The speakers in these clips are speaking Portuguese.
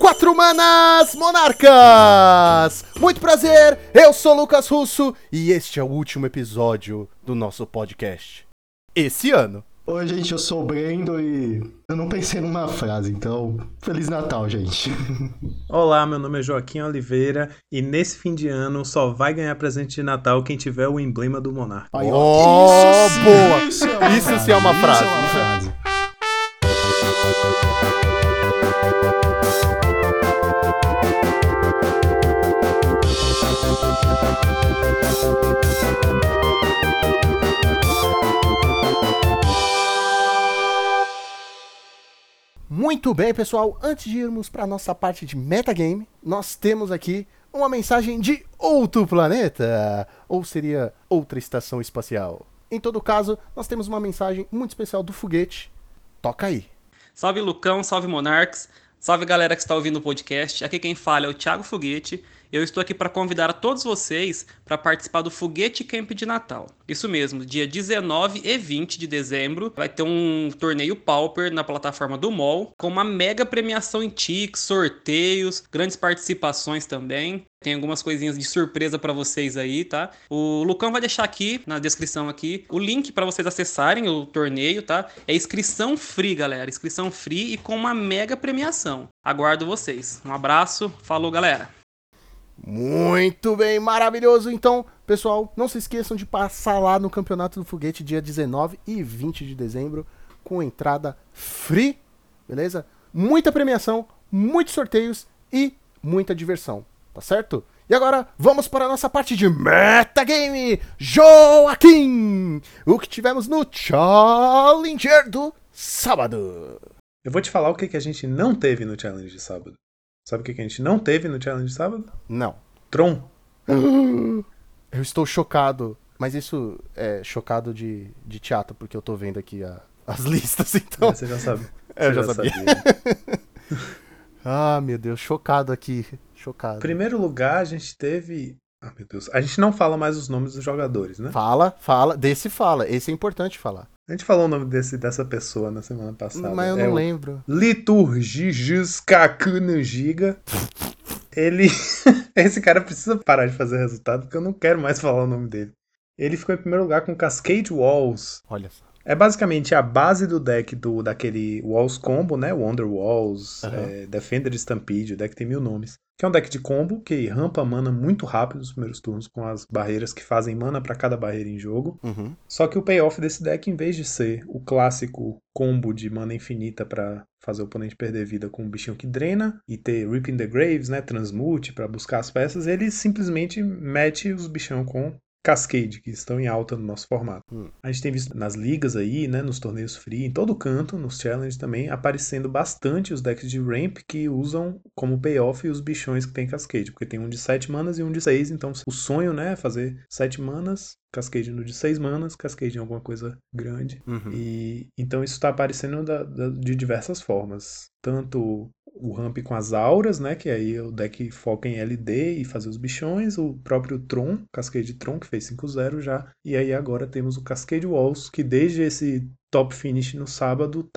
Quatro Manas Monarcas! Muito prazer, eu sou Lucas Russo e este é o último episódio do nosso podcast. Esse ano. Oi, gente, eu sou o Brendo e eu não pensei numa frase, então, Feliz Natal, gente. Olá, meu nome é Joaquim Oliveira e nesse fim de ano só vai ganhar presente de Natal quem tiver o emblema do Monarca. Aí, ó, boa! Isso sim é uma frase. Muito bem, pessoal, antes de irmos para a nossa parte de metagame, nós temos aqui uma mensagem de outro planeta, ou seria outra estação espacial. Em todo caso, nós temos uma mensagem muito especial do foguete. Toca aí. Salve Lucão, salve Monarques, salve galera que está ouvindo o podcast. Aqui quem fala é o Thiago Foguete. Eu estou aqui para convidar a todos vocês para participar do Foguete Camp de Natal. Isso mesmo, dia 19 e 20 de dezembro vai ter um torneio Pauper na plataforma do MOL, com uma mega premiação em tickets, sorteios, grandes participações também. Tem algumas coisinhas de surpresa para vocês aí, tá? O Lucão vai deixar aqui na descrição aqui o link para vocês acessarem o torneio, tá? É inscrição free, galera, inscrição free e com uma mega premiação. Aguardo vocês. Um abraço, falou, galera. Muito bem, maravilhoso. Então, pessoal, não se esqueçam de passar lá no Campeonato do Foguete dia 19 e 20 de dezembro com entrada free, beleza? Muita premiação, muitos sorteios e muita diversão, tá certo? E agora, vamos para a nossa parte de metagame. Joaquim, o que tivemos no Challenger do sábado? Eu vou te falar o que a gente não teve no Challenge de sábado. Sabe o que a gente não teve no Challenge de sábado? Não. Tron. Eu estou chocado, mas isso é chocado de teatro, porque eu tô vendo aqui as listas, então... Você já sabe. Eu já sabia. Ah, meu Deus, chocado aqui, chocado. Primeiro lugar, a gente teve... Ah, meu Deus. A gente não fala mais os nomes dos jogadores, né? Fala, esse é importante falar. A gente falou o nome dessa pessoa na semana passada. Mas eu não lembro. Liturgijus Kakunugiga. Ele... Esse cara precisa parar de fazer resultado, porque eu não quero mais falar o nome dele. Ele ficou em primeiro lugar com Cascade Walls. Olha só. É basicamente a base do deck daquele Walls Combo, né? Wonder Walls, Defender Stampede, o deck tem 1000 nomes. Que é um deck de combo que rampa mana muito rápido nos primeiros turnos, com as barreiras que fazem mana para cada barreira em jogo. Uhum. Só que o payoff desse deck, em vez de ser o clássico combo de mana infinita para fazer o oponente perder vida com um bichinho que drena, e ter Rip in the Graves, né? Transmute para buscar as peças, ele simplesmente mete os bichão com Cascade, que estão em alta no nosso formato. A gente tem visto nas ligas aí, né, nos torneios free, em todo canto, nos challenges também, aparecendo bastante os decks de ramp que usam como payoff os bichões que tem Cascade, porque tem um de 7 manas e um de 6, então o sonho, né, é fazer 7 manas, Cascade no de 6 manas, Cascade em alguma coisa grande. Uhum. E então isso está aparecendo de diversas formas. Tanto o ramp com as auras, né, que aí o deck foca em LD e fazer os bichões, o próprio Tron, Cascade Tron, que fez 5-0 já, e aí agora temos o Cascade Walls, que desde esse top finish no sábado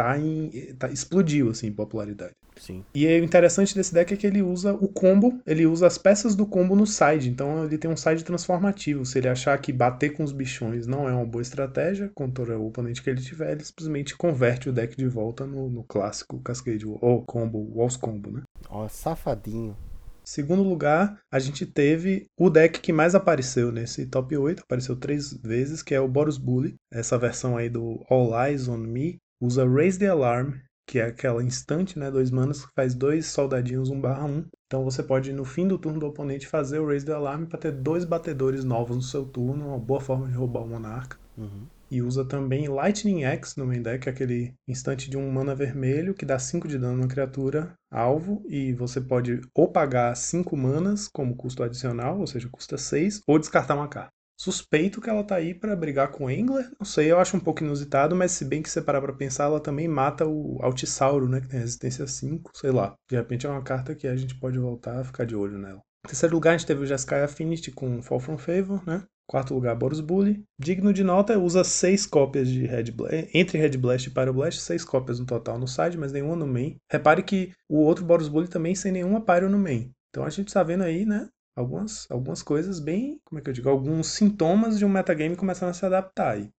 explodiu assim em popularidade. Sim. E o interessante desse deck é que ele usa o combo, ele usa as peças do combo no side, então ele tem um side transformativo. Se ele achar que bater com os bichões não é uma boa estratégia contra o oponente que ele tiver, ele simplesmente converte o deck de volta no clássico Cascade ou combo, Walls Combo, né? Ó, safadinho. Segundo lugar, a gente teve o deck que mais apareceu nesse top 8, apareceu 3 vezes, que é o Boros Bully. Essa versão aí do All Eyes on Me usa Raise the Alarm, que é aquela instante, né, 2 manas, que faz 2 soldadinhos 1/1. Então você pode, no fim do turno do oponente, fazer o Raise the Alarm para ter 2 batedores novos no seu turno, uma boa forma de roubar o Monarca. Uhum. E usa também Lightning Axe no main deck, aquele instante de 1 mana vermelho que dá 5 de dano na criatura alvo, e você pode ou pagar 5 manas como custo adicional, ou seja, custa 6, ou descartar uma carta. Suspeito que ela tá aí pra brigar com o Engler, não sei, eu acho um pouco inusitado, mas se bem que você parar pra pensar, ela também mata o Altisauro, né, que tem resistência 5, sei lá. De repente é uma carta que a gente pode voltar a ficar de olho nela. Em terceiro lugar, a gente teve o Jeskai Affinity com Fall from Favor, né? Quarto lugar, Boros Bully. Digno de nota, usa 6 cópias de Red Blast. Entre Red Blast e Pyroblast, 6 cópias no total no side, mas nenhuma no main. Repare que o outro Boros Bully também sem nenhuma Pyro no main. Então a gente tá vendo aí, né, algumas coisas bem, como é que eu digo, alguns sintomas de um metagame começando a se adaptar aí.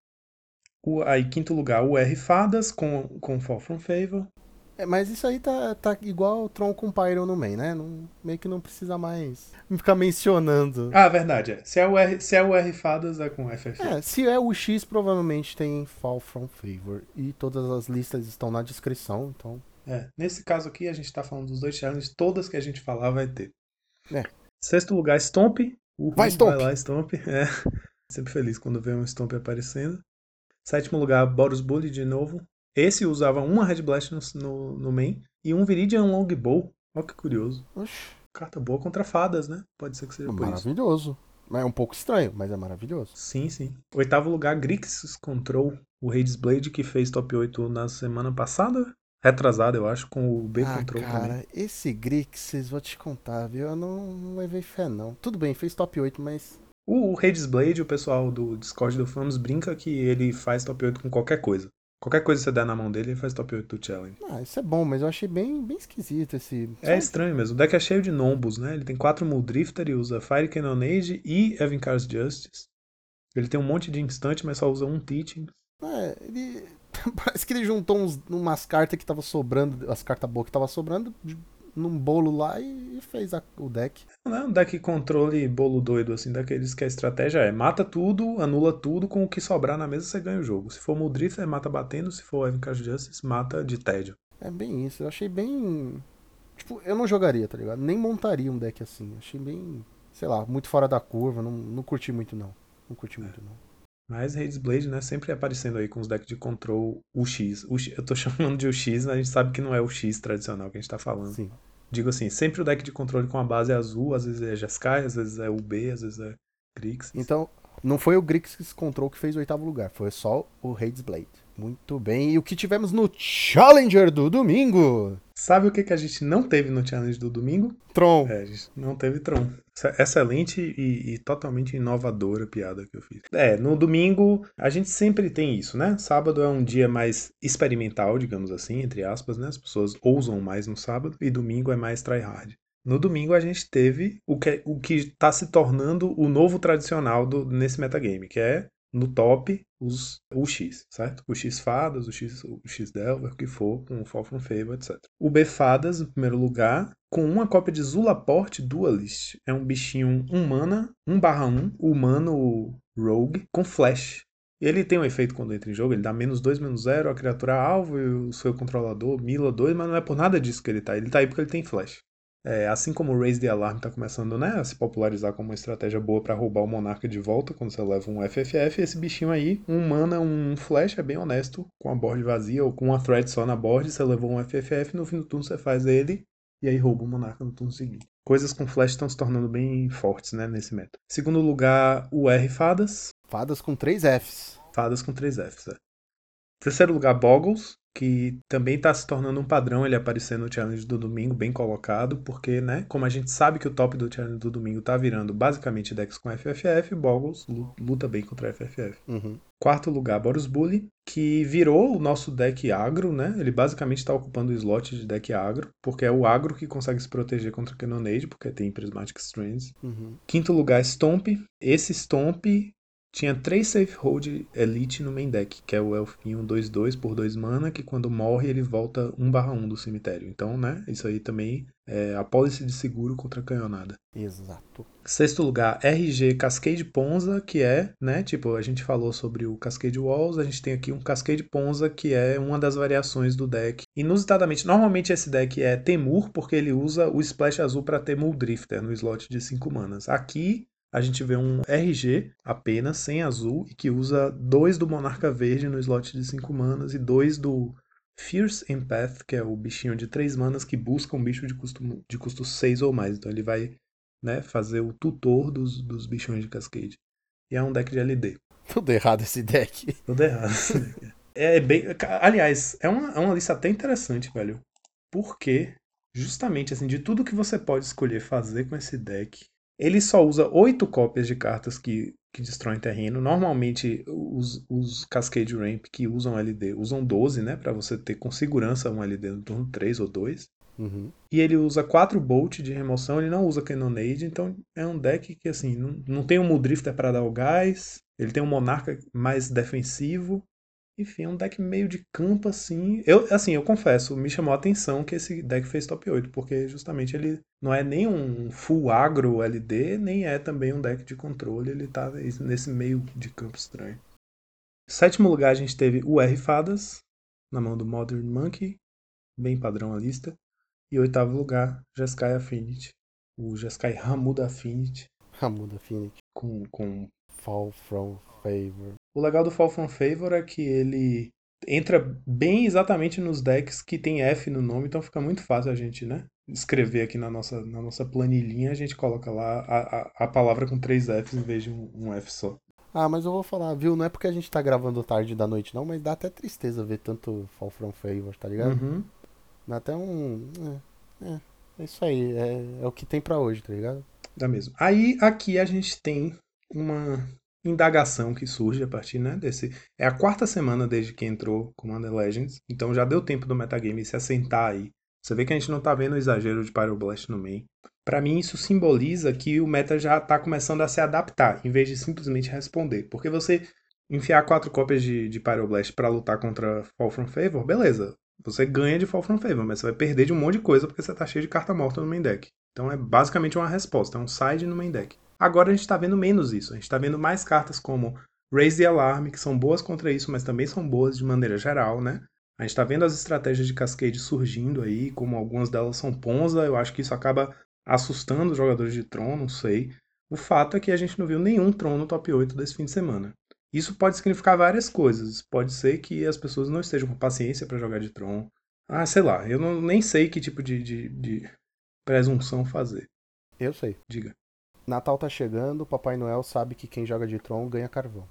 Aí, quinto lugar, o R Fadas com Fall From Favor. Mas isso aí tá igual o Tron com Pyro no main, né? Meio que não precisa mais ficar mencionando. Ah, verdade, é. Se é o R Fadas, é com FF. Se é o X, provavelmente tem Fall From Favor. E todas as listas estão na descrição, então... Nesse caso aqui, a gente tá falando dos 2 challenges, todas que a gente falar vai ter. É. Sexto lugar, Stomp. Vai, Stomp! Vai lá, Stomp. Sempre feliz quando vê um Stomp aparecendo. Sétimo lugar, Boros Bully de novo. Esse usava uma Red Blast no main e um Viridian Longbow. Olha que curioso. Oxi. Carta boa contra fadas, né? Pode ser que seja por isso. Maravilhoso. É um pouco estranho, mas é maravilhoso. Sim, sim. Oitavo lugar, Grixis Control. O Hades Blade que fez top 8 na semana passada. Retrasada, eu acho, com o B Control cara, também. Esse Grixis, vou te contar, viu? Eu não levei fé, não. Tudo bem, fez top 8, mas... O Hades Blade, o pessoal do Discord do Famos brinca que ele faz top 8 com qualquer coisa. Qualquer coisa que você der na mão dele, ele faz top 8 do challenge. Isso é bom, mas eu achei bem esquisito esse... É estranho mesmo. O deck é cheio de Nombos, né? Ele tem 4 Muldrifter e usa Fire Cannonade e Evenkar's Justice. Ele tem um monte de instante, mas só usa um Teaching. Ele... Parece que ele juntou umas cartas que tava sobrando, as cartas boas que tava sobrando, num bolo lá e fez o deck. Não é um deck controle bolo doido, assim, daqueles que a estratégia é mata tudo, anula tudo, com o que sobrar na mesa você ganha o jogo. Se for Muldrifter, mata batendo, se for Evenkar's Justice, mata de tédio. É bem isso, eu achei bem... Tipo, eu não jogaria, tá ligado? Nem montaria um deck assim. Achei bem, sei lá, muito fora da curva, não curti muito não. Não curti muito não. Mas Hades Blade, né, sempre aparecendo aí com os decks de control UX. Eu tô chamando de UX, mas a gente sabe que não é o X tradicional que a gente tá falando. Sim. Digo assim, sempre o deck de controle com a base azul, às vezes é Jeskai, às vezes é UB, às vezes é Grixis. Então, não foi o Grixis Control que fez o 8º lugar, foi só o Hades Blade. Muito bem, e o que tivemos no Challenger do domingo? Sabe o que a gente não teve no Challenge do domingo? Tron. A gente não teve Tron. Excelente e totalmente inovadora a piada que eu fiz. No domingo a gente sempre tem isso, né? Sábado é um dia mais experimental, digamos assim, entre aspas, né? As pessoas ousam mais no sábado e domingo é mais tryhard. No domingo a gente teve o que está se tornando o novo tradicional nesse metagame, que é no top o X, certo? O X Fadas, o X Delver, o que for, com o Fall From Favor, etc. O B Fadas, em primeiro lugar, com uma cópia de Zulaport Duelist. É um bichinho 1 mana, 1/1, humano rogue, com flash. Ele tem um efeito quando entra em jogo, ele dá -2/-0 a criatura alvo e o seu controlador mila 2, mas não é por nada disso que ele tá. Ele tá aí porque ele tem flash. Assim como o Raise the Alarm está começando, né, a se popularizar como uma estratégia boa para roubar o Monarca de volta quando você leva um FFF, esse bichinho aí, 1 mana, um flash, é bem honesto, com a board vazia ou com uma thread só na board, você levou um FFF, no fim do turno você faz ele e aí rouba o Monarca no turno seguinte. Coisas com flash estão se tornando bem fortes, né, nesse meta. Segundo lugar, o R Fadas. Fadas com 3 Fs. Fadas com 3 Fs, Terceiro lugar, Boggles, que também está se tornando um padrão ele aparecer no challenge do domingo, bem colocado, porque, né, como a gente sabe que o top do challenge do domingo tá virando basicamente decks com FFF, Boggles luta bem contra FFF. Uhum. Quarto lugar, Boros Bully, que virou o nosso deck agro, né, ele basicamente está ocupando o slot de deck agro, porque é o agro que consegue se proteger contra Cannonade, porque tem Prismatic Strands. Uhum. Quinto lugar, Stomp. Esse Stomp tinha 3 Safe Hold Elite no main deck, que é o Elfinho 2/2 por 2 mana, que quando morre ele volta 1/1 do cemitério. Então, né, isso aí também é a policy de seguro contra a canhonada. Exato. Sexto lugar, RG Cascade Ponza, que é, né, tipo, a gente falou sobre o Cascade Walls, a gente tem aqui um Cascade Ponza, que é uma das variações do deck. Inusitadamente, normalmente esse deck é Temur, porque ele usa o Splash azul para ter Muldrifter no slot de 5 manas. Aqui a gente vê um RG apenas, sem azul, e que usa 2 do Monarca Verde no slot de 5 manas e 2 do Fierce Empath, que é o bichinho de 3 manas que busca um bicho de custo 6 ou mais. Então ele vai, né, fazer o tutor dos bichões de Cascade. E é um deck de LD. Tudo errado esse deck. Tudo errado esse deck. Aliás, é uma lista até interessante, velho. Porque, justamente, assim, de tudo que você pode escolher fazer com esse deck, ele só usa 8 cópias de cartas que que destroem terreno. Normalmente, os Cascade Ramp que usam LD usam 12, né? Pra você ter com segurança um LD no turno 3 ou 2. Uhum. E ele usa 4 Bolt de remoção, ele não usa Cannonade, então é um deck que, assim, não tem um Muldrifter pra dar o gás, ele tem um Monarca mais defensivo. Enfim, é um deck meio de campo, assim. Eu confesso, me chamou a atenção que esse deck fez top 8, porque justamente ele não é nem um full agro LD, nem é também um deck de controle, ele tá nesse meio de campo estranho. Sétimo lugar a gente teve o R Fadas, na mão do Modern Monkey, bem padrão a lista. E oitavo lugar, Jeskai Affinity, o Jeskai Ramuda Affinity, Ramuda Affinity. com Fall from Favor. O legal do Fall from Favor é que ele entra bem exatamente nos decks que tem F no nome, então fica muito fácil a gente, né, escrever aqui na nossa planilhinha, a gente coloca lá a palavra com 3 Fs em vez de um F só. Ah, mas eu vou falar, viu? Não é porque a gente tá gravando tarde da noite, não, mas dá até tristeza ver tanto Fall from Favor, tá ligado? Uhum. Dá até um. É isso aí, é o que tem pra hoje, tá ligado? Dá mesmo. Aí aqui a gente tem uma indagação que surge a partir, né, desse. É a quarta semana desde que entrou Commander Legends, então já deu tempo do metagame se assentar aí. Você vê que a gente não tá vendo o exagero de Pyroblast no main. Pra mim isso simboliza que o meta já tá começando a se adaptar, em vez de simplesmente responder. Porque você enfiar 4 cópias de Pyroblast pra lutar contra Fall from Favor, beleza. Você ganha de Fall from Favor, mas você vai perder de um monte de coisa porque você tá cheio de carta morta no main deck. Então é basicamente uma resposta, é um side no main deck. Agora a gente está vendo menos isso, a gente está vendo mais cartas como Raise the Alarm, que são boas contra isso, mas também são boas de maneira geral, né? A gente está vendo as estratégias de Cascade surgindo aí, como algumas delas são Ponza, eu acho que isso acaba assustando os jogadores de Tron, não sei. O fato é que a gente não viu nenhum Tron no top 8 desse fim de semana. Isso pode significar várias coisas. Pode ser que as pessoas não estejam com paciência para jogar de Tron. Ah, sei lá, eu nem sei que tipo de presunção fazer. Eu sei. Diga. Natal tá chegando, Papai Noel sabe que quem joga de Tron ganha carvão.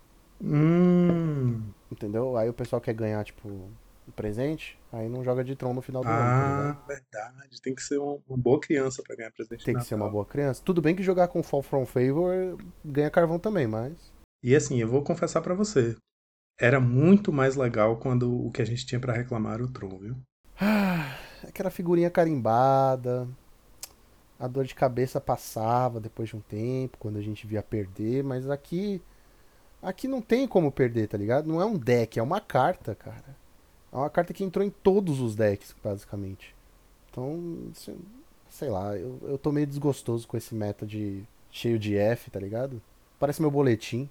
Entendeu? Aí o pessoal quer ganhar, tipo, um presente, aí não joga de Tron no final do ano, tá ligado? Verdade. Tem que ser uma boa criança pra ganhar presente de Tem que ser uma Natal. boa criança. Tudo bem que jogar com Fall from Favor ganha carvão também, mas. E assim, eu vou confessar pra você. Era muito mais legal quando o que a gente tinha pra reclamar era o Tron, viu? Aquela figurinha carimbada. A dor de cabeça passava depois de um tempo, quando a gente via perder, mas aqui. Aqui não tem como perder, tá ligado? Não é um deck, é uma carta, cara. É uma carta que entrou em todos os decks, basicamente. Então, sei lá, eu tô meio desgostoso com esse meta de cheio de F, tá ligado? Parece meu boletim.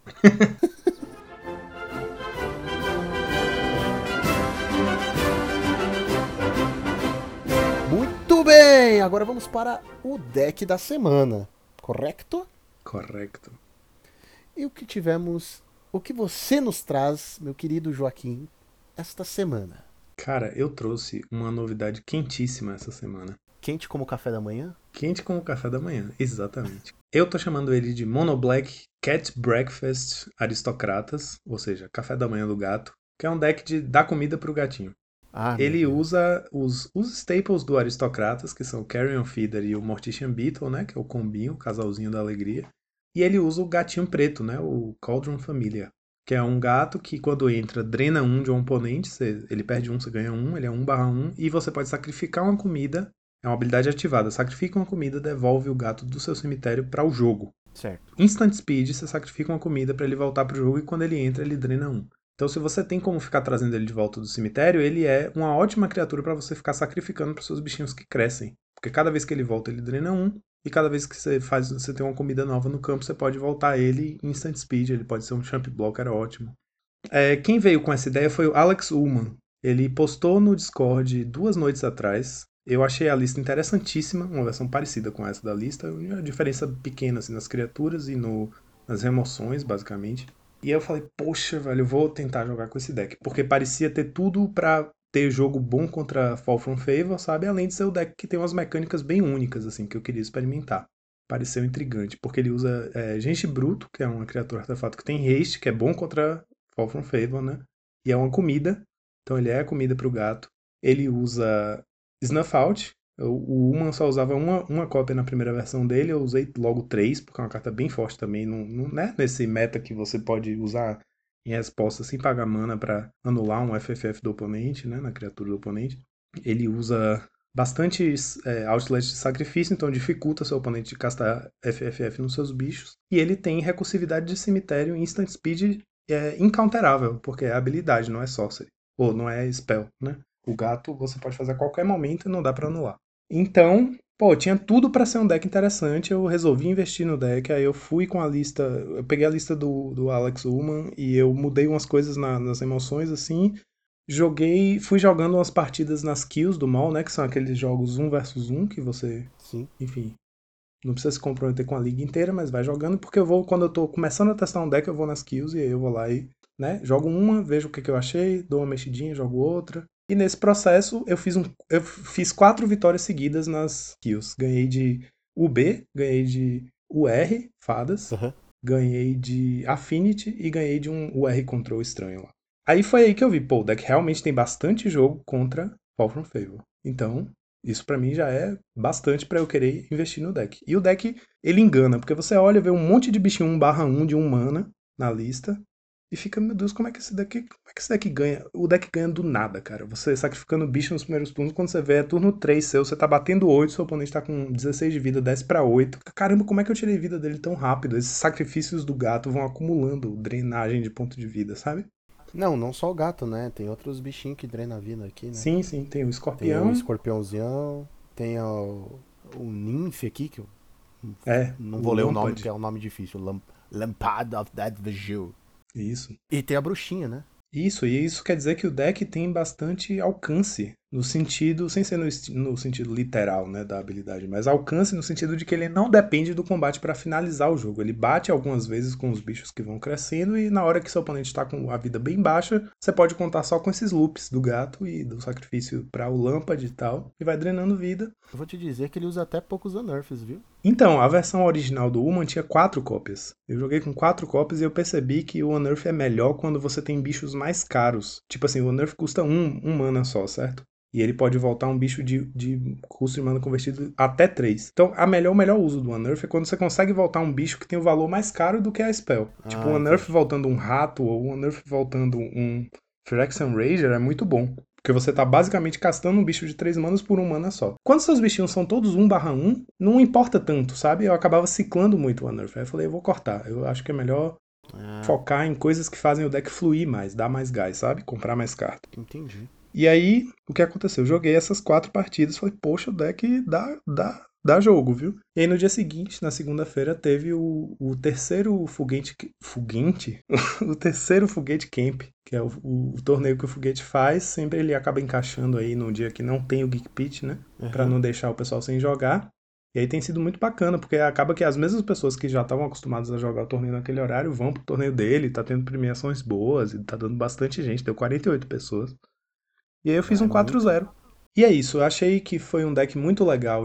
Muito bem, agora vamos para o deck da semana, correto? Correto. E o que tivemos, o que você nos traz, meu querido Joaquim, esta semana? Cara, eu trouxe uma novidade quentíssima essa semana. Quente como café da manhã? Quente como o café da manhã, exatamente. Eu tô chamando ele de Mono Black Cat Breakfast Aristocratas, ou seja, café da manhã do gato, que é um deck de dar comida pro gatinho. Ah, meu Ele Deus. usa os staples do Aristocratas, que são o Carrion Feeder e o Mortician Beetle, né, que é o combinho, o casalzinho da alegria. E ele usa o gatinho preto, né, o Cauldron Familiar, que é um gato que quando entra drena um de um oponente, ele perde um, você ganha um, ele é 1/1, e você pode sacrificar uma comida, é uma habilidade ativada, sacrifica uma comida, devolve o gato do seu cemitério para o jogo. Certo. Instant Speed, você sacrifica uma comida para ele voltar pro jogo e quando ele entra, ele drena um. Então, se você tem como ficar trazendo ele de volta do cemitério, ele é uma ótima criatura para você ficar sacrificando para seus bichinhos que crescem. Porque cada vez que ele volta, ele drena um. E cada vez que você tem uma comida nova no campo, você pode voltar ele em Instant Speed. Ele pode ser um Champ Blocker ótimo. Quem veio com essa ideia foi o Alex Ullman. Ele postou no Discord 2 noites atrás. Eu achei a lista interessantíssima, uma versão parecida com essa da lista. Uma diferença pequena assim, nas criaturas e nas remoções, basicamente. E aí eu falei, poxa, velho, eu vou tentar jogar com esse deck. Porque parecia ter tudo pra ter jogo bom contra Fall from Favor, sabe? Além de ser o deck que tem umas mecânicas bem únicas, assim, que eu queria experimentar. Pareceu intrigante, porque ele usa Gente Bruto, que é uma criatura artefato que tem haste, que é bom contra Fall from Favor, né? E é uma comida, então ele é a comida pro gato. Ele usa Snuff Out, O Human só usava uma cópia na primeira versão dele, eu usei logo 3, porque é uma carta bem forte também, né? Nesse meta que você pode usar em resposta sem pagar mana pra anular um FFF do oponente, né? Na criatura do oponente. Ele usa bastante Outlast de sacrifício, então dificulta seu oponente de castar FFF nos seus bichos. E ele tem recursividade de cemitério e instant speed incounterável, porque é habilidade, não é sorcery. Ou não é spell, né? O gato você pode fazer a qualquer momento e não dá pra anular. Então, pô, tinha tudo pra ser um deck interessante, eu resolvi investir no deck, aí eu fui com a lista, eu peguei a lista do Alex Ullman e eu mudei umas coisas nas emoções, assim, fui jogando umas partidas nas kills do mall, né, que são aqueles jogos 1 versus 1, que você, Sim. enfim, não precisa se comprometer com a liga inteira, mas vai jogando, porque quando eu tô começando a testar um deck, eu vou nas kills e aí eu vou lá e, né, jogo uma, vejo o que eu achei, dou uma mexidinha, jogo outra. E nesse processo eu fiz 4 vitórias seguidas nas kills. Ganhei de UB, ganhei de UR, fadas, Uhum. ganhei de Affinity e ganhei de um UR Control estranho lá. Aí foi aí que eu vi, pô, o deck realmente tem bastante jogo contra Fall from Favor. Então, isso pra mim já é bastante pra eu querer investir no deck. E o deck, ele engana, porque você olha, vê um monte de bichinho 1/1 de 1 mana na lista, e fica, meu Deus, como é que esse deck ganha? O deck ganha do nada, cara. Você sacrificando bicho nos primeiros turnos, quando você vê, é turno 3 seu, você tá batendo 8, seu oponente tá com 16 de vida, desce pra 8. Caramba, como é que eu tirei vida dele tão rápido? Esses sacrifícios do gato vão acumulando drenagem de ponto de vida, sabe? Não só o gato, né? Tem outros bichinhos que drenam a vida aqui, né? Sim, sim, tem o Tem o escorpião. escorpiãozão, tem o ninfe aqui, que eu não O vou ler o nome, Lampad. porque é um nome difícil. Lampad of That Vigil. Isso. E tem a bruxinha, né? Isso, e isso quer dizer que o deck tem bastante alcance, no sentido, sem ser no sentido literal, né, da habilidade, mas alcance no sentido de que ele não depende do combate para finalizar o jogo. Ele bate algumas vezes com os bichos que vão crescendo e na hora que seu oponente está com a vida bem baixa, você pode contar só com esses loops do gato e do sacrifício para o Lampad e tal, e vai drenando vida. Eu vou te dizer que ele usa até poucos unnerfs, viu? Então, a versão original do Human tinha 4 cópias. Eu joguei com 4 cópias e eu percebi que o Unearth é melhor quando você tem bichos mais caros. Tipo assim, o Unearth custa um mana só, certo? E ele pode voltar um bicho de custo de mana convertido até 3. Então, o melhor uso do Unearth é quando você consegue voltar um bicho que tem o valor mais caro do que a spell. Tipo, o Unearth Entendi. voltando um rato ou o Unearth voltando um Phyrexian Rager é muito bom. Porque você tá basicamente castando um bicho de 3 manas por 1 mana só. Quando seus bichinhos são todos 1/1, não importa tanto, sabe? Eu acabava ciclando muito o Unearth. Aí eu falei, eu vou cortar. Eu acho que é melhor focar em coisas que fazem o deck fluir mais, dar mais gás, sabe? Comprar mais carta. Entendi. E aí, o que aconteceu? Eu joguei essas 4 partidas, falei, poxa, o deck dá jogo, viu? E aí no dia seguinte, na segunda-feira, teve o terceiro foguete. Foguete? O terceiro foguete camp, que é o torneio que o foguete faz. Sempre ele acaba encaixando aí num dia que não tem o Geek Pit, né? Pra não deixar o pessoal sem jogar. E aí tem sido muito bacana, porque acaba que as mesmas pessoas que já estavam acostumadas a jogar o torneio naquele horário vão pro torneio dele, tá tendo premiações boas, e tá dando bastante gente, deu 48 pessoas. E aí eu fiz Ah, é um muito. 4-0. E é isso, eu achei que foi um deck muito legal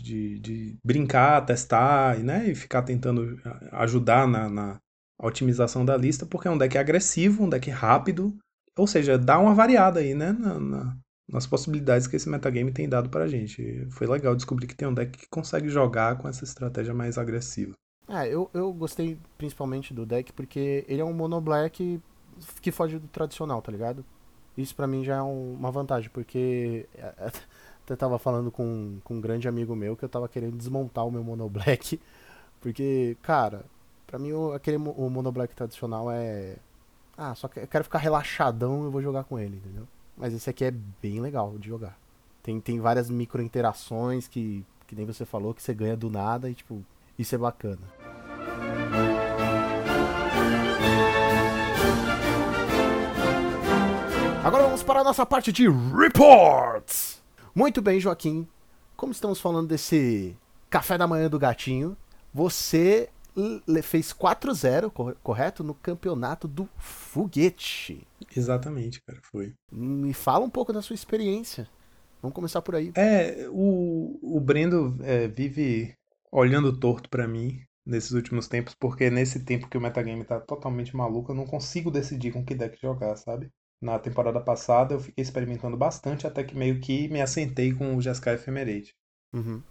de brincar, testar, né, e ficar tentando ajudar na otimização da lista, porque é um deck agressivo, um deck rápido, ou seja, dá uma variada aí, né, nas possibilidades que esse metagame tem dado pra gente. Foi legal descobrir que tem um deck que consegue jogar com essa estratégia mais agressiva. Eu gostei principalmente do deck porque ele é um mono black que foge do tradicional, tá ligado? Isso pra mim já é uma vantagem, porque até tava falando com um grande amigo meu que eu tava querendo desmontar o meu mono black, porque, cara, pra mim o mono black tradicional é. Ah, só que eu quero ficar relaxadão e eu vou jogar com ele, entendeu? Mas esse aqui é bem legal de jogar. Tem várias micro interações que nem você falou, que você ganha do nada e, tipo, isso é bacana. Agora vamos para a nossa parte de reports. Muito bem, Joaquim. Como estamos falando desse café da manhã do gatinho, você fez 4-0, correto? No campeonato do foguete. Exatamente, cara, foi. Me fala um pouco da sua experiência. Vamos começar por aí. O Brendo vive olhando torto pra mim nesses últimos tempos, porque nesse tempo que o metagame tá totalmente maluco, eu não consigo decidir com que deck jogar, sabe? Na temporada passada eu fiquei experimentando bastante, até que meio que me assentei com o Jeskai Ephemerate. Uhum.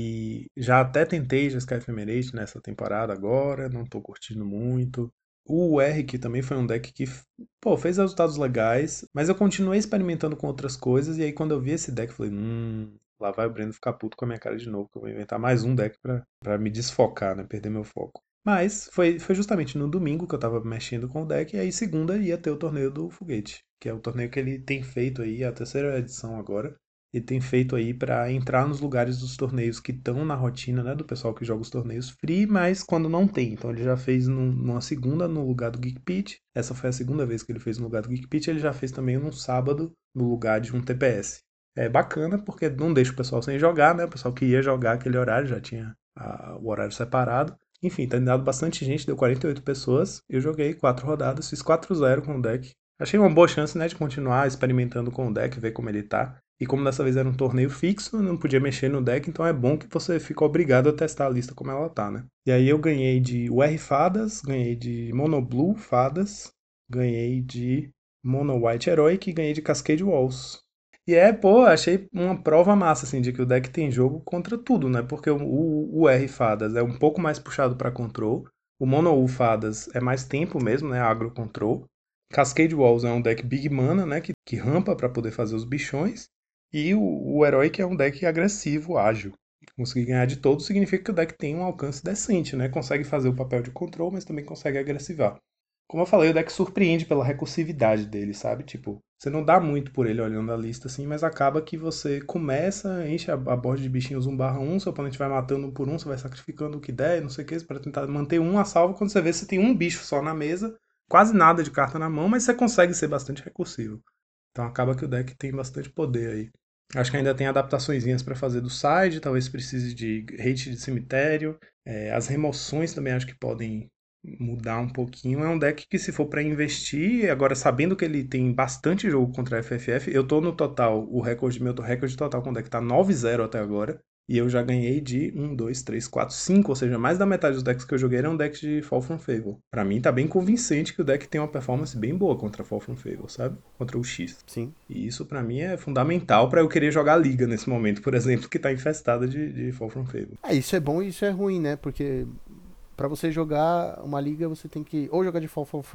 E já até tentei Jeskai Ephemerate nessa temporada agora, não tô curtindo muito. O Eric também foi um deck que, pô, fez resultados legais, mas eu continuei experimentando com outras coisas, e aí quando eu vi esse deck, eu falei, lá vai o Breno ficar puto com a minha cara de novo, que eu vou inventar mais um deck pra me desfocar, né, perder meu foco. Mas foi justamente no domingo que eu tava mexendo com o deck, e aí segunda ia ter o torneio do Foguete, que é o torneio que ele tem feito aí, a terceira edição agora. Ele tem feito aí pra entrar nos lugares dos torneios que estão na rotina, né, do pessoal que joga os torneios free, mas quando não tem. Então ele já fez numa segunda no lugar do Geek Pit. Essa foi a segunda vez que ele fez no lugar do Geek Pit. Ele já fez também num sábado no lugar de um TPS. É bacana porque não deixa o pessoal sem jogar, né? O pessoal que ia jogar aquele horário já tinha o horário separado. Enfim, tá dado bastante gente, deu 48 pessoas. Eu joguei 4 rodadas, fiz 4-0 com o deck. Achei uma boa chance, né, de continuar experimentando com o deck, ver como ele tá. E como dessa vez era um torneio fixo, não podia mexer no deck, então é bom que você fica obrigado a testar a lista como ela tá, né? E aí eu ganhei de UR Fadas, ganhei de Mono Blue Fadas, ganhei de Mono White Heroic e ganhei de Cascade Walls. E pô, achei uma prova massa, assim, de que o deck tem jogo contra tudo, né? Porque o R Fadas é um pouco mais puxado pra control, o Mono U Fadas é mais tempo mesmo, né? Agro control. Cascade Walls é um deck Big Mana, né? Que rampa pra poder fazer os bichões. E o Heroic é um deck agressivo, ágil. Conseguir ganhar de todos significa que o deck tem um alcance decente, né? Consegue fazer o papel de control, mas também consegue agressivar. Como eu falei, o deck surpreende pela recursividade dele, sabe? Tipo, você não dá muito por ele olhando a lista assim, mas acaba que você começa, enche a board de bichinhos 1/1, seu oponente vai matando um por um, você vai sacrificando o que der, não sei o que, para tentar manter um a salvo. Quando você vê, você tem um bicho só na mesa, quase nada de carta na mão, mas você consegue ser bastante recursivo. Então acaba que o deck tem bastante poder aí. Acho que ainda tem adaptaçõezinhas para fazer do side, talvez precise de hate de cemitério. As remoções também acho que podem mudar um pouquinho. É um deck que, se for para investir, agora sabendo que ele tem bastante jogo contra a FFF, eu tô no total, meu recorde total com o deck tá 9-0 até agora. E eu já ganhei de 1, 2, 3, 4, 5, ou seja, mais da metade dos decks que eu joguei eram decks de Fall from Favor. Pra mim tá bem convincente que o deck tem uma performance bem boa contra Fall from Favor, sabe? Contra o X. Sim. E isso pra mim é fundamental pra eu querer jogar a Liga nesse momento, por exemplo, que tá infestada de Fall from Favor. Isso é bom e isso é ruim, né? Porque pra você jogar uma liga, você tem que ou jogar de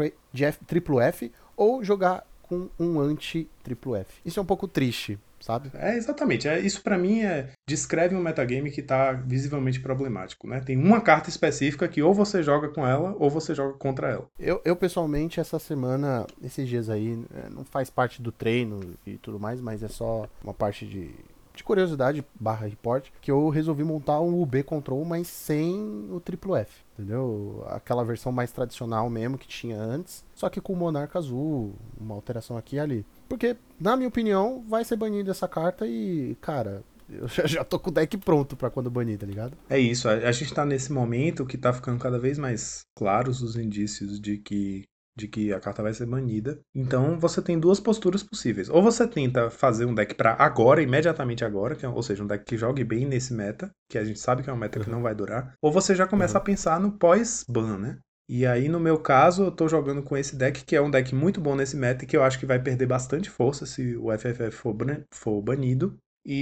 triplo F ou jogar com um anti-triplo F. Isso é um pouco triste, sabe? Exatamente. Isso pra mim descreve um metagame que tá visivelmente problemático, né? Tem uma carta específica que ou você joga com ela ou você joga contra ela. Eu pessoalmente, essa semana, esses dias aí, não faz parte do treino e tudo mais, mas é só uma parte de curiosidade / report, que eu resolvi montar um UB Control, mas sem o triplo F, entendeu? Aquela versão mais tradicional mesmo que tinha antes, só que com o Monarca Azul, uma alteração aqui e ali. Porque, na minha opinião, vai ser banida essa carta e, cara, eu já tô com o deck pronto pra quando banir, tá ligado? É isso, a gente tá nesse momento que tá ficando cada vez mais claros os indícios de que a carta vai ser banida. Então você tem duas posturas possíveis. Ou você tenta fazer um deck pra agora, imediatamente agora, ou seja, um deck que jogue bem nesse meta, que a gente sabe que é um meta que não vai durar. Ou você já começa a pensar no pós-ban, né? E aí, no meu caso, eu tô jogando com esse deck, que é um deck muito bom nesse meta e que eu acho que vai perder bastante força se o FFF for banido.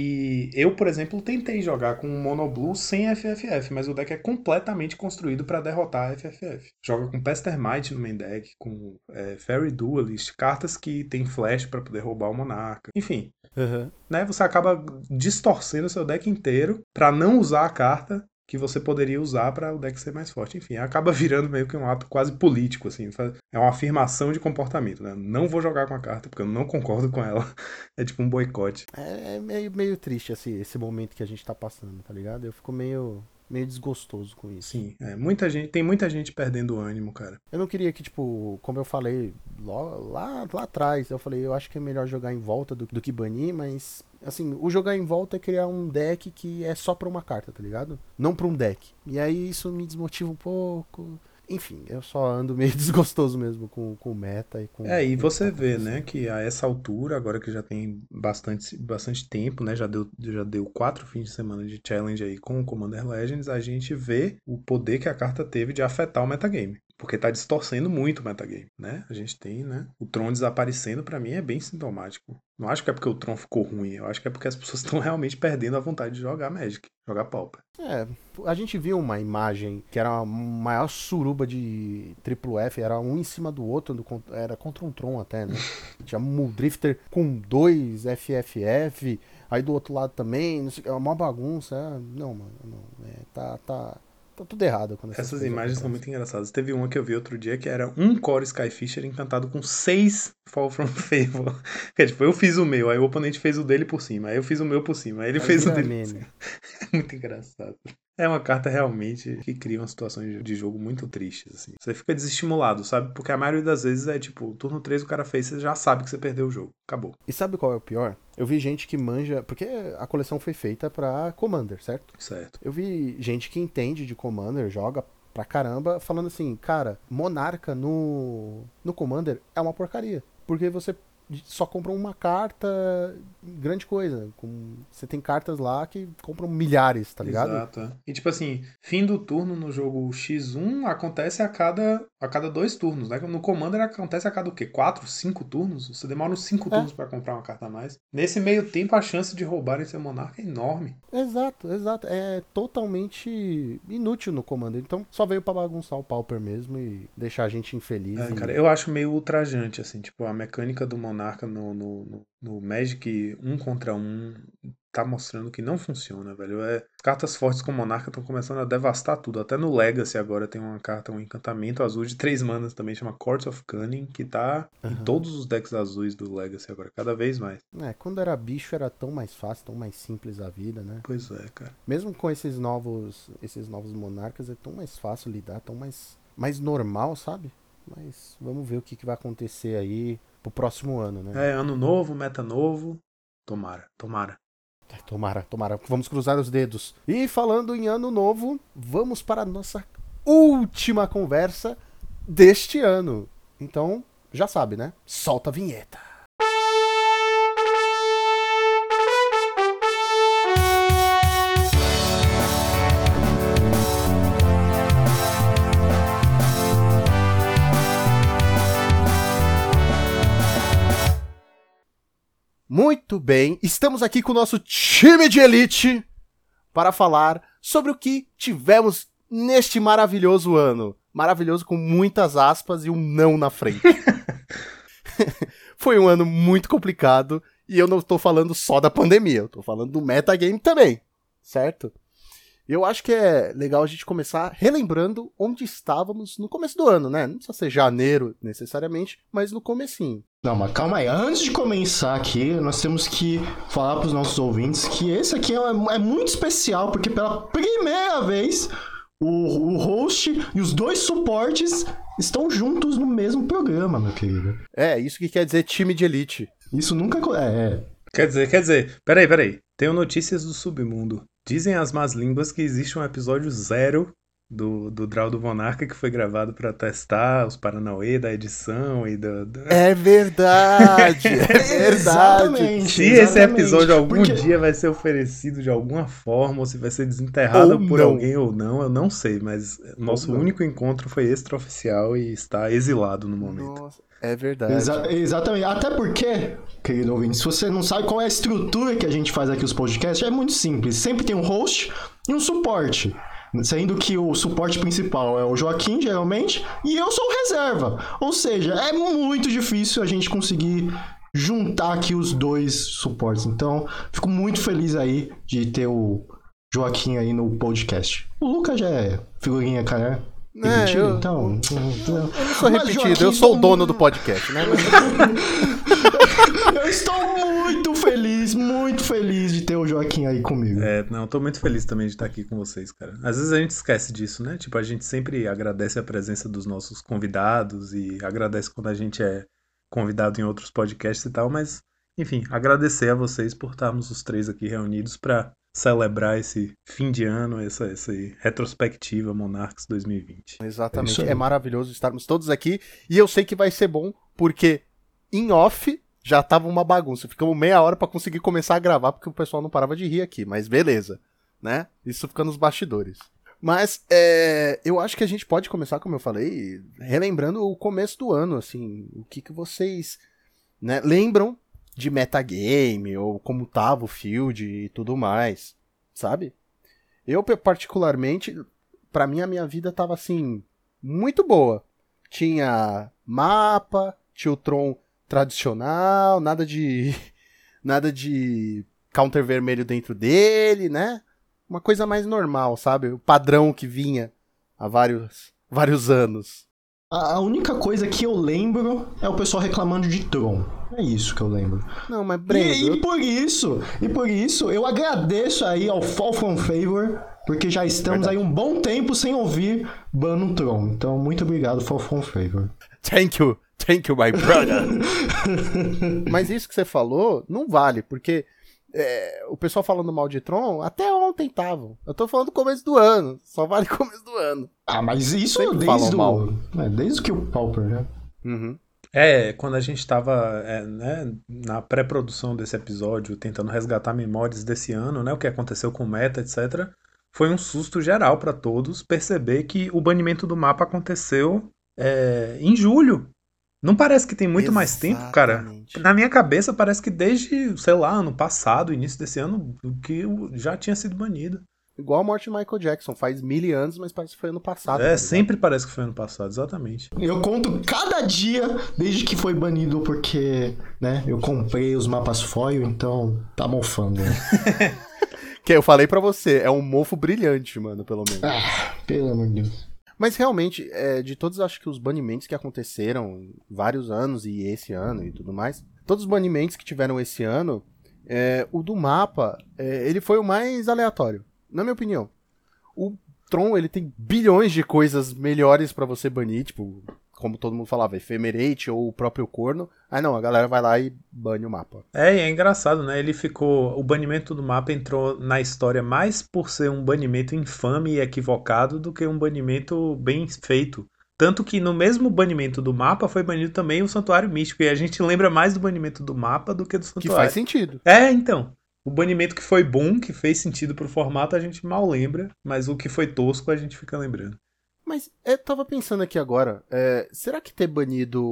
E eu, por exemplo, tentei jogar com o Mono Blue sem FFF, mas o deck é completamente construído para derrotar a FFF. Joga com Pestermite no main deck, com Fairy Duelist, cartas que tem flash para poder roubar o Monarca. Enfim, né, você acaba distorcendo o seu deck inteiro para não usar a carta que você poderia usar para o deck ser mais forte. Enfim, acaba virando meio que um ato quase político, assim. É uma afirmação de comportamento, né? Não vou jogar com a carta porque eu não concordo com ela. É tipo um boicote. É meio triste esse momento que a gente tá passando, tá ligado? Eu fico meio desgostoso com isso. Sim, tem muita gente perdendo o ânimo, cara. Eu não queria que, tipo, como eu falei lá atrás, eu falei, eu acho que é melhor jogar em volta do que banir, mas, assim, o jogar em volta é criar um deck que é só pra uma carta, tá ligado? Não pra um deck. E aí isso me desmotiva um pouco. Enfim, eu só ando meio desgostoso mesmo com o meta e com... E com o que você tá vê, né, acontecendo. que a essa altura, agora que já tem bastante tempo, né, já deu 4 fins de semana de challenge aí com o Commander Legends, a gente vê o poder que a carta teve de afetar o metagame. Porque tá distorcendo muito o metagame, né? A gente tem, né? O Tron desaparecendo, pra mim, é bem sintomático. Não acho que é porque o Tron ficou ruim, eu acho que é porque as pessoas estão realmente perdendo a vontade de jogar Magic, jogar Pauper. A gente viu uma imagem que era a maior suruba de Triple F, era um em cima do outro, era contra um Tron até, né? Tinha Muldrifter com 2 FFF, aí do outro lado também, não sei, é uma bagunça. Não, mano, tá tudo errado. Quando Essas imagens são muito engraçadas. Teve uma que eu vi outro dia que era um Core Skyfisher encantado com 6 Fall from Favor. Que é tipo, eu fiz o meu, aí o oponente fez o dele por cima, aí eu fiz o meu por cima, aí ele fez o dele por cima. É muito engraçado. É uma carta realmente que cria uma situação de jogo muito tristes, assim. Você fica desestimulado, sabe? Porque a maioria das vezes é tipo, turno 3 o cara fez, você já sabe que você perdeu o jogo. Acabou. E sabe qual é o pior? Eu vi gente que manja... Porque a coleção foi feita pra Commander, certo? Certo. Eu vi gente que entende de Commander, joga pra caramba, falando assim, cara, Monarca no Commander é uma porcaria. Porque você só compra uma carta, grande coisa. Você tem cartas lá que compram milhares, tá ligado? Exato. E tipo assim, fim do turno no jogo X1 acontece a cada 2 turnos, né? No Commander acontece a cada o quê? 4, 5 turnos? Você demora uns 5 turnos pra comprar uma carta a mais. Nesse meio tempo, a chance de roubarem seu Monarca é enorme. Exato. É totalmente inútil no Commander. Então, só veio pra bagunçar o Pauper mesmo e deixar a gente infeliz. Cara, eu acho meio ultrajante, assim, tipo, a mecânica do Monarca no Magic 1 contra 1 tá mostrando que não funciona, velho. Cartas fortes com Monarca estão começando a devastar tudo. Até no Legacy agora tem uma carta, um encantamento azul de 3 manas também, chama Courts of Cunning, que tá em todos os decks azuis do Legacy agora, cada vez mais. Quando era bicho era tão mais fácil, tão mais simples a vida, né? Pois é, cara. Mesmo com esses novos Monarcas é tão mais fácil lidar, tão mais normal, sabe? Mas vamos ver o que vai acontecer aí pro próximo ano, né? Ano novo, meta novo. Tomara. Tomara. Vamos cruzar os dedos. E falando em ano novo, vamos para a nossa última conversa deste ano. Então, já sabe, né? Solta a vinheta. Muito bem, estamos aqui com o nosso time de elite para falar sobre o que tivemos neste maravilhoso ano. Maravilhoso com muitas aspas e um não na frente. Foi um ano muito complicado e eu não estou falando só da pandemia, eu estou falando do metagame também, certo? Eu acho que é legal a gente começar relembrando onde estávamos no começo do ano, né? Não precisa ser janeiro necessariamente, mas no comecinho. Não, mas calma aí. Antes de começar aqui, nós temos que falar para os nossos ouvintes que esse aqui é muito especial, porque pela primeira vez o host e os 2 suportes estão juntos no mesmo programa, meu querido. Isso que quer dizer time de elite. Isso nunca... Quer dizer, peraí. Tenho notícias do submundo. Dizem as más línguas que existe um episódio 0 do Draw do Monarca que foi gravado pra testar os paranauê da edição e É verdade! Exatamente. Se esse episódio algum dia vai ser oferecido de alguma forma, ou se vai ser desenterrado por alguém ou não, eu não sei, mas nosso único encontro foi extraoficial e está exilado no momento. Nossa, é verdade. Exatamente. Até porque, querido ouvinte, se você não sabe qual é a estrutura que a gente faz aqui os podcasts, é muito simples. Sempre tem um host e um suporte. Sendo que o suporte principal é o Joaquim, geralmente, e eu sou o reserva. Ou seja, é muito difícil a gente conseguir juntar aqui os 2 suportes. Então, fico muito feliz aí de ter o Joaquim aí no podcast. O Lucas já é figurinha, cara. Eu então... Eu não sou repetido, Joaquim, eu sou o dono do podcast, né? Eu estou muito feliz de ter o Joaquim aí comigo. Tô muito feliz também de estar aqui com vocês, cara. Às vezes a gente esquece disso, né? Tipo, a gente sempre agradece a presença dos nossos convidados e agradece quando a gente é convidado em outros podcasts e tal, mas, enfim, agradecer a vocês por estarmos os 3 aqui reunidos para celebrar esse fim de ano, essa retrospectiva Monarchs 2020. Exatamente, é maravilhoso estarmos todos aqui e eu sei que vai ser bom porque em off já tava uma bagunça, ficamos meia hora pra conseguir começar a gravar porque o pessoal não parava de rir aqui, mas beleza, né? Isso fica nos bastidores. Mas eu acho que a gente pode começar, como eu falei, relembrando o começo do ano, assim, o que vocês, né, lembram de metagame, ou como tava o field e tudo mais, sabe? Eu, particularmente, pra mim, a minha vida tava, assim, muito boa. Tinha mapa, tinha o Tron tradicional, nada de counter vermelho dentro dele, né? Uma coisa mais normal, sabe? O padrão que vinha há vários anos. A única coisa que eu lembro é o pessoal reclamando de Tron. É isso que eu lembro. Não, mas Brendo... E por isso, eu agradeço aí ao Fall From Favor, porque já estamos aí um bom tempo sem ouvir ban no Tron. Então, muito obrigado, Fall From Favor. Thank you, my brother. Mas isso que você falou não vale, porque o pessoal falando mal de Tron, até ontem estavam. Eu tô falando do começo do ano, só vale começo do ano. Ah, mas isso Sempre desde que o Pauper, né? Uhum. Quando a gente tava né, na pré-produção desse episódio, tentando resgatar memórias desse ano, né, o que aconteceu com o meta, etc., foi um susto geral pra todos perceber que o banimento do mapa aconteceu em julho. Não parece que tem muito mais tempo, cara. Exatamente. Na minha cabeça parece que desde, sei lá, ano passado, início desse ano, que já tinha sido banido. Igual a morte de Michael Jackson, faz 1000 anos, mas parece que foi ano passado. Tá ligado? Sempre parece que foi ano passado, exatamente. Eu conto cada dia desde que foi banido, porque, né, eu comprei os mapas foil, então tá mofando. Que eu falei pra você, é um mofo brilhante, mano, pelo menos. Ah, pelo amor de Deus. Mas realmente, de todos, acho que os banimentos que aconteceram em vários anos e esse ano e tudo mais, todos os banimentos que tiveram esse ano, o do mapa, ele foi o mais aleatório, na minha opinião. O Tron, ele tem bilhões de coisas melhores pra você banir, tipo, como todo mundo falava, Ephemerate ou o próprio Corno. Aí não, a galera vai lá e bane o mapa. É engraçado, né? O banimento do mapa entrou na história mais por ser um banimento infame e equivocado do que um banimento bem feito. Tanto que no mesmo banimento do mapa foi banido também o Santuário Místico. E a gente lembra mais do banimento do mapa do que do Santuário. Que faz sentido. Então. O banimento que foi bom, que fez sentido pro formato, a gente mal lembra. Mas o que foi tosco, a gente fica lembrando. Mas eu tava pensando aqui agora, será que ter banido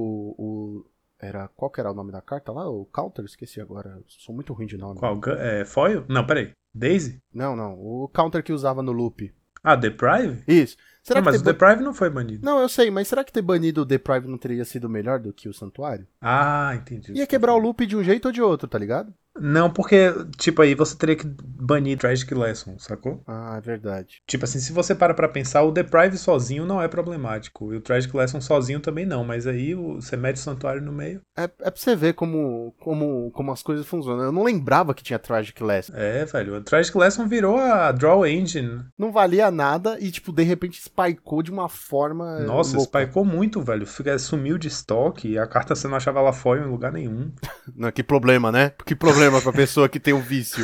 qual que era o nome da carta lá? O Counter? Esqueci agora, sou muito ruim de nome. Qual? Foil? Não, peraí. Daisy? Não, o Counter que usava no loop. Deprive? Isso. Será Não, que mas o Deprive não foi banido. Não, eu sei, mas será que ter banido o Deprive não teria sido melhor do que o Santuário? Ah, entendi. Ia quebrar o loop de um jeito ou de outro, tá ligado? Não, porque, tipo, aí você teria que banir Tragic Lesson, sacou? Ah, é verdade. Tipo assim, se você para pra pensar, o Deprive sozinho não é problemático. E o Tragic Lesson sozinho também não. Mas aí você mete o Santuário no meio. É pra você ver como as coisas funcionam. Eu não lembrava que tinha Tragic Lesson. Velho. O Tragic Lesson virou a Draw Engine. Não valia nada e, tipo, de repente spikeou de uma forma. Nossa, louca. spikeou muito, velho. Sumiu de estoque. A carta você não achava ela foil em lugar nenhum. Não, que problema, né? Que problema pra pessoa que tem o vício.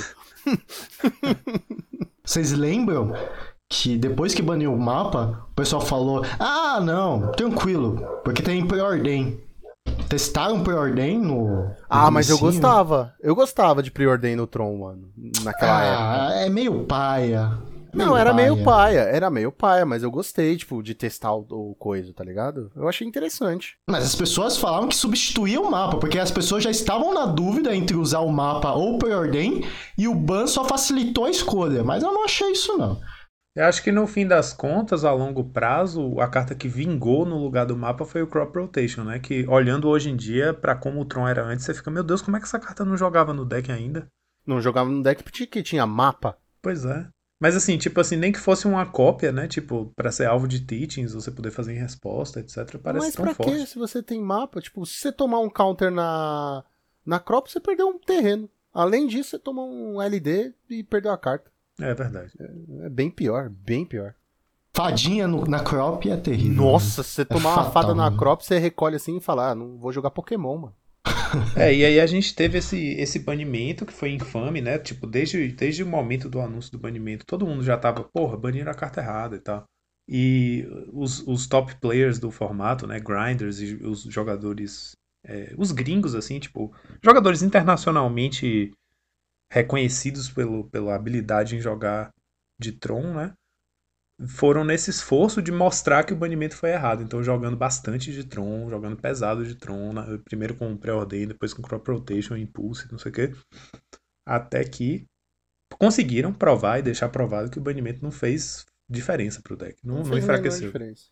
Vocês lembram que depois que baniu o mapa, o pessoal falou: ah, não, tranquilo, porque tem preordem. Testaram preordem no. Mas eu gostava. Eu gostava de preordem no Tron, mano. Naquela época. É meio paia. Não, era meio paia, mas eu gostei, tipo, de testar o coisa, tá ligado? Eu achei interessante. Mas as pessoas falavam que substituía o mapa, porque as pessoas já estavam na dúvida entre usar o mapa ou preordem, e o ban só facilitou a escolha, mas eu não achei isso não. Eu acho que no fim das contas, a longo prazo, a carta que vingou no lugar do mapa foi o Crop Rotation, né? Que olhando hoje em dia, pra como o Tron era antes, você fica, meu Deus, como é que essa carta não jogava no deck ainda? Não jogava no deck porque tinha mapa. Pois é. Mas assim, tipo assim, nem que fosse uma cópia, né? Tipo, pra ser alvo de teachings, você poder fazer em resposta, etc. Parece tão forte. Mas pra quê se você tem mapa? Tipo, se você tomar um counter na crop, você perdeu um terreno. Além disso, você tomou um LD e perdeu a carta. É verdade. É bem pior, bem pior. Fadinha na crop é terrível. Nossa, se você tomar uma fada na crop, você recolhe assim e fala, não vou jogar Pokémon, mano. E aí a gente teve esse banimento que foi infame, né? Tipo, desde o momento do anúncio do banimento, todo mundo já tava, porra, baniram a carta errada e tal. E os top players do formato, né? Grinders e os jogadores, os gringos, assim, tipo, jogadores internacionalmente reconhecidos pela habilidade em jogar de Tron, né? foram nesse esforço de mostrar que o banimento foi errado. Então, jogando bastante de Tron, jogando pesado de Tron, primeiro com Preordain, depois com Crop Rotation, Impulse, não sei o quê. Até que conseguiram provar e deixar provado que o banimento não fez diferença pro deck. Não fez a menor enfraqueceu. diferença.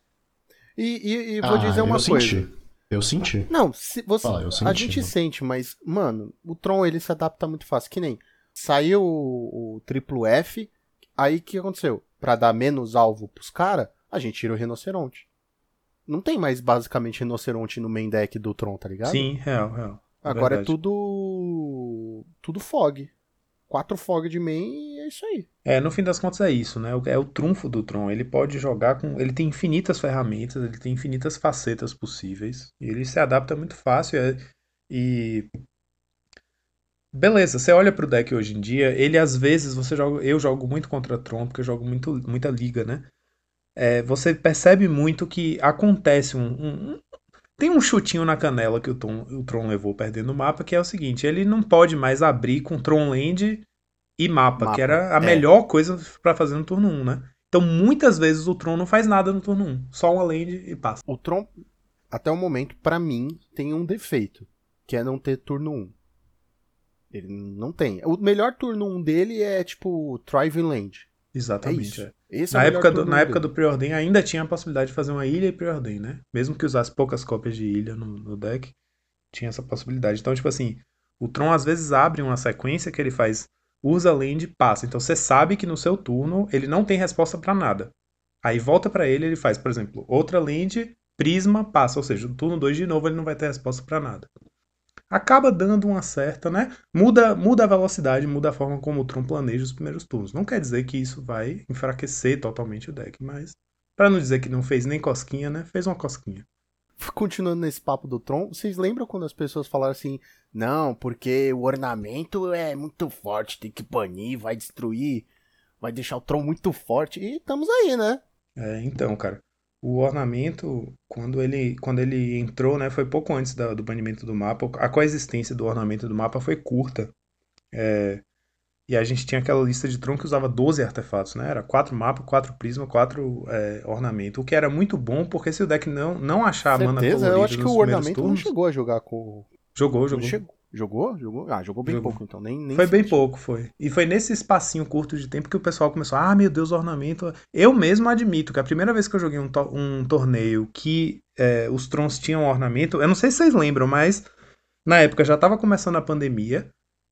E vou dizer uma eu coisa. Senti. Eu senti. Não, se você, eu senti, a gente sente, mas, mano, o Tron ele se adapta muito fácil. Que nem saiu o triplo F, aí o que aconteceu? Pra dar menos alvo pros caras, a gente tira o Rinoceronte. Não tem mais basicamente Rinoceronte no main deck do Tron, tá ligado? Sim, real. Agora verdade. é tudo Fog. 4 Fog de main e é isso aí. No fim das contas é isso, né? É o trunfo do Tron. Ele pode jogar com. Ele tem infinitas ferramentas, ele tem infinitas facetas possíveis. E ele se adapta muito fácil. E. Beleza, você olha pro deck hoje em dia, ele às vezes você joga. Eu jogo muito contra Tron, porque eu jogo muita liga, né? Você percebe muito que acontece tem um chutinho na canela que o Tron levou perdendo o mapa, que é o seguinte: ele não pode mais abrir com Tron Land e mapa, que era a melhor coisa pra fazer no turno 1, né? Então muitas vezes o Tron não faz nada no turno 1, só uma land e passa. O Tron, até o momento, pra mim, tem um defeito, que é não ter turno 1. Ele não tem. O melhor turno 1 dele é tipo Thriving Land. Exatamente. É isso. Esse Na é o época, melhor turno na época dele. do Preordain ainda tinha a possibilidade de fazer uma ilha e Preordain, né? Mesmo que usasse poucas cópias de ilha no deck, tinha essa possibilidade. Então, tipo assim, o Tron às vezes abre uma sequência que ele faz usa land e passa. Então você sabe que no seu turno ele não tem resposta pra nada. Aí volta pra ele faz, por exemplo, outra land, prisma, passa. Ou seja, no turno 2 de novo ele não vai ter resposta pra nada. Acaba dando uma certa, né? Muda a velocidade, muda a forma como o Tron planeja os primeiros turnos. Não quer dizer que isso vai enfraquecer totalmente o deck, mas pra não dizer que não fez nem cosquinha, né? Fez uma cosquinha. Continuando nesse papo do Tron, vocês lembram quando as pessoas falaram assim, não, porque o ornamento é muito forte, tem que banir, vai destruir, vai deixar o Tron muito forte, e estamos aí, né? Então, cara, o ornamento, quando ele entrou, né, foi pouco antes do banimento do mapa, a coexistência do ornamento do mapa foi curta. E a gente tinha aquela lista de Tron que usava 12 artefatos, né? Era 4 mapas, 4 prisma, 4 ornamento. O que era muito bom, porque se o deck não achar a mana Certeza, eu colorida acho que nos o primeiros ornamento turnos... não chegou a jogar com... Jogou. Não chegou. Jogou? Ah, jogou bem pouco, então nem Foi bem senti. pouco, foi. E foi nesse espacinho curto de tempo que o pessoal começou, meu Deus, ornamento. Eu mesmo admito que a primeira vez que eu joguei um torneio que os Trons tinham ornamento, eu não sei se vocês lembram, mas na época já tava começando a pandemia,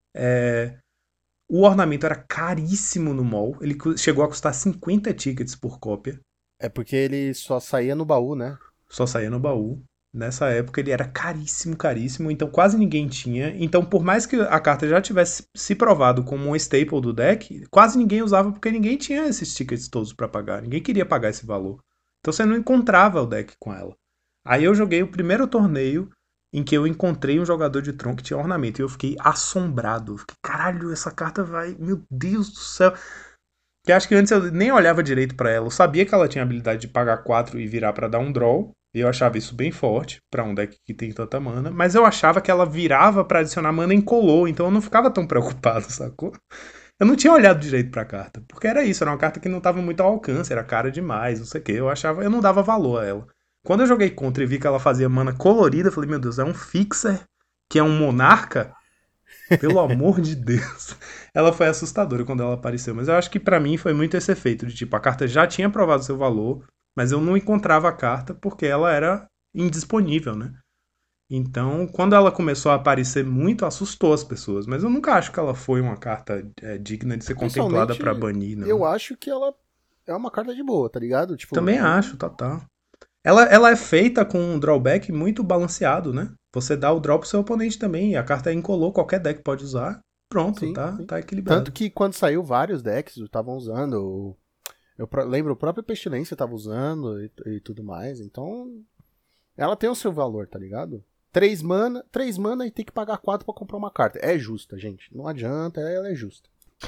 o ornamento era caríssimo no mall, ele chegou a custar 50 tickets por cópia. É porque ele só saía no baú, né? Só saía no baú. Nessa época ele era caríssimo, então quase ninguém tinha. Então, por mais que a carta já tivesse se provado como um staple do deck, quase ninguém usava porque ninguém tinha esses tickets todos pra pagar. Ninguém queria pagar esse valor. Então você não encontrava o deck com ela. Aí eu joguei o primeiro torneio em que eu encontrei um jogador de Tron que tinha ornamento e eu fiquei assombrado. Fiquei, caralho, essa carta vai... Meu Deus do céu... Que acho que antes eu nem olhava direito pra ela. Eu sabia que ela tinha a habilidade de pagar 4 e virar pra dar um draw. E eu achava isso bem forte pra um deck que tem tanta mana. Mas eu achava que ela virava pra adicionar mana incolor. Então eu não ficava tão preocupado, sacou? Eu não tinha olhado direito pra carta. Porque era isso, era uma carta que não tava muito ao alcance. Era cara demais, não sei o que. Eu não dava valor a ela. Quando eu joguei contra e vi que ela fazia mana colorida, eu falei, meu Deus, é um fixer que é um monarca? Pelo amor de Deus. Ela foi assustadora quando ela apareceu. Mas eu acho que pra mim foi muito esse efeito. De tipo, a carta já tinha provado seu valor, mas eu não encontrava a carta porque ela era indisponível, né? Então, quando ela começou a aparecer muito, assustou as pessoas. Mas eu nunca acho que ela foi uma carta digna de ser contemplada pra banir, não. Eu acho que ela é uma carta de boa, tá ligado? Tipo, Também acho, total. Ela é feita com um drawback muito balanceado, né? Você dá o draw pro seu oponente também. E a carta é incolor, qualquer deck pode usar. Pronto, sim. Tá equilibrado. Tanto que quando saiu, vários decks estavam usando. Eu lembro, o próprio Pestilência tava usando e tudo mais. Então, ela tem o seu valor, tá ligado? 3 mana e tem que pagar 4 pra comprar uma carta. É justa, gente. Não adianta, ela é justa.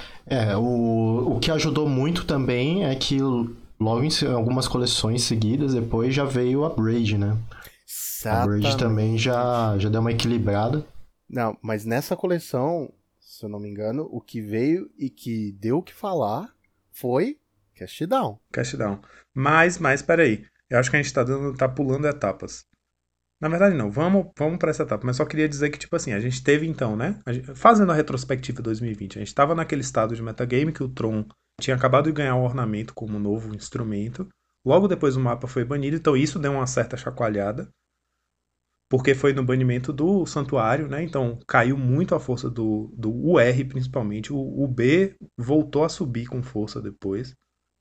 O que ajudou muito também é que logo em algumas coleções seguidas, depois já veio o upgrade, né? Exatamente. O upgrade também já deu uma equilibrada. Não, mas nessa coleção, se eu não me engano, o que veio e que deu o que falar foi Cast Down. Cast Down. Mas, peraí. Eu acho que a gente tá pulando etapas. Na verdade, não. Vamos pra essa etapa. Mas só queria dizer que, tipo assim, a gente teve então, né? Fazendo a retrospectiva 2020, a gente tava naquele estado de metagame que o Tron tinha acabado de ganhar o ornamento como novo instrumento. Logo depois o mapa foi banido, então isso deu uma certa chacoalhada. Porque foi no banimento do santuário, né? Então caiu muito a força do UR, principalmente. O B voltou a subir com força depois.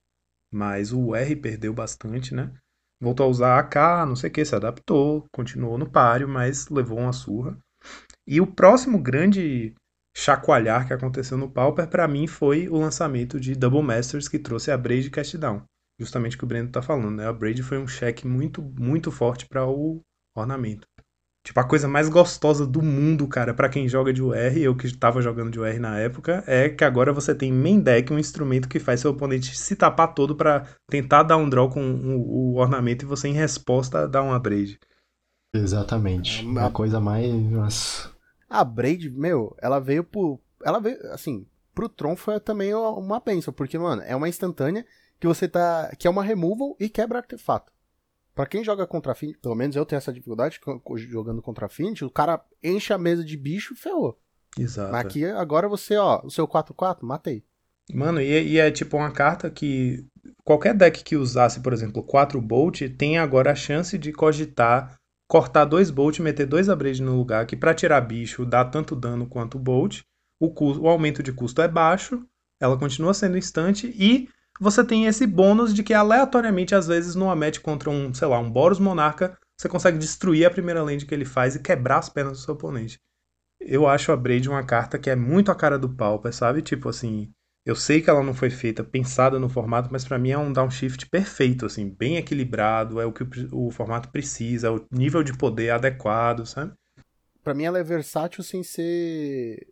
Mas o UR perdeu bastante, né? Voltou a usar AK, não sei o que, se adaptou, continuou no páreo, mas levou uma surra. E o próximo grande chacoalhar que aconteceu no Pauper, pra mim, foi o lançamento de Double Masters, que trouxe a Braid Cast Down. Justamente o que o Breno tá falando, né? A Braid foi um cheque muito, muito forte para o ornamento. Tipo, a coisa mais gostosa do mundo, cara, pra quem joga de UR, eu que tava jogando de UR na época, é que agora você tem main deck, um instrumento que faz seu oponente se tapar todo pra tentar dar um draw com o ornamento e você, em resposta, dá uma Braid. Exatamente. Uma coisa mais... Nossa. A Braid, meu, ela veio, assim, pro Tron foi também uma bênção, porque, mano, é uma instantânea que você que é uma removal e quebra artefato. Pra quem joga contra a Affinity, pelo menos eu tenho essa dificuldade jogando contra a Affinity, o cara enche a mesa de bicho e ferrou. Exato. Mas aqui, agora você, ó, o seu 4/4, matei. Mano, e é tipo uma carta que qualquer deck que usasse, por exemplo, 4 Bolt, tem agora a chance de cogitar, cortar 2 Bolt e meter 2 Abrade no lugar, que pra tirar bicho dá tanto dano quanto o Bolt, o aumento de custo é baixo, ela continua sendo instante e você tem esse bônus de que aleatoriamente, às vezes, numa match contra um, sei lá, um Boros Monarca, você consegue destruir a primeira land que ele faz e quebrar as pernas do seu oponente. Eu acho a Braid uma carta que é muito a cara do Pauper, sabe? Tipo assim, eu sei que ela não foi feita, pensada no formato, mas pra mim é um downshift perfeito, assim, bem equilibrado, é o que o formato precisa, é o nível de poder adequado, sabe? Pra mim ela é versátil sem ser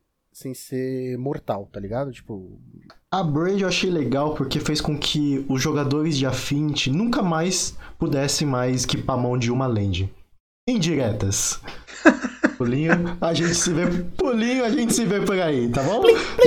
mortal, tá ligado? Tipo... A Braid eu achei legal porque fez com que os jogadores de Affinity nunca mais pudessem mais equipar a mão de uma land. Indiretas. Pulinho, a gente se vê. Pulinho, a gente se vê por aí, tá bom?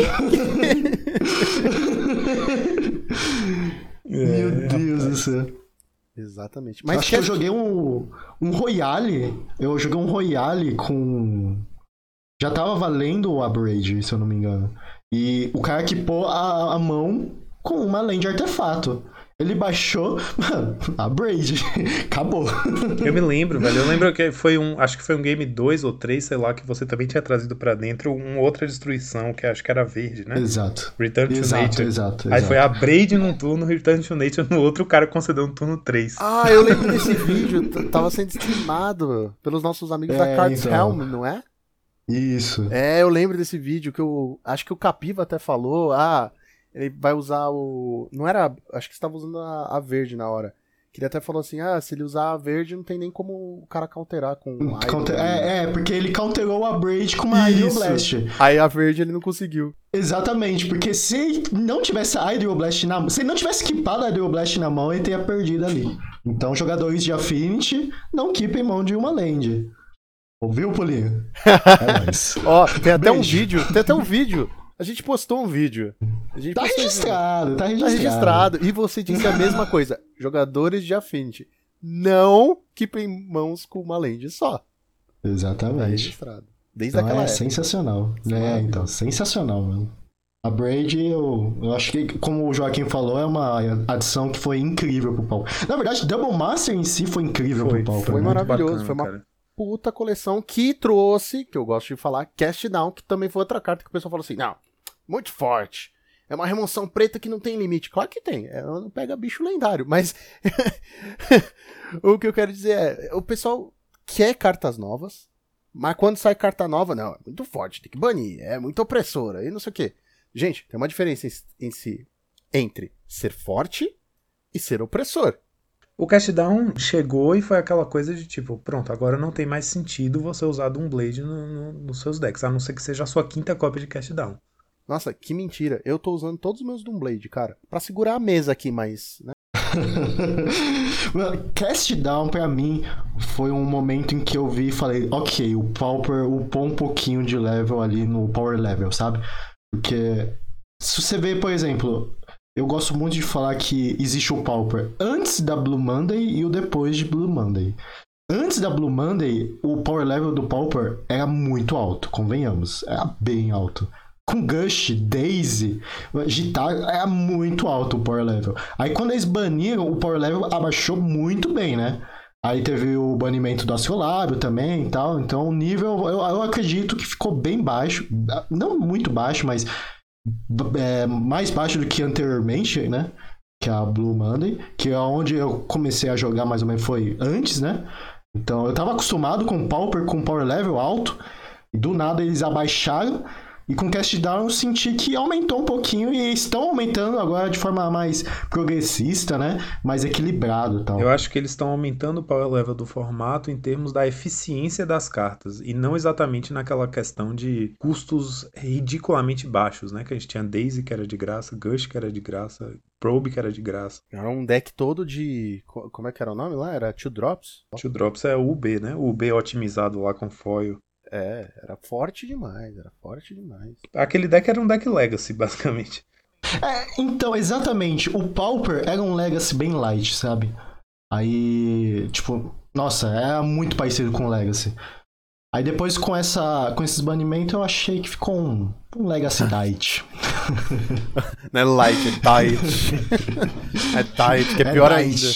Meu Deus do céu. Exatamente. Mas acho que eu joguei um Royale. Eu joguei um Royale com... Já tava valendo a Braid, se eu não me engano. E o cara equipou a mão com uma land artefato. Ele baixou, mano, a Braid. Acabou. Eu me lembro, velho. Eu lembro que foi acho que foi um game 2 ou 3, sei lá, que você também tinha trazido pra dentro uma outra destruição, que acho que era verde, né? Exato. Return to Nature. Exato. Aí foi a Braid num turno, Return to Nature no outro, o cara concedeu um turno 3. Ah, eu lembro desse vídeo. Tava sendo streamado pelos nossos amigos da Cards Helm, não é? Isso. É, eu lembro desse vídeo que acho que o Capiva até falou, ele vai usar o... Não era... Acho que você tava usando a verde na hora. Que ele até falou assim, se ele usar a verde não tem nem como o cara counterar com o porque ele counterou a Braid com uma Ideal Blast. Aí a verde ele não conseguiu. Exatamente, porque se não tivesse a Ideal Blast na mão, se ele não tivesse equipado a Ideal Blast na mão, ele teria perdido ali. Então, jogadores de Affinity não equipem mão de uma land. Ouviu, Pulinho? É nóis. Ó, tem até um vídeo. A gente postou um vídeo. Tá registrado. Tá registrado. E você disse a mesma coisa. Jogadores de Affinity. Não equipem mãos com uma land só. Exatamente. Tá registrado. Desde então aquela época. Sensacional. Então, sensacional, mano. A Braid, eu acho que, como o Joaquim falou, é uma adição que foi incrível pro palco. Na verdade, Double Master em si foi incrível pro palco. Foi maravilhoso. Bacana, foi uma cara. Puta coleção que trouxe, que eu gosto de falar, Cast Down, que também foi outra carta que o pessoal falou assim, não, muito forte. É uma remoção preta que não tem limite. Claro que tem, ela não pega bicho lendário, mas o que eu quero dizer o pessoal quer cartas novas, mas quando sai carta nova, não, é muito forte, tem que banir, é muito opressora, e não sei o quê. Gente, tem uma diferença entre ser forte e ser opressor. O Cast Down chegou e foi aquela coisa de tipo, pronto, agora não tem mais sentido você usar Doomblade nos seus decks, a não ser que seja a sua quinta cópia de Cast Down. Nossa, que mentira. Eu tô usando todos os meus Doomblade, cara, pra segurar a mesa aqui, mas... Né? Cast Down, pra mim, foi um momento em que eu vi e falei, ok, o Pauper upou um pouquinho de level ali no Power Level, sabe? Porque se você vê, por exemplo... Eu gosto muito de falar que existe o Pauper antes da Blue Monday e o depois de Blue Monday. Antes da Blue Monday, o power level do Pauper era muito alto, convenhamos. Era bem alto. Com Gush, Daisy, Gitar, era muito alto o power level. Aí quando eles baniram, o power level abaixou muito bem, né? Aí teve o banimento do Astrolábio também e tal. Então o nível, eu acredito que ficou bem baixo. Não muito baixo, mas mais baixo do que anteriormente, né? Que é a Blue Monday, que é onde eu comecei a jogar mais ou menos foi antes, né? Então eu tava acostumado com Pauper com power level alto, e do nada eles abaixaram, e com Cast Down eu senti que aumentou um pouquinho, e estão aumentando agora de forma mais progressista, né? Mais equilibrado e tal. Eu acho que eles estão aumentando o power level do formato em termos da eficiência das cartas, e não exatamente naquela questão de custos ridiculamente baixos, né? Que a gente tinha Daisy que era de graça, Gush que era de graça, Probe que era de graça. Era um deck todo de... Como é que era o nome lá? Era Two Drops? Two Drops é o UB, né? O UB otimizado lá com foil. Era forte demais, era forte demais. Aquele deck era um deck Legacy, basicamente. Então, exatamente. O Pauper era um Legacy bem light, sabe? Aí, tipo, nossa, era muito parecido com o Legacy. Aí depois com esses banimentos eu achei que ficou um Legacy Dight. Não é light, é tight. É tight, que é pior ainda.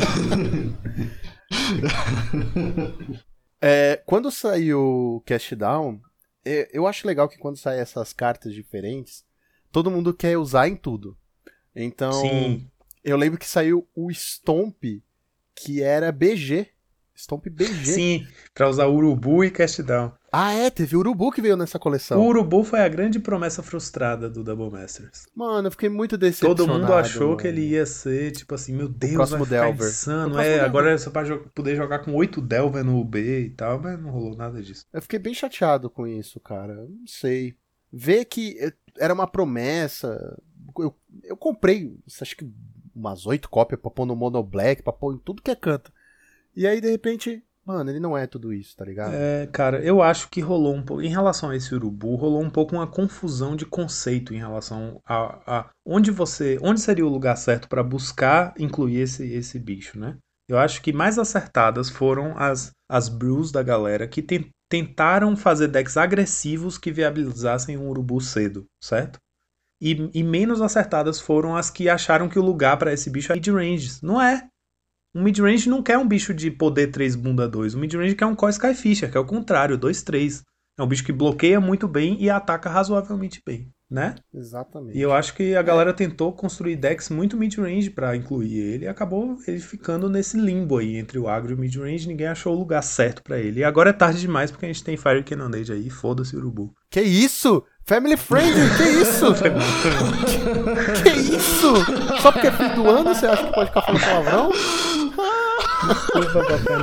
Quando saiu o Cast Down, eu acho legal que quando saem essas cartas diferentes, todo mundo quer usar em tudo. Então, sim. Eu lembro que saiu o Stomp, que era BG. Stomp BG. Sim, pra usar Urubu e Cast Down. Teve o Urubu que veio nessa coleção. O Urubu foi a grande promessa frustrada do Double Masters. Mano, eu fiquei muito decepcionado. Todo mundo achou que ele ia ser, tipo assim, meu Deus, vai ficar Delver. insano. Agora é só pra poder jogar com 8 Delver no UB e tal, mas não rolou nada disso. Eu fiquei bem chateado com isso, cara. Não sei. Ver que era uma promessa. Eu comprei, acho que umas 8 cópias pra pôr no Mono Black, pra pôr em tudo que é canto. E aí, de repente, mano, ele não é tudo isso, tá ligado? Cara, eu acho que rolou um pouco, em relação a esse Urubu, rolou um pouco uma confusão de conceito em relação a onde seria o lugar certo pra buscar incluir esse bicho, né? Eu acho que mais acertadas foram as brews da galera que tentaram fazer decks agressivos que viabilizassem um Urubu cedo, certo? E menos acertadas foram as que acharam que o lugar pra esse bicho é mid-range. Não é. Um midrange não quer um bicho de poder 3 bunda 2. O midrange quer um Core Skyfisher, que é o contrário, 2/3. É um bicho que bloqueia muito bem e ataca razoavelmente bem, né? Exatamente. E eu acho que a galera tentou construir decks muito midrange pra incluir ele e acabou ele ficando nesse limbo aí entre o agro e o midrange. Ninguém achou o lugar certo pra ele. E agora é tarde demais porque a gente tem Fire Cannonade aí. Foda-se o Urubu. Que isso? Family Friendly? Que isso? Que isso? Só porque é fim do ano você acha que pode ficar falando palavrão? Desculpa, Papai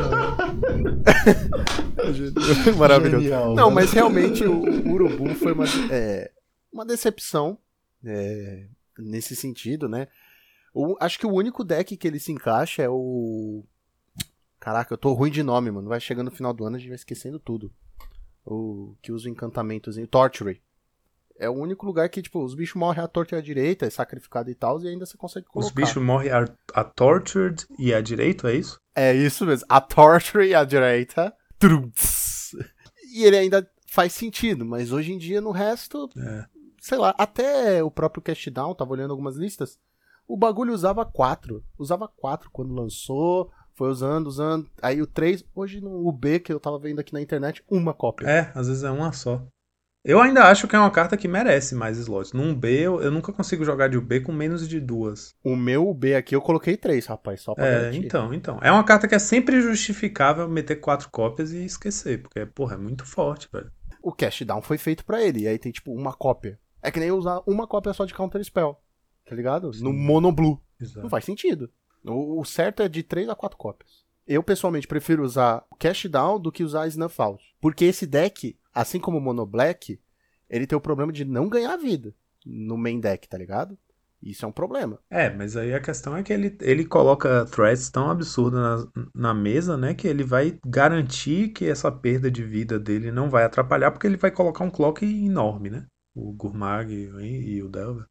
Noel. Maravilhoso. Genial, não, né? mas realmente o Urubu foi uma decepção nesse sentido, né? Acho que o único deck que ele se encaixa é o... Caraca, eu tô ruim de nome, mano. Vai chegando no final do ano, a gente vai esquecendo tudo. O que usa o encantamentozinho. Torture. É o único lugar que, tipo, os bichos morrem à torta e à direita, é sacrificado e tal, e ainda você consegue colocar. Os bichos morrem a Tortured e a direito, é isso? É isso mesmo. A Torture e a direita. Trumps. E ele ainda faz sentido, mas hoje em dia no resto, sei lá, até o próprio Cast Down, tava olhando algumas listas, o bagulho usava 4. Usava 4 quando lançou, foi usando. Aí o 3, hoje no UB, que eu tava vendo aqui na internet, uma cópia. Às vezes é uma só. Eu ainda acho que é uma carta que merece mais slots. Num B, eu nunca consigo jogar de UB com menos de 2. O meu UB aqui eu coloquei 3, rapaz, só pra garantir. Então. É uma carta que é sempre justificável meter 4 cópias e esquecer, porque, porra, é muito forte, velho. O Cast Down foi feito pra ele, e aí tem, tipo, uma cópia. É que nem usar uma cópia só de Counter Spell, tá ligado? Sim. No Mono Blue. Exato. Não faz sentido. O certo é de 3 a 4 cópias. Eu, pessoalmente, prefiro usar o Cast Down do que usar Snuff Out. Porque esse deck, assim como o Mono Black, ele tem o problema de não ganhar vida no main deck, tá ligado? Isso é um problema. Mas aí a questão é que ele coloca threats tão absurdas na mesa, né? Que ele vai garantir que essa perda de vida dele não vai atrapalhar, porque ele vai colocar um clock enorme, né? O Gurmag e o Delver.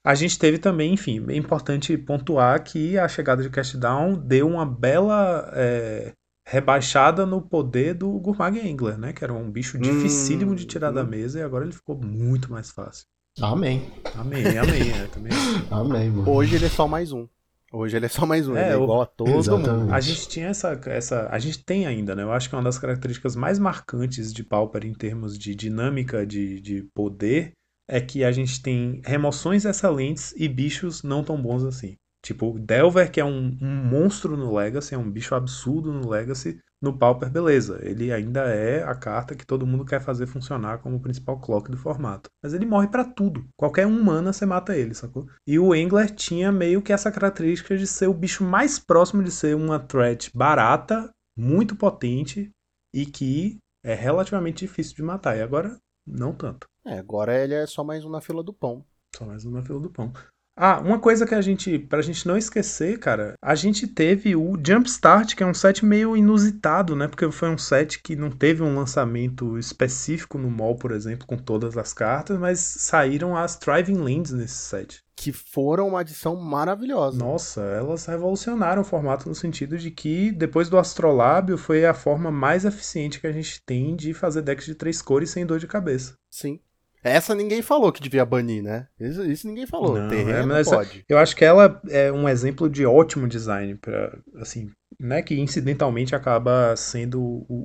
A gente teve também, enfim, é importante pontuar que a chegada de Cast Down deu uma bela rebaixada no poder do Gurmag-Engler, né? Que era um bicho dificílimo de tirar da mesa e agora ele ficou muito mais fácil. Amém. Amém, também. Amém, mano. Hoje ele é só mais um. Ele é igual a todo Exatamente. mundo. A gente tinha a gente tem ainda, né? Eu acho que é uma das características mais marcantes de Pauper em termos de dinâmica de poder é que a gente tem remoções excelentes e bichos não tão bons assim. Tipo, Delver, que é um monstro no Legacy, é um bicho absurdo no Legacy. No Pauper, beleza. Ele ainda é a carta que todo mundo quer fazer funcionar como o principal clock do formato. Mas ele morre pra tudo. Qualquer um mana, você mata ele, sacou? E o Engler tinha meio que essa característica de ser o bicho mais próximo de ser uma threat barata, muito potente e que é relativamente difícil de matar. E agora, não tanto. Agora ele é só mais um na fila do pão. Só mais uma fila do pão. Ah, uma coisa que pra gente não esquecer, cara, a gente teve o Jumpstart, que é um set meio inusitado, né? Porque foi um set que não teve um lançamento específico no mall, por exemplo, com todas as cartas, mas saíram as Thriving Lands nesse set. Que foram uma adição maravilhosa. Nossa, elas revolucionaram o formato no sentido de que, depois do Astrolábio, foi a forma mais eficiente que a gente tem de fazer decks de 3 cores sem dor de cabeça. Sim. Essa ninguém falou que devia banir, né? Isso ninguém falou. Não, Terreno mas pode. eu acho que ela é um exemplo de ótimo design para, assim, né, que incidentalmente acaba sendo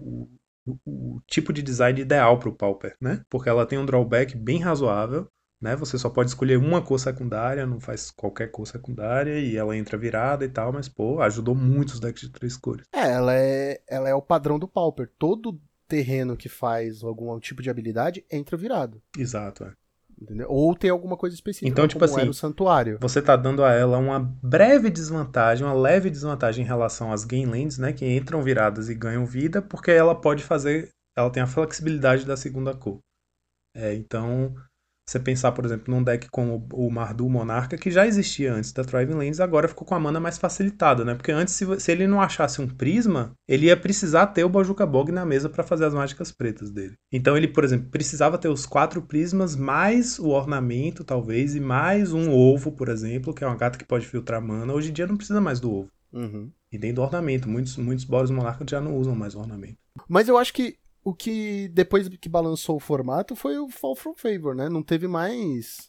o tipo de design ideal para o Pauper, né? Porque ela tem um drawback bem razoável, né? Você só pode escolher uma cor secundária, não faz qualquer cor secundária e ela entra virada e tal, mas pô, ajudou muito os decks de 3 cores. Ela é o padrão do Pauper. Todo terreno que faz algum tipo de habilidade entra virado. Exato, é. Entendeu? Ou tem alguma coisa específica, então, tipo como assim, era o santuário. Você tá dando a ela uma breve desvantagem, uma leve desvantagem em relação às Gainlands, né, que entram viradas e ganham vida, porque ela pode fazer, ela tem a flexibilidade da segunda cor. Então, você pensar, por exemplo, num deck como o Mardu Monarca, que já existia antes da Thriving Lands, agora ficou com a mana mais facilitada, né? Porque antes, se ele não achasse um prisma, ele ia precisar ter o Bojuka Bog na mesa para fazer as mágicas pretas dele. Então ele, por exemplo, precisava ter os 4 prismas, mais o ornamento, talvez, e mais um ovo, por exemplo, que é uma gata que pode filtrar mana. Hoje em dia não precisa mais do ovo. Uhum. E nem do ornamento. Muitos Boros Monarca já não usam mais o ornamento. Mas eu acho que o que depois que balançou o formato foi o Fall from Favor, né? Não teve mais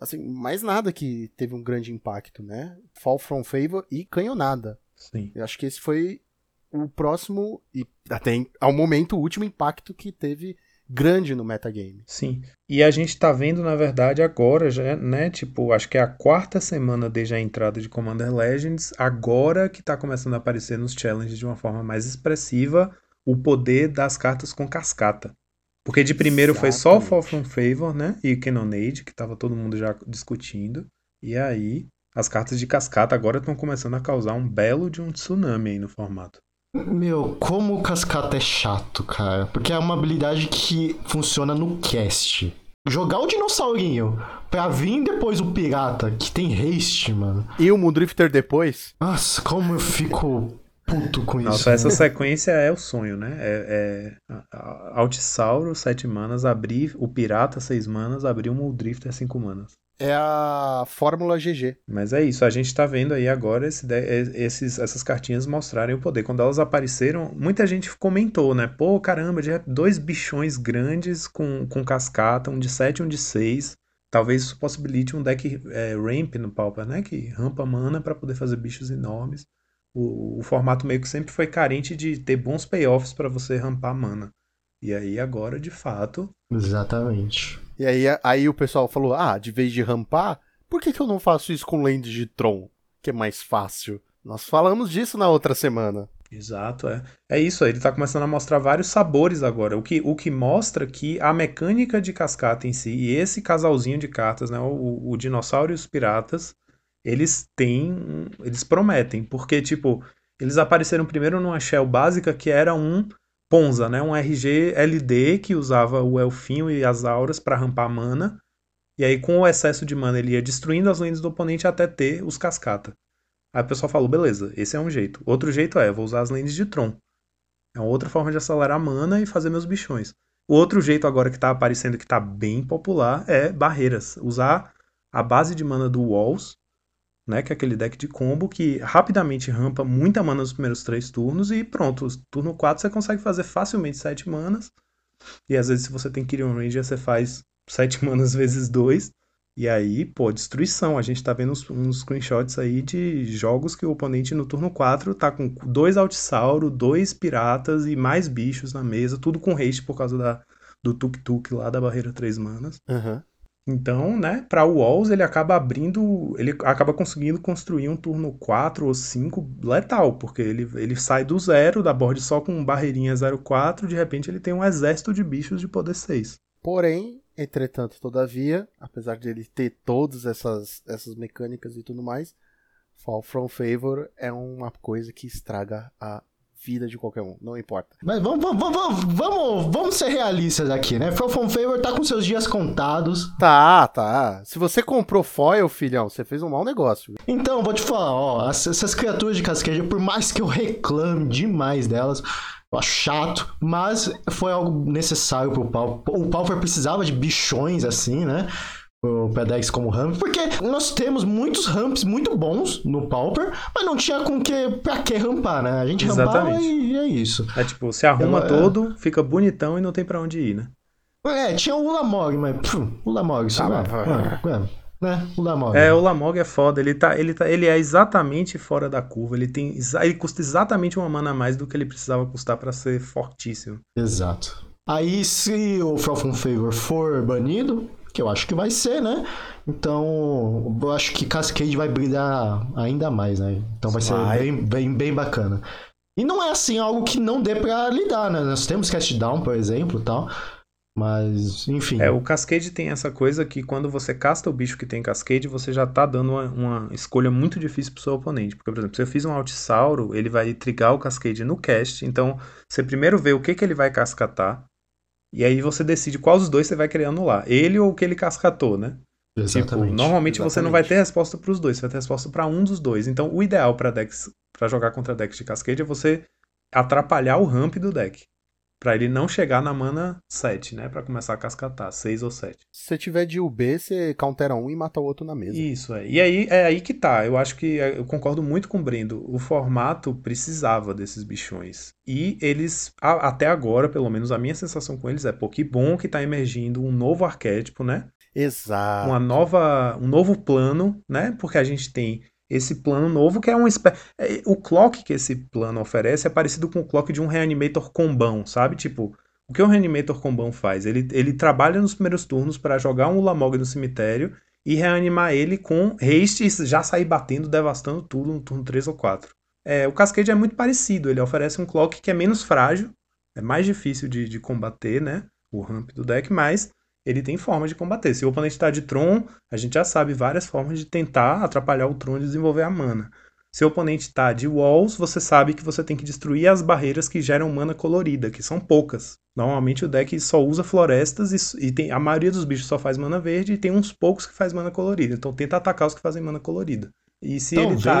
nada que teve um grande impacto, né? Fall from Favor e Canhonada. Sim. Eu acho que esse foi o próximo e até ao momento o último impacto que teve grande no metagame. Sim. E a gente tá vendo, na verdade, agora já, né? Tipo, acho que é a 4ª semana desde a entrada de Commander Legends, agora que tá começando a aparecer nos challenges de uma forma mais expressiva o poder das cartas com cascata. Porque de primeiro foi só o Fall from Favor, né? E o Cannonade, que tava todo mundo já discutindo. E aí, as cartas de cascata agora estão começando a causar um belo de um tsunami aí no formato. Meu, como o cascata é chato, cara. Porque é uma habilidade que funciona no cast. Jogar o dinossaurinho pra vir depois o pirata, que tem haste, mano. E o Moondrifter depois? Nossa, como eu fico puto com isso. Nossa, essa sequência é o sonho, né? Altisauro, 7 manas, abrir o pirata, 6 manas, abrir o Moondrifter, 5 manas. É a fórmula GG. Mas é isso, a gente tá vendo aí agora essas cartinhas mostrarem o poder. Quando elas apareceram, muita gente comentou, né? Pô, caramba, de 2 bichões grandes com cascata, um de 7 e um de 6. Talvez isso possibilite um deck ramp no Pauper, né? Que rampa mana pra poder fazer bichos enormes. O formato meio que sempre foi carente de ter bons payoffs pra você rampar mana. E aí agora, de fato... Exatamente. E aí o pessoal falou, de vez de rampar, por que eu não faço isso com Land de Tron? Que é mais fácil. Nós falamos disso na outra semana. Exato, é isso, ele tá começando a mostrar vários sabores agora, o que mostra que a mecânica de cascata em si, e esse casalzinho de cartas, né, o dinossauro e os piratas, eles prometem, porque, tipo, eles apareceram primeiro numa shell básica que era um Ponza, né, um RG LD que usava o Elfinho e as auras para rampar mana, e aí com o excesso de mana ele ia destruindo as lentes do oponente até ter os cascata. Aí o pessoal falou, beleza, esse é um jeito. Outro jeito vou usar as lentes de Tron. É uma outra forma de acelerar a mana e fazer meus bichões. O outro jeito agora que tá aparecendo, que tá bem popular, é barreiras. Usar a base de mana do Walls, né, que é aquele deck de combo que rapidamente rampa muita mana nos primeiros 3 turnos e pronto, turno 4 você consegue fazer facilmente 7 manas, e às vezes se você tem Kyrian Ranger você faz 7 manas vezes 2, e aí, pô, destruição. A gente tá vendo uns screenshots aí de jogos que o oponente no turno 4 tá com 2 Altisauro, 2 Piratas e mais bichos na mesa, tudo com haste por causa do tuk-tuk lá da barreira 3 manas. Uhum. Então, né, pra Walls ele acaba conseguindo construir um turno 4 ou 5 letal, porque ele sai do zero, da board só com barreirinha 0/4, de repente ele tem um exército de bichos de poder 6. Porém, entretanto, todavia, apesar de ele ter todas essas mecânicas e tudo mais, Fall from Favor é uma coisa que estraga a vida de qualquer um, não importa. Mas vamos ser realistas aqui, né? Fall from Favor tá com seus dias contados. Tá. Se você comprou foil, filhão, você fez um mau negócio. Então, vou te falar, ó, essas criaturas de Cascade, por mais que eu reclame demais delas, eu acho chato, mas foi algo necessário pro Pauper. O Pauper precisava de bichões assim, né? O Pedex como ramp, porque nós temos muitos ramps muito bons no Pauper, mas não tinha pra que rampar, né? A gente rampava e é isso. É tipo, se arruma todo, fica bonitão e não tem pra onde ir, né? Tinha o Ulamog, mas o Ulamog, isso né? O Ulamog. O Ulamog é foda, ele é exatamente fora da curva, ele custa exatamente uma mana a mais do que ele precisava custar pra ser fortíssimo. Exato. Aí se o Fall from Favor for banido, que eu acho que vai ser, né? Então, eu acho que Cascade vai brilhar ainda mais, né? Então vai ser bem bacana. E não é assim algo que não dê pra lidar, né? Nós temos Cast Down, por exemplo, e tal. Mas, enfim. O Cascade tem essa coisa que quando você casta o bicho que tem Cascade, você já tá dando uma escolha muito difícil pro seu oponente. Porque, por exemplo, se eu fiz um Altisauro, ele vai trigar o Cascade no cast. Então, você primeiro vê o que ele vai cascatar. E aí você decide qual dos dois você vai querer anular. Ele ou o que ele cascatou, né? Exatamente. Tipo, normalmente você não vai ter resposta pros dois, você vai ter resposta pra um dos dois. Então, o ideal pra jogar contra decks de Cascade é você atrapalhar o ramp do deck. Pra ele não chegar na mana 7, né? Pra começar a cascatar, 6 ou 7. Se você tiver de UB, você countera um e mata o outro na mesa. Isso, E aí é aí que tá. Eu acho que eu concordo muito com o Brendo. O formato precisava desses bichões. E eles, até agora, pelo menos a minha sensação com eles é, pô, que bom que tá emergindo um novo arquétipo, né? Exato. Um novo plano, né? Porque a gente tem esse plano novo que é uma espécie... O clock que esse plano oferece é parecido com o clock de um Reanimator combão, sabe? Tipo, o que o Reanimator combão faz? Ele trabalha nos primeiros turnos para jogar um Ulamog no cemitério e reanimar ele com haste e já sair batendo, devastando tudo no turno 3 ou 4. O Cascade é muito parecido, ele oferece um clock que é menos frágil, é mais difícil de combater, né? O ramp do deck, mas ele tem forma de combater. Se o oponente está de Tron, a gente já sabe várias formas de tentar atrapalhar o Tron e desenvolver a mana. Se o oponente está de Walls, você sabe que você tem que destruir as barreiras que geram mana colorida, que são poucas. Normalmente o deck só usa florestas e a maioria dos bichos só faz mana verde e tem uns poucos que faz mana colorida. Então tenta atacar os que fazem mana colorida. E se ele tá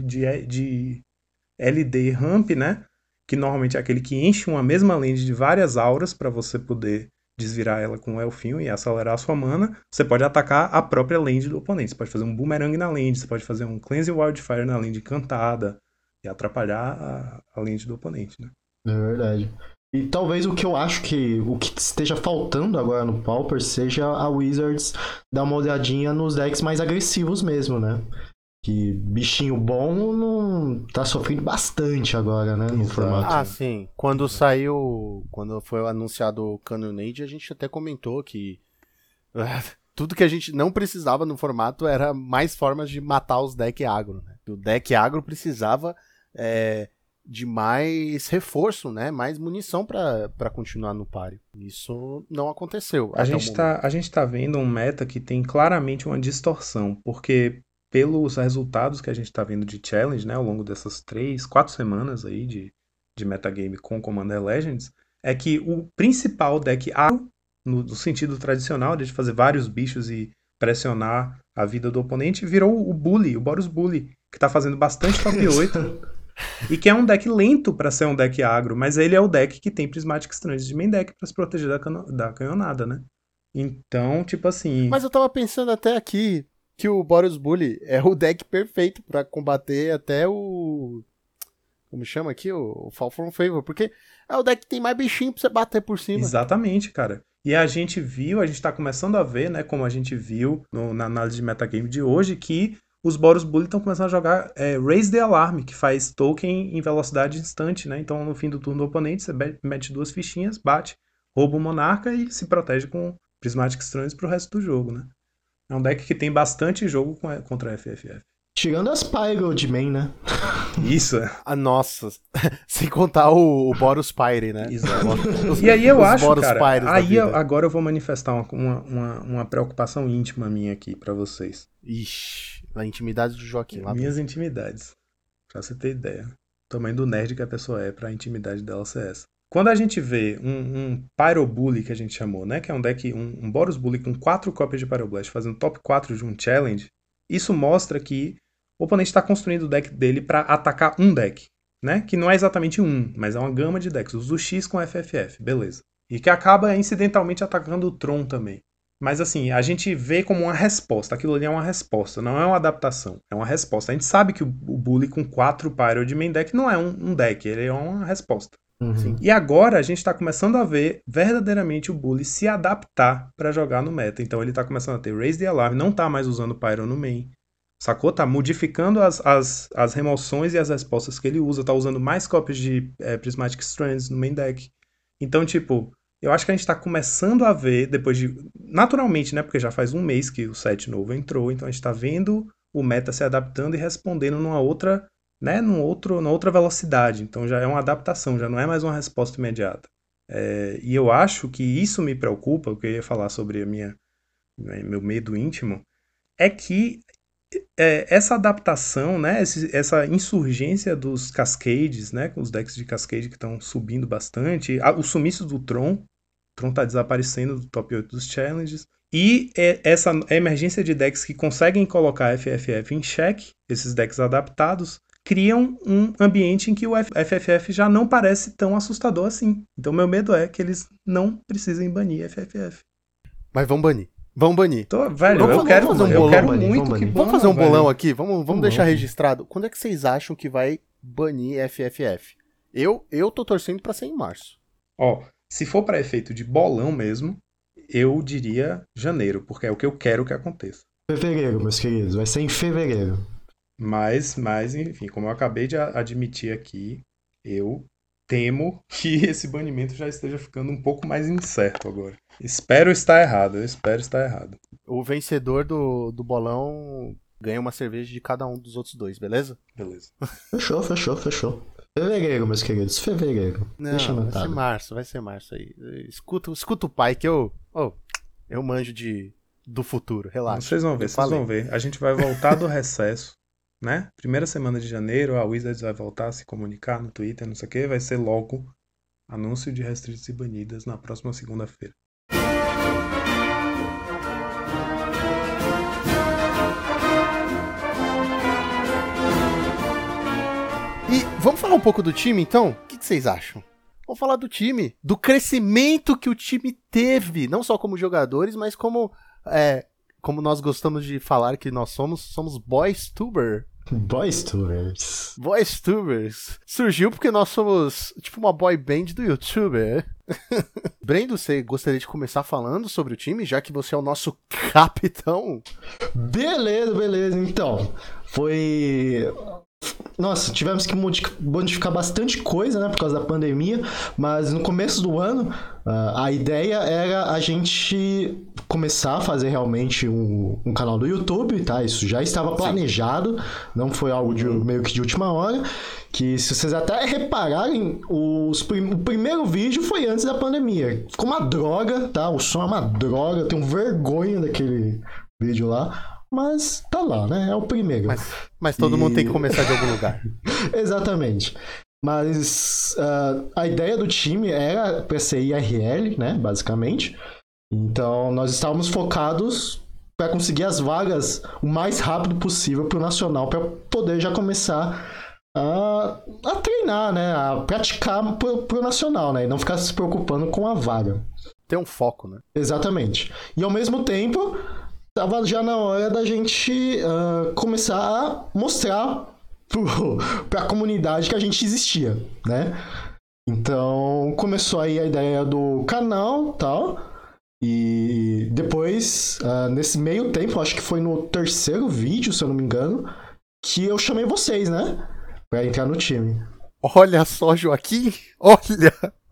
de LD Ramp, né? Que normalmente é aquele que enche uma mesma land de várias auras para você poder desvirar ela com o elfinho e acelerar a sua mana, você pode atacar a própria land do oponente. Você pode fazer um boomerang na land, você pode fazer um Cleanse Wildfire na land encantada e atrapalhar a land do oponente, né? É verdade. E talvez o que eu acho que o que esteja faltando agora no Pauper seja a Wizards dar uma olhadinha nos decks mais agressivos mesmo, né? Que bichinho bom não tá sofrendo bastante agora, né? No formato. Ah, sim. Quando foi anunciado o Cannonade, a gente até comentou que tudo que a gente não precisava no formato era mais formas de matar os deck agro, né? O deck agro precisava de mais reforço, né? Mais munição pra continuar no páreo. Isso não aconteceu. A gente tá vendo um meta que tem claramente uma distorção, porque pelos resultados que a gente tá vendo de Challenge, né, ao longo dessas 3-4 semanas aí de metagame com Commander Legends, é que o principal deck agro, no sentido tradicional de fazer vários bichos e pressionar a vida do oponente, virou o Bully, o Boros Bully, que tá fazendo bastante top 8 e que é um deck lento pra ser um deck agro, mas ele é o deck que tem Prismatic Strands de main deck pra se proteger da canhonada, né? Então, tipo assim... Mas eu tava pensando até aqui que o Boros Bully é o deck perfeito pra combater até o... Como chama aqui? O Fall from Favor. Porque é o deck que tem mais bichinho pra você bater por cima. Exatamente, cara. E a gente tá começando a ver, né, como a gente viu na análise de metagame de hoje, que os Boros Bully estão começando a jogar Raise the Alarm, que faz token em velocidade instante, né? Então, no fim do turno do oponente, você mete 2 fichinhas, bate, rouba o Monarca e se protege com Prismatic Strands pro resto do jogo, né? É um deck que tem bastante jogo contra a FFF. Tirando as Pyro de main, né? Isso. Nossa. Sem contar o Boros Pyre, né? Exato. E aí eu acho, cara, aí agora eu vou manifestar uma preocupação íntima minha aqui pra vocês. Ixi, a intimidade do Joaquim. Lá Minhas intimidades. Pra você ter ideia. O tamanho do nerd que a pessoa é pra intimidade dela ser essa. Quando a gente vê um Pyro Bully, que a gente chamou, né? Que é um deck, um Boros Bully com 4 cópias de Pyroblast, fazendo top 4 de um challenge, isso mostra que o oponente está construindo o deck dele para atacar um deck, né? Que não é exatamente um, mas é uma gama de decks. Os do X com FFF, beleza. E que acaba incidentalmente atacando o Tron também. Mas assim, a gente vê como uma resposta. Aquilo ali é uma resposta, não é uma adaptação. É uma resposta. A gente sabe que o Bully com 4 Pyro de main deck não é um deck, ele é uma resposta. Uhum. E agora a gente está começando a ver verdadeiramente o Bully se adaptar para jogar no meta. Então ele está começando a ter Raise the Alarm, não está mais usando Pyro no main. Sacou? Tá modificando as remoções e as respostas que ele usa. Tá usando mais cópias de Prismatic Strands no main deck. Então, tipo, eu acho que a gente tá começando a ver, depois de... Naturalmente, né? Porque já faz um mês que o set novo entrou. Então a gente tá vendo o meta se adaptando e respondendo numa outra, né? Numa outra velocidade. Então já é uma adaptação, já não é mais uma resposta imediata. E eu acho que isso me preocupa, o que eu ia falar sobre meu medo íntimo, é que essa adaptação, né, essa insurgência dos Cascades, né, com os decks de Cascade que estão subindo bastante, o sumiço do Tron, o Tron tá desaparecendo do top 8 dos challenges, e essa emergência de decks que conseguem colocar a FFF em xeque, esses decks adaptados, criam um ambiente em que o FFF já não parece tão assustador assim. Então meu medo é que eles não precisem banir FFF. Mas vão banir. Vamos banir. Velho, eu quero muito que vamos fazer um bolão aqui? Vamos deixar registrado. Quando é que vocês acham que vai banir FFF? Eu tô torcendo pra ser em março. Ó, se for pra efeito de bolão mesmo, eu diria janeiro, porque é o que eu quero que aconteça. Fevereiro, meus queridos. Vai ser em fevereiro. Mas enfim, como eu acabei de admitir aqui, eu temo que esse banimento já esteja ficando um pouco mais incerto agora. Espero estar errado. O vencedor do bolão ganha uma cerveja de cada um dos outros dois, beleza? Beleza. Fechou. Fevereiro, meus queridos, fevereiro. Não, deixa anotado. Vai ser março aí. Escuta o pai que eu manjo do futuro, relaxa. Vocês vão ver. A gente vai voltar do recesso, né? Primeira semana de janeiro, a Wizards vai voltar a se comunicar no Twitter, não sei o que, vai ser logo anúncio de restritos e banidas na próxima segunda-feira. E vamos falar um pouco do time, então? O que vocês acham? Vamos falar do time, do crescimento que o time teve, não só como jogadores, mas como nós gostamos de falar que nós somos boys tuber. Boys tubers. Boys tubers. Surgiu porque nós somos tipo uma boy band do YouTuber. Brendo, você gostaria de começar falando sobre o time, já que você é o nosso capitão? Beleza. Então, foi... Nossa, tivemos que modificar bastante coisa, né, por causa da pandemia, mas no começo do ano, a ideia era a gente começar a fazer realmente um canal do YouTube, tá? Isso já estava planejado, não foi algo meio que de última hora, que se vocês até repararem, o primeiro vídeo foi antes da pandemia. Ficou uma droga, tá? O som é uma droga, eu tenho vergonha daquele vídeo lá. Mas tá lá, né? É o primeiro. Mas todo mundo tem que começar de algum lugar. Exatamente. Mas a ideia do time era para ser IRL, né? Basicamente. Então nós estávamos focados para conseguir as vagas o mais rápido possível pro Nacional, para poder já começar a treinar, né? A praticar pro Nacional, né? E não ficar se preocupando com a vaga. ter um foco, né? Exatamente. E ao mesmo tempo, tava já na hora da gente começar a mostrar pra comunidade que a gente existia, né? Então, começou aí a ideia do canal e tal. E depois, nesse meio tempo, acho que foi no terceiro vídeo, se eu não me engano, que eu chamei vocês, né? Pra entrar no time. Olha só, Joaquim! Olha!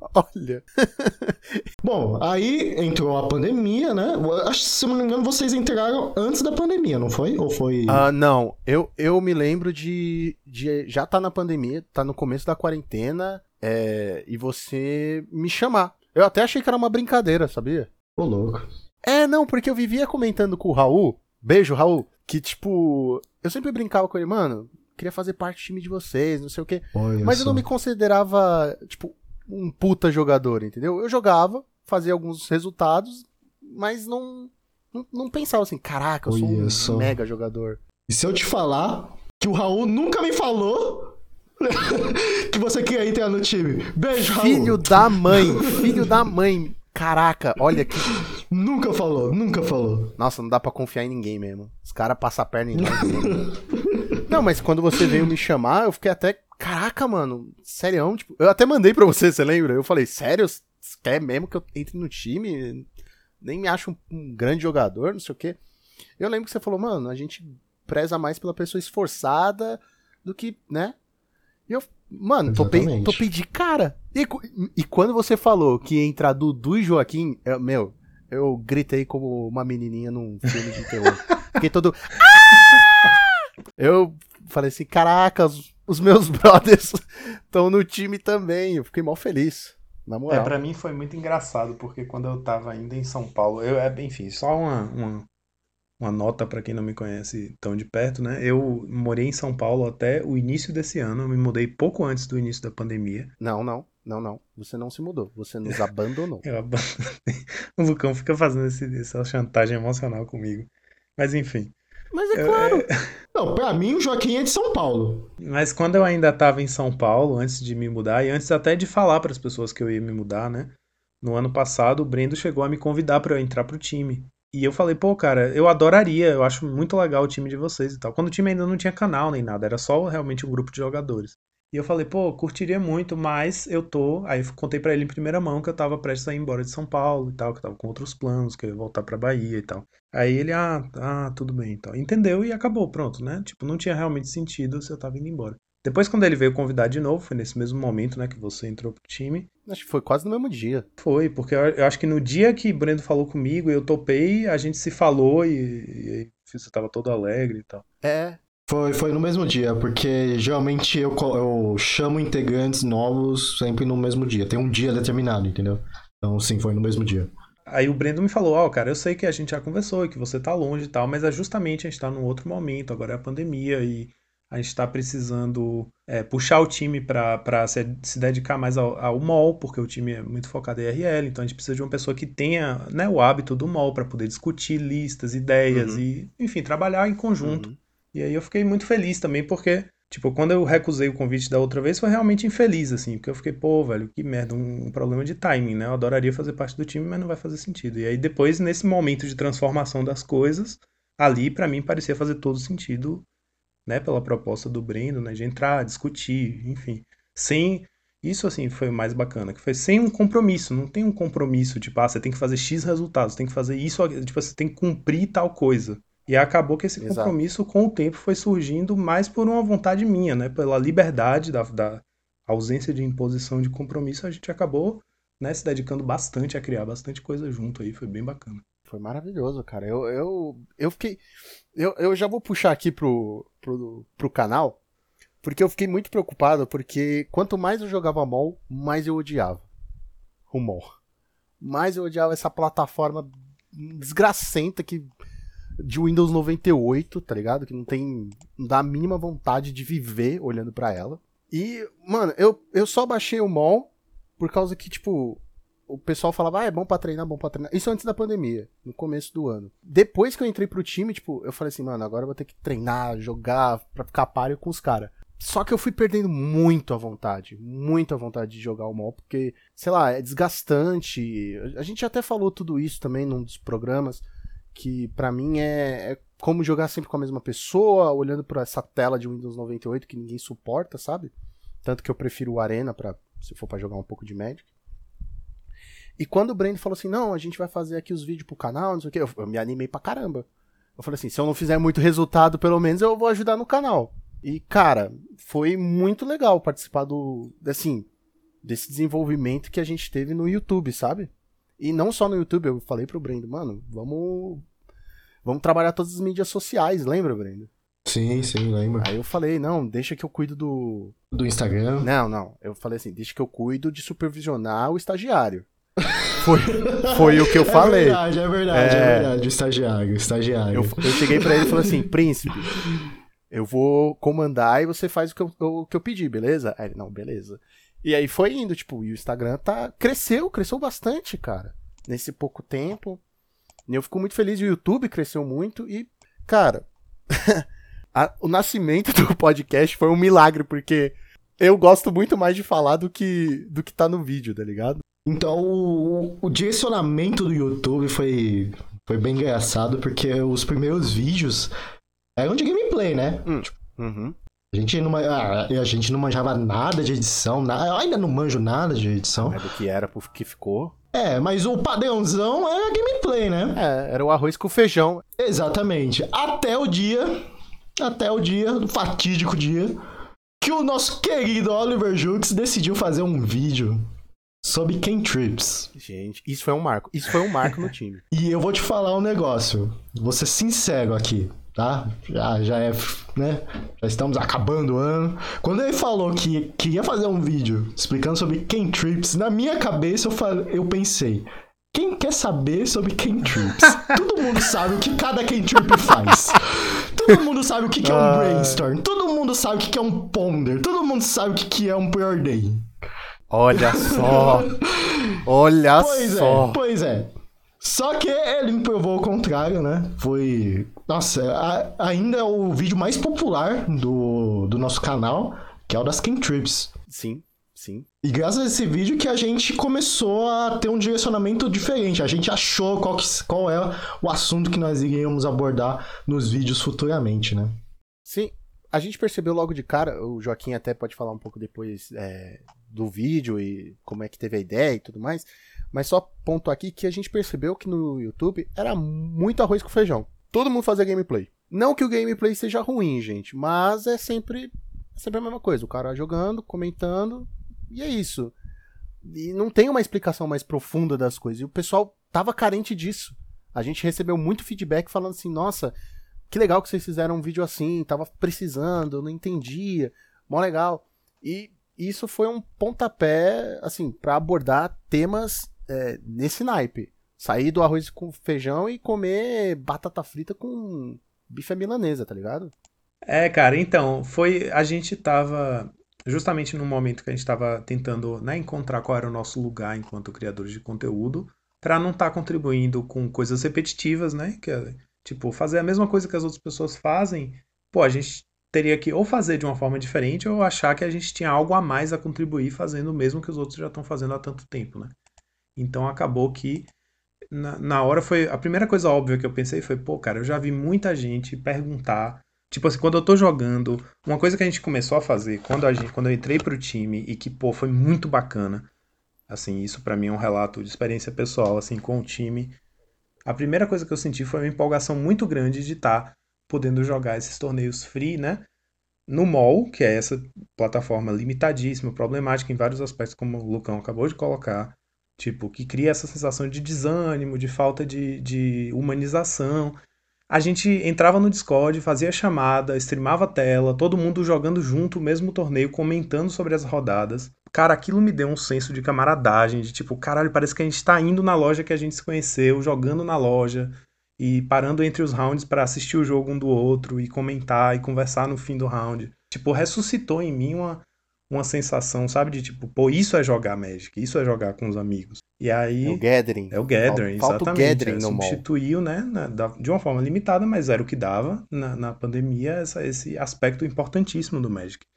Bom, aí entrou a pandemia, né? Acho que, se eu não me engano, vocês entraram antes da pandemia, não foi? Ou foi... Não. Eu me lembro de já tá na pandemia, tá no começo da quarentena, e você me chamar. Eu até achei que era uma brincadeira, sabia? Ô, louco. Não, porque eu vivia comentando com o Raul, beijo, Raul, que, tipo, eu sempre brincava com ele, mano, queria fazer parte do time de vocês, não sei o quê. Mas eu não me considerava, tipo, um puta jogador, entendeu? Eu jogava, fazia alguns resultados, mas não pensava assim, caraca, eu sou um mega jogador. E se eu te falar que o Raul nunca me falou que você queria entrar no time? Beijo, Raul. Filho da mãe. Caraca, olha que... Nunca falou. Nossa, não dá pra confiar em ninguém mesmo. Os caras passam a perna em nós mesmo. Não, mas quando você veio me chamar, eu fiquei até... Caraca, mano, sério, tipo... Eu até mandei pra você lembra? Eu falei, sério? Você quer mesmo que eu entre no time? Nem me acho um grande jogador, não sei o quê. Eu lembro que você falou, mano, a gente preza mais pela pessoa esforçada do que, né? E eu... Mano, topei de cara. E quando você falou que ia entrar Dudu e Joaquim, eu gritei como uma menininha num filme de terror. Fiquei todo... Eu falei assim, caraca, os meus brothers estão no time também. Eu fiquei mal feliz, na moral. Pra mim foi muito engraçado, porque quando eu tava ainda em São Paulo, enfim, só uma nota pra quem não me conhece tão de perto, né? Eu morei em São Paulo até o início desse ano, eu me mudei pouco antes do início da pandemia. Não. Você não se mudou, você nos abandonou. Eu abandonei. O Lucão fica fazendo essa chantagem emocional comigo. Mas enfim. Mas é claro. Não, pra mim o Joaquim é de São Paulo. Mas quando eu ainda tava em São Paulo, antes de me mudar, e antes até de falar para as pessoas que eu ia me mudar, né? No ano passado, o Brendo chegou a me convidar para eu entrar pro time. E eu falei, pô, cara, eu adoraria, eu acho muito legal o time de vocês e tal. Quando o time ainda não tinha canal nem nada, era só realmente um grupo de jogadores. E eu falei, pô, curtiria muito, mas eu tô... Aí eu contei pra ele em primeira mão que eu tava prestes a ir embora de São Paulo e tal, que eu tava com outros planos, que eu ia voltar pra Bahia e tal. Aí ele, tudo bem e tal. Entendeu e acabou, pronto, né? Tipo, não tinha realmente sentido se eu tava indo embora. Depois, quando ele veio convidar de novo, foi nesse mesmo momento, né, que você entrou pro time. Acho que foi quase no mesmo dia. Foi, porque eu acho que no dia que o Brendo falou comigo, eu topei, a gente se falou e você tava todo alegre e tal. Foi no mesmo dia, porque geralmente eu chamo integrantes novos sempre no mesmo dia. Tem um dia determinado, entendeu? Então, sim, foi no mesmo dia. Aí o Brendo me falou, cara, eu sei que a gente já conversou e que você tá longe e tal, mas justamente a gente tá num outro momento, agora é a pandemia e a gente tá precisando puxar o time pra se dedicar mais ao mall, porque o time é muito focado em RL, então a gente precisa de uma pessoa que tenha, né, o hábito do mall pra poder discutir listas, ideias e, enfim, trabalhar em conjunto. E aí eu fiquei muito feliz também, porque, tipo, quando eu recusei o convite da outra vez, foi realmente infeliz, assim, porque eu fiquei, pô, velho, que merda, um problema de timing, né? Eu adoraria fazer parte do time, mas não vai fazer sentido. E aí depois, nesse momento de transformação das coisas, ali, pra mim, parecia fazer todo sentido, né, pela proposta do Brendo, né, de entrar, discutir, enfim, sem... Isso, assim, foi o mais bacana, que foi sem um compromisso, não tem um compromisso, tipo, você tem que fazer X resultados, você tem que fazer isso, tipo, você tem que cumprir tal coisa. E acabou que esse compromisso, com o tempo, foi surgindo mais por uma vontade minha, né? Pela liberdade da ausência de imposição de compromisso, a gente acabou, né, se dedicando bastante a criar bastante coisa junto aí, foi bem bacana. Foi maravilhoso, cara. Eu fiquei... Eu já vou puxar aqui pro canal, porque eu fiquei muito preocupado, porque quanto mais eu jogava mall, mais eu odiava o mall. Mais eu odiava essa plataforma desgracenta de Windows 98, tá ligado? Que não dá a mínima vontade de viver olhando pra ela. E, mano, eu só baixei o mall por causa que, tipo, o pessoal falava, é bom pra treinar, bom pra treinar. Isso antes da pandemia, no começo do ano. Depois que eu entrei pro time, tipo, eu falei assim, mano, agora eu vou ter que treinar, jogar, pra ficar páreo com os caras. Só que eu fui perdendo muito a vontade de jogar o mall, porque, sei lá, é desgastante. A gente até falou tudo isso também num dos programas, que pra mim é como jogar sempre com a mesma pessoa, olhando pra essa tela de Windows 98 que ninguém suporta, sabe? Tanto que eu prefiro o Arena, se for pra jogar um pouco de Magic. E quando o Brendo falou assim, não, a gente vai fazer aqui os vídeos pro canal, não sei o quê, eu me animei pra caramba. Eu falei assim, se eu não fizer muito resultado, pelo menos eu vou ajudar no canal. E, cara, foi muito legal participar desse desenvolvimento que a gente teve no YouTube, sabe? E não só no YouTube, eu falei pro Brendo, mano, vamos trabalhar todas as mídias sociais, lembra, Brendo? Sim, lembro. Aí eu falei, não, deixa que eu cuido do Instagram? Não, eu falei assim, deixa que eu cuido de supervisionar o estagiário. Foi o que eu falei. É verdade, o estagiário. Eu cheguei pra ele e falei assim, príncipe, eu vou comandar e você faz o que eu pedi, beleza? Aí ele, não, beleza. E aí foi indo, tipo, e o Instagram cresceu bastante, cara, nesse pouco tempo. E eu fico muito feliz, o YouTube cresceu muito e, cara, o nascimento do podcast foi um milagre, porque eu gosto muito mais de falar do que tá no vídeo, tá ligado? Então, o direcionamento do YouTube foi bem engraçado, porque os primeiros vídeos eram de gameplay, né? Uhum. A gente não manjava nada de edição, eu ainda não manjo nada de edição. É do que era pro que ficou. Mas o padrãozão era gameplay, né? Era o arroz com feijão. Exatamente. Até o fatídico dia, que o nosso querido Oliver Jukes decidiu fazer um vídeo sobre cantrips. Gente, isso foi um marco no time. E eu vou te falar um negócio, vou ser sincero aqui, tá? Já é, né? Já estamos acabando o ano. Quando ele falou que queria fazer um vídeo explicando sobre cantrips, na minha cabeça eu pensei, quem quer saber sobre cantrips? Todo mundo sabe o que cada cantrip faz. Todo mundo sabe o que é um brainstorm. Todo mundo sabe o que é um ponder. Todo mundo sabe o que é um preordain. Olha só! Pois é. Só que ele me provou o contrário, né? Nossa, ainda é o vídeo mais popular do nosso canal, que é o das cantrips. Sim. E graças a esse vídeo que a gente começou a ter um direcionamento diferente. A gente achou qual é o assunto que nós iríamos abordar nos vídeos futuramente, né? Sim, a gente percebeu logo de cara, o Joaquim até pode falar um pouco depois do vídeo e como é que teve a ideia e tudo mais, mas só ponto aqui que a gente percebeu que no YouTube era muito arroz com feijão. Todo mundo fazia gameplay. Não que o gameplay seja ruim, gente, mas é sempre a mesma coisa. O cara jogando, comentando, e é isso. E não tem uma explicação mais profunda das coisas. E o pessoal tava carente disso. A gente recebeu muito feedback falando assim, nossa, que legal que vocês fizeram um vídeo assim, tava precisando, eu não entendia, mó legal. E isso foi um pontapé, assim, pra abordar temas nesse naipe. Sair do arroz com feijão e comer batata frita com bife à milanesa, tá ligado? Cara, então, a gente tava justamente no momento que a gente tava tentando, né, encontrar qual era o nosso lugar enquanto criadores de conteúdo, pra não estar contribuindo com coisas repetitivas, né, que é, tipo, fazer a mesma coisa que as outras pessoas fazem. Pô, a gente teria que ou fazer de uma forma diferente ou achar que a gente tinha algo a mais a contribuir fazendo o mesmo que os outros já estão fazendo há tanto tempo, né? Então acabou que na hora foi... A primeira coisa óbvia que eu pensei foi, pô, cara, eu já vi muita gente perguntar... Tipo assim, quando eu tô jogando... Uma coisa que a gente começou a fazer quando eu entrei pro time e que, pô, foi muito bacana. Assim, isso pra mim é um relato de experiência pessoal, assim, com o time. A primeira coisa que eu senti foi uma empolgação muito grande de estar podendo jogar esses torneios free, né? No mall, que é essa plataforma limitadíssima, problemática em vários aspectos, como o Lucão acabou de colocar. Tipo, que cria essa sensação de desânimo, de falta de humanização. A gente entrava no Discord, fazia chamada, streamava a tela, todo mundo jogando junto o mesmo torneio, comentando sobre as rodadas. Cara, aquilo me deu um senso de camaradagem, de tipo, caralho, parece que a gente tá indo na loja que a gente se conheceu, jogando na loja, e parando entre os rounds pra assistir o jogo um do outro, e comentar, e conversar no fim do round. Tipo, ressuscitou em mim uma sensação, sabe, de tipo, pô, isso é jogar Magic, isso é jogar com os amigos. E aí... É o Gathering. É o Gathering, falta exatamente. O Gathering no substituiu, né, de uma forma limitada, mas era o que dava na pandemia esse aspecto importantíssimo do Magic.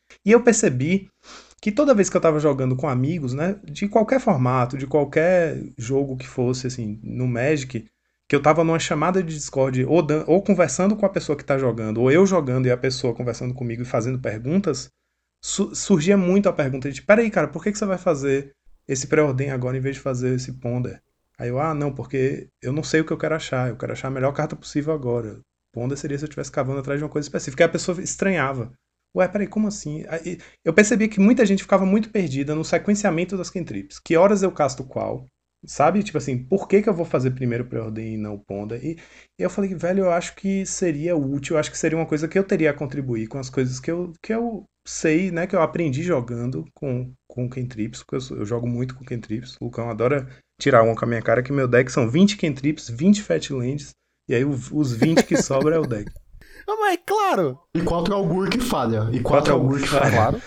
E eu percebi que toda vez que eu tava jogando com amigos, né, de qualquer formato, de qualquer jogo que fosse, assim, no Magic, que eu tava numa chamada de Discord ou conversando com a pessoa que tá jogando, ou eu jogando e a pessoa conversando comigo e fazendo perguntas, surgia muito a pergunta de, peraí, cara, por que você vai fazer esse pré-ordem agora em vez de fazer esse Ponder? Aí eu, não, porque eu não sei o que eu quero achar a melhor carta possível agora. Ponder seria se eu estivesse cavando atrás de uma coisa específica. Aí a pessoa estranhava. Ué, peraí, como assim? Aí eu percebi que muita gente ficava muito perdida no sequenciamento das cantrips. Que horas eu casto qual? Sabe? Tipo assim, por que eu vou fazer primeiro pré-ordem e não o Ponder? E eu falei, velho, eu acho que seria útil, eu acho que seria uma coisa que eu teria a contribuir com as coisas que eu sei, né, que eu aprendi jogando com cantrips, porque eu jogo muito com cantrips. O Lucão adora tirar uma com a minha cara, que meu deck são 20 cantrips, 20 fatlands, e aí os 20 que sobra é o deck. Não, mas é claro. E 4 Augur que falha. E 4 Augur que falha. Claro.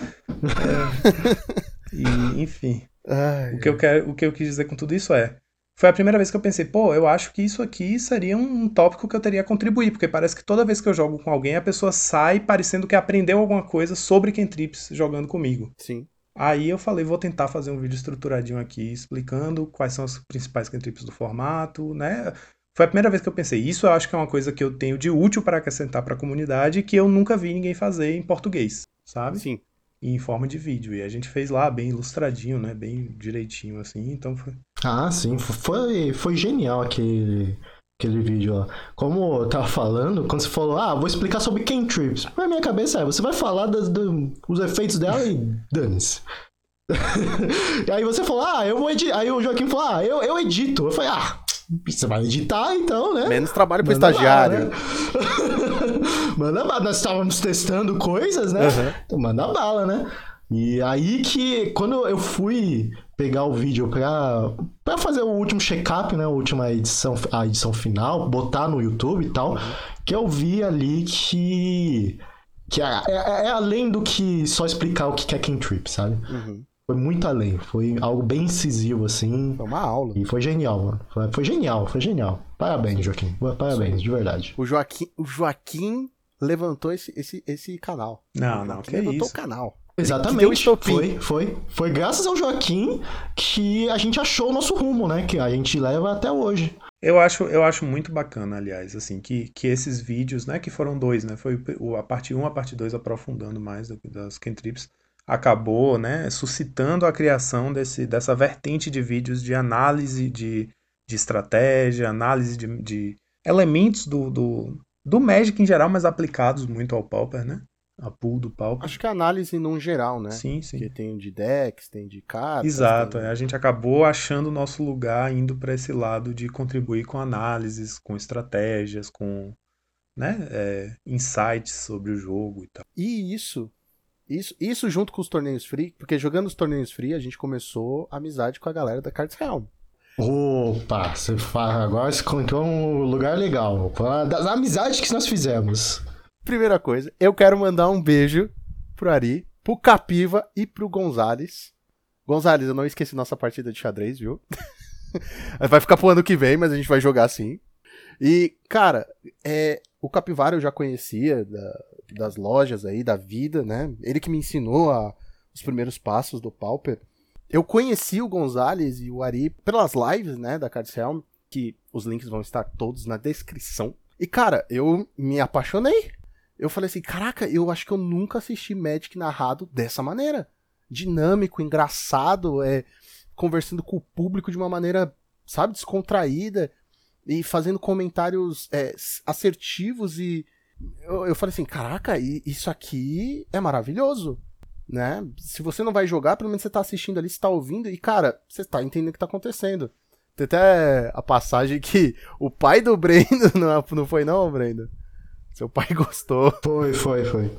E, enfim. Ai, O que eu quis dizer com tudo isso foi a primeira vez que eu pensei, pô, eu acho que isso aqui seria um tópico que eu teria a contribuir, porque parece que toda vez que eu jogo com alguém, a pessoa sai parecendo que aprendeu alguma coisa sobre cantrips jogando comigo. Sim. Aí eu falei, vou tentar fazer um vídeo estruturadinho aqui, explicando quais são as principais cantrips do formato, né? Foi a primeira vez que eu pensei, isso eu acho que é uma coisa que eu tenho de útil para acrescentar para a comunidade e que eu nunca vi ninguém fazer em português, sabe? Sim. E em forma de vídeo. E a gente fez lá bem ilustradinho, né? Bem direitinho, assim, então foi... Sim, foi genial aquele vídeo lá. Como eu tava falando, quando você falou, vou explicar sobre cantrips. Na minha cabeça você vai falar dos efeitos dela e dane-se. E aí você falou, eu vou editar. Aí o Joaquim falou, eu edito. Eu falei, você vai editar então, né? Menos trabalho pro estagiário. Né? Manda bala. Nós estávamos testando coisas, né? Uhum. Então manda bala, né? E aí que, quando eu fui pegar o vídeo pra fazer o último check-up, né? A última edição, a edição final, botar no YouTube e tal, que eu vi ali que é além do que só explicar o que é cantrip, sabe? Uhum. Foi muito além, foi algo bem incisivo, assim. Foi uma aula. E foi genial, mano. Foi genial. Parabéns, Joaquim. Parabéns, de verdade. O Joaquim levantou esse canal. Não, que levantou isso. o canal. Exatamente. Foi graças ao Joaquim que a gente achou o nosso rumo, né? Que a gente leva até hoje. Eu acho muito bacana, aliás, assim, que esses vídeos, né, que foram 2, né, foi a parte 1 e a parte 2 aprofundando mais das cantrips, acabou, né, suscitando a criação dessa vertente de vídeos de análise de estratégia, análise de elementos do Magic em geral, mas aplicados muito ao Pauper, né? A pool do Pauper. Acho que a análise num geral, né? Sim. Porque tem de decks, tem de cartas. Exato, a gente acabou achando o nosso lugar indo para esse lado de contribuir com análises, com estratégias, com, né, insights sobre o jogo e tal. E isso junto com os torneios free, porque jogando os torneios free a gente começou a amizade com a galera da Cards Realm. Opa, você fala, agora você encontrou um lugar legal. Das amizades que nós fizemos. Primeira coisa, eu quero mandar um beijo pro Ari, pro Capiva e pro Gonzales. Gonzales, eu não esqueci nossa partida de xadrez, viu? Vai ficar pro ano que vem, mas a gente vai jogar sim. E, cara, o Capivara eu já conhecia das lojas aí, da vida, né? Ele que me ensinou os primeiros passos do Pauper. Eu conheci o Gonzales e o Ari pelas lives, né, da Cards Realm, que os links vão estar todos na descrição. E, cara, eu me apaixonei. Eu falei assim, caraca, eu acho que eu nunca assisti Magic narrado dessa maneira. Dinâmico, engraçado, conversando com o público de uma maneira, sabe, descontraída e fazendo comentários assertivos e eu falei assim, caraca, isso aqui é maravilhoso, né? Se você não vai jogar, pelo menos você tá assistindo ali, você tá ouvindo e, cara, você tá entendendo o que tá acontecendo. Tem até a passagem que o pai do Brendo, não foi não, Brendo? Seu pai gostou. Foi.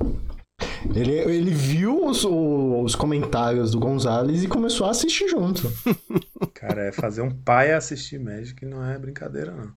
Ele viu os comentários do Gonzales e começou a assistir junto. Cara, fazer um pai assistir Magic não é brincadeira, não.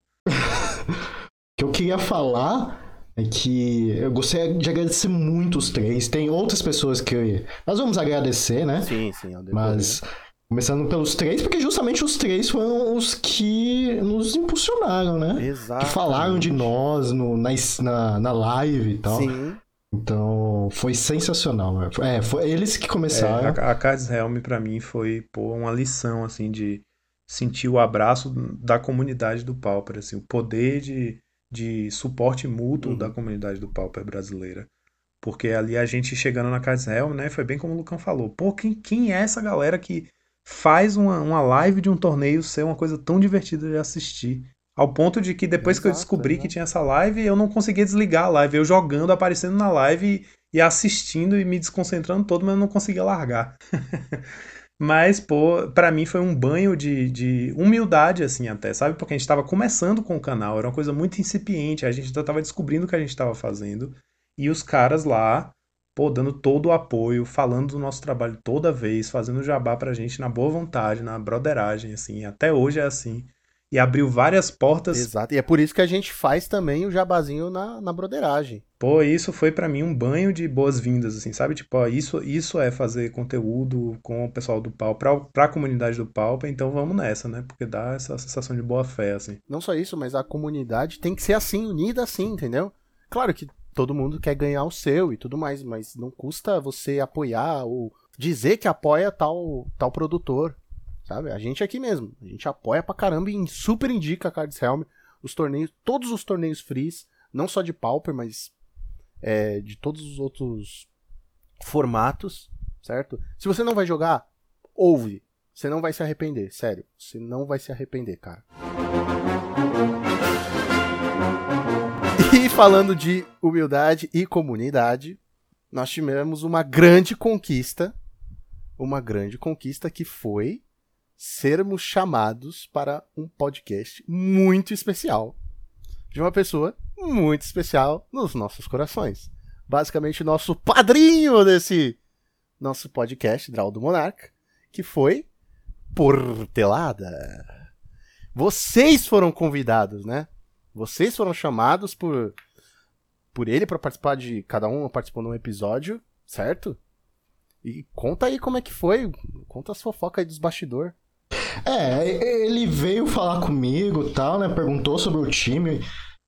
O que eu queria falar é que eu gostaria de agradecer muito os três. Tem outras pessoas que nós vamos agradecer, né? Sim. Mas começando pelos três, porque justamente os três foram os que nos impulsionaram, né? Exato. Que falaram de nós na live e tal. Sim. Então, foi sensacional. Foi eles que começaram. A Cards Helm pra mim foi, pô, uma lição, assim, de sentir o abraço da comunidade do Pauper, assim, o poder de suporte mútuo da Uhum. comunidade do Pauper brasileira. Porque ali a gente chegando na Cards Helm, né, foi bem como o Lucão falou. Pô, quem é essa galera que faz uma live de um torneio ser uma coisa tão divertida de assistir? Ao ponto de que depois que eu Exato, descobri que exato. tinha essa live, eu não conseguia desligar a live. Eu jogando, aparecendo na live e assistindo e me desconcentrando todo, mas eu não conseguia largar. Mas, pô, pra mim foi um banho de humildade, assim, até, sabe? Porque a gente tava começando com o canal, era uma coisa muito incipiente, a gente ainda tava descobrindo o que a gente tava fazendo. E os caras lá, pô, dando todo o apoio, falando do nosso trabalho toda vez, fazendo jabá pra gente na boa vontade, na broderagem, assim, até hoje é assim. E abriu várias portas. Exato. E é por isso que a gente faz também o jabazinho na broderagem. Pô, isso foi pra mim um banho de boas-vindas, assim, sabe? Tipo, ó, isso é fazer conteúdo com o pessoal do Pau, pra comunidade do Pau, então vamos nessa, né? Porque dá essa sensação de boa fé, assim. Não só isso, mas a comunidade tem que ser assim, unida assim, entendeu? Claro que todo mundo quer ganhar o seu e tudo mais, mas não custa você apoiar ou dizer que apoia tal produtor, sabe? A gente aqui mesmo, a gente apoia pra caramba e super indica a Cards Helm, os torneios, todos os torneios frees, não só de Pauper, mas de todos os outros formatos, certo? Se você não vai jogar, ouve. Você não vai se arrepender, sério. Você não vai se arrepender, cara. E falando de humildade e comunidade, nós tivemos uma grande conquista que foi sermos chamados para um podcast muito especial de uma pessoa muito especial nos nossos corações. Basicamente, o nosso padrinho desse nosso podcast, Drauldo Monarca, que foi Portelada. Vocês foram convidados, né? Vocês foram chamados por ele para participar de... Cada um participou de um episódio, certo? E conta aí como é que foi. Conta as fofocas aí dos bastidores. Ele veio falar comigo e tal, né? Perguntou sobre o time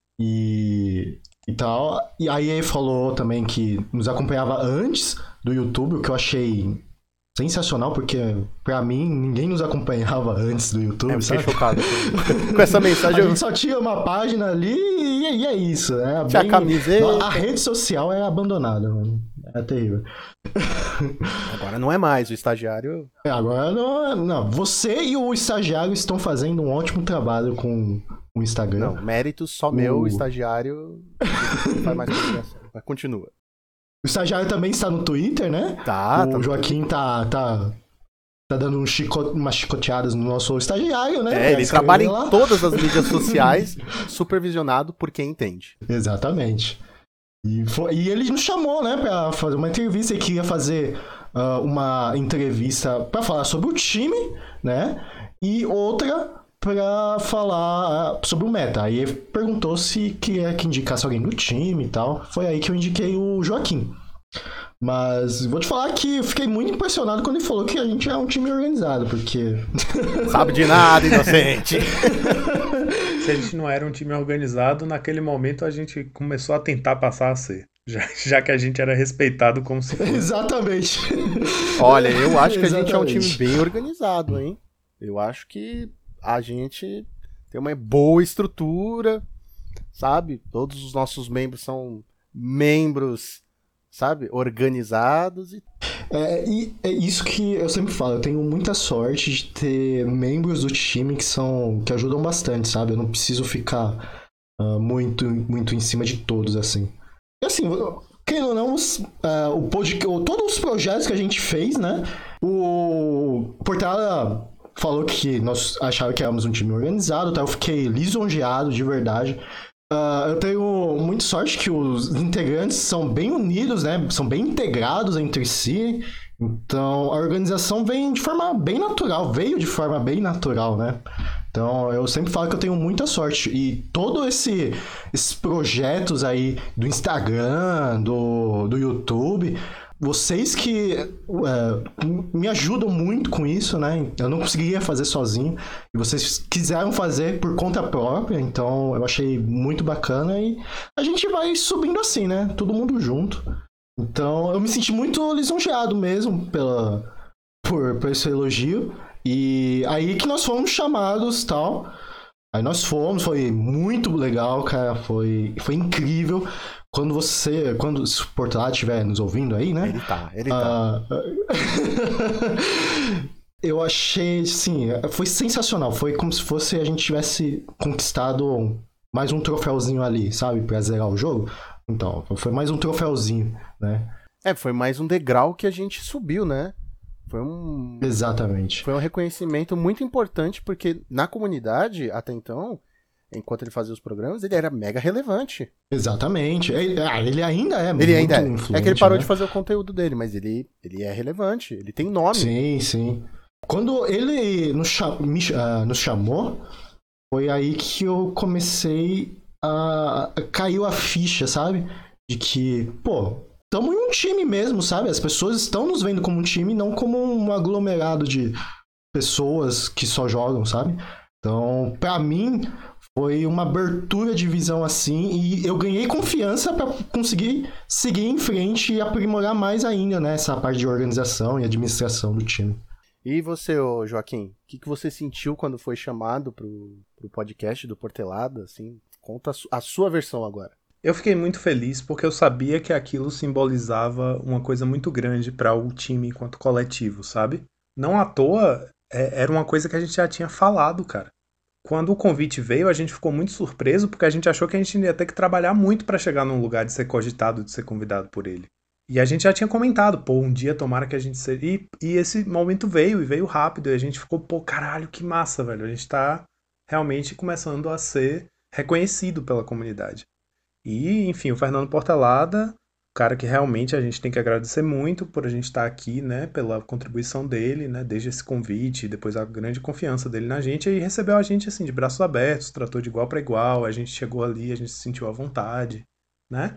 e tal. E aí ele falou também que nos acompanhava antes do YouTube, o que eu achei sensacional, porque pra mim ninguém nos acompanhava antes do YouTube, Eu fiquei sabe? chocado com essa mensagem. A gente só tinha uma página ali e é isso, né? Tinha a camiseta. A rede social é abandonada, mano. É terrível. Agora não é mais, o estagiário... Agora não. Você e o estagiário estão fazendo um ótimo trabalho com o Instagram. Não, mérito só meu, o estagiário não faz mais comunicação. Mas continua. O estagiário também está no Twitter, né? Tá O no Joaquim tá dando umas chicoteadas no nosso estagiário, né? Ele trabalha em todas as mídias sociais, supervisionado por quem entende. Exatamente. E ele nos chamou, né, pra fazer uma entrevista. Ele queria fazer uma entrevista pra falar sobre o time, né? E outra pra falar sobre o meta. Aí ele perguntou se queria que indicasse alguém do time e tal. Foi aí que eu indiquei o Joaquim. Mas vou te falar que eu fiquei muito impressionado quando ele falou que a gente é um time organizado, porque... Sabe de nada, inocente! Se a gente não era um time organizado, naquele momento a gente começou a tentar passar a ser. Já que a gente era respeitado como se fosse. Exatamente. Olha, eu acho que a gente é um time bem organizado, hein? Eu acho que a gente tem uma boa estrutura, sabe? Todos os nossos membros são membros, sabe? Organizados. E é isso que eu sempre falo. Eu tenho muita sorte de ter membros do time que ajudam bastante, sabe? Eu não preciso ficar muito em cima de todos, assim. E assim, querendo ou não, todos os projetos que a gente fez, né? O Portela falou que nós achávamos que éramos um time organizado, tá? Eu fiquei lisonjeado, de verdade. Eu tenho muita sorte que os integrantes são bem unidos, né? São bem integrados entre si. Então, a organização veio de forma bem natural, né? Então, eu sempre falo que eu tenho muita sorte. E todos esses projetos aí do Instagram, do YouTube, vocês que me ajudam muito com isso, né? Eu não conseguiria fazer sozinho. E vocês quiseram fazer por conta própria, então eu achei muito bacana. E a gente vai subindo assim, né? Todo mundo junto. Então eu me senti muito lisonjeado mesmo por esse elogio. E aí que nós fomos chamados e tal. Aí nós fomos, foi muito legal, cara. Foi incrível. Quando o Portelada estiver nos ouvindo aí, né? Ele tá. Eu achei, assim, foi sensacional. Foi como se fosse a gente tivesse conquistado mais um troféuzinho ali, sabe? Pra zerar o jogo. Então, foi mais um troféuzinho, né? Foi mais um degrau que a gente subiu, né? Exatamente. Foi um reconhecimento muito importante, porque na comunidade, até então, enquanto ele fazia os programas, ele era mega relevante. Exatamente. Ele ainda é muito influente. É que ele parou de fazer o conteúdo dele, mas ele é relevante, ele tem nome. Sim, sim. Quando ele nos chamou, foi aí que eu comecei caiu a ficha, sabe? De que, estamos em um time mesmo, sabe? As pessoas estão nos vendo como um time, não como um aglomerado de pessoas que só jogam, sabe? Então, pra mim, foi uma abertura de visão assim, e eu ganhei confiança pra conseguir seguir em frente e aprimorar mais ainda, né? Essa parte de organização e administração do time. E você, Joaquim, o que você sentiu quando foi chamado pro podcast do Portelada? Assim, conta a sua versão agora. Eu fiquei muito feliz porque eu sabia que aquilo simbolizava uma coisa muito grande para o time enquanto coletivo, sabe? Não à toa, era uma coisa que a gente já tinha falado, cara. Quando o convite veio, a gente ficou muito surpreso porque a gente achou que a gente ia ter que trabalhar muito para chegar num lugar de ser cogitado, de ser convidado por ele. E a gente já tinha comentado, um dia tomara que a gente seja... E esse momento veio, e veio rápido, e a gente ficou, caralho, que massa, velho. A gente tá realmente começando a ser reconhecido pela comunidade. E, enfim, o Fernando Portelada, cara que realmente a gente tem que agradecer muito por a gente estar aqui, né, pela contribuição dele, né, desde esse convite, depois a grande confiança dele na gente, e recebeu a gente, assim, de braços abertos, tratou de igual para igual, a gente chegou ali, a gente se sentiu à vontade, né?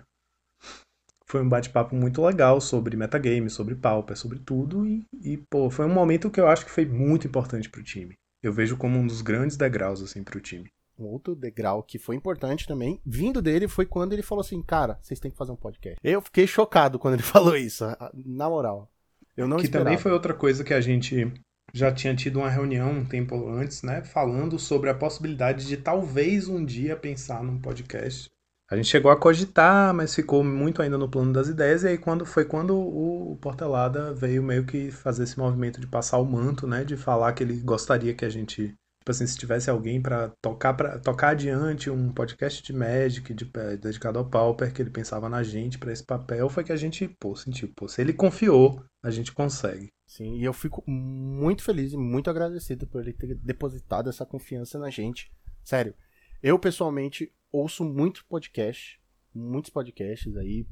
Foi um bate-papo muito legal sobre metagame, sobre Pauper, sobre tudo, foi um momento que eu acho que foi muito importante pro time. Eu vejo como um dos grandes degraus, assim, pro time. Um outro degrau que foi importante também, vindo dele, foi quando ele falou assim, cara, vocês têm que fazer um podcast. Eu fiquei chocado quando ele falou isso, na moral. Eu não esperava. Também foi outra coisa que a gente já tinha tido uma reunião um tempo antes, né, falando sobre a possibilidade de talvez um dia pensar num podcast. A gente chegou a cogitar, mas ficou muito ainda no plano das ideias, e aí quando o Portelada veio meio que fazer esse movimento de passar o manto, né, de falar que ele gostaria que a gente... Tipo assim, se tivesse alguém pra tocar adiante um podcast de Magic dedicado ao Pauper, que ele pensava na gente pra esse papel, foi que a gente, sentiu, se ele confiou, a gente consegue. Sim, e eu fico muito feliz e muito agradecido por ele ter depositado essa confiança na gente. Sério, eu pessoalmente ouço muitos podcasts aí,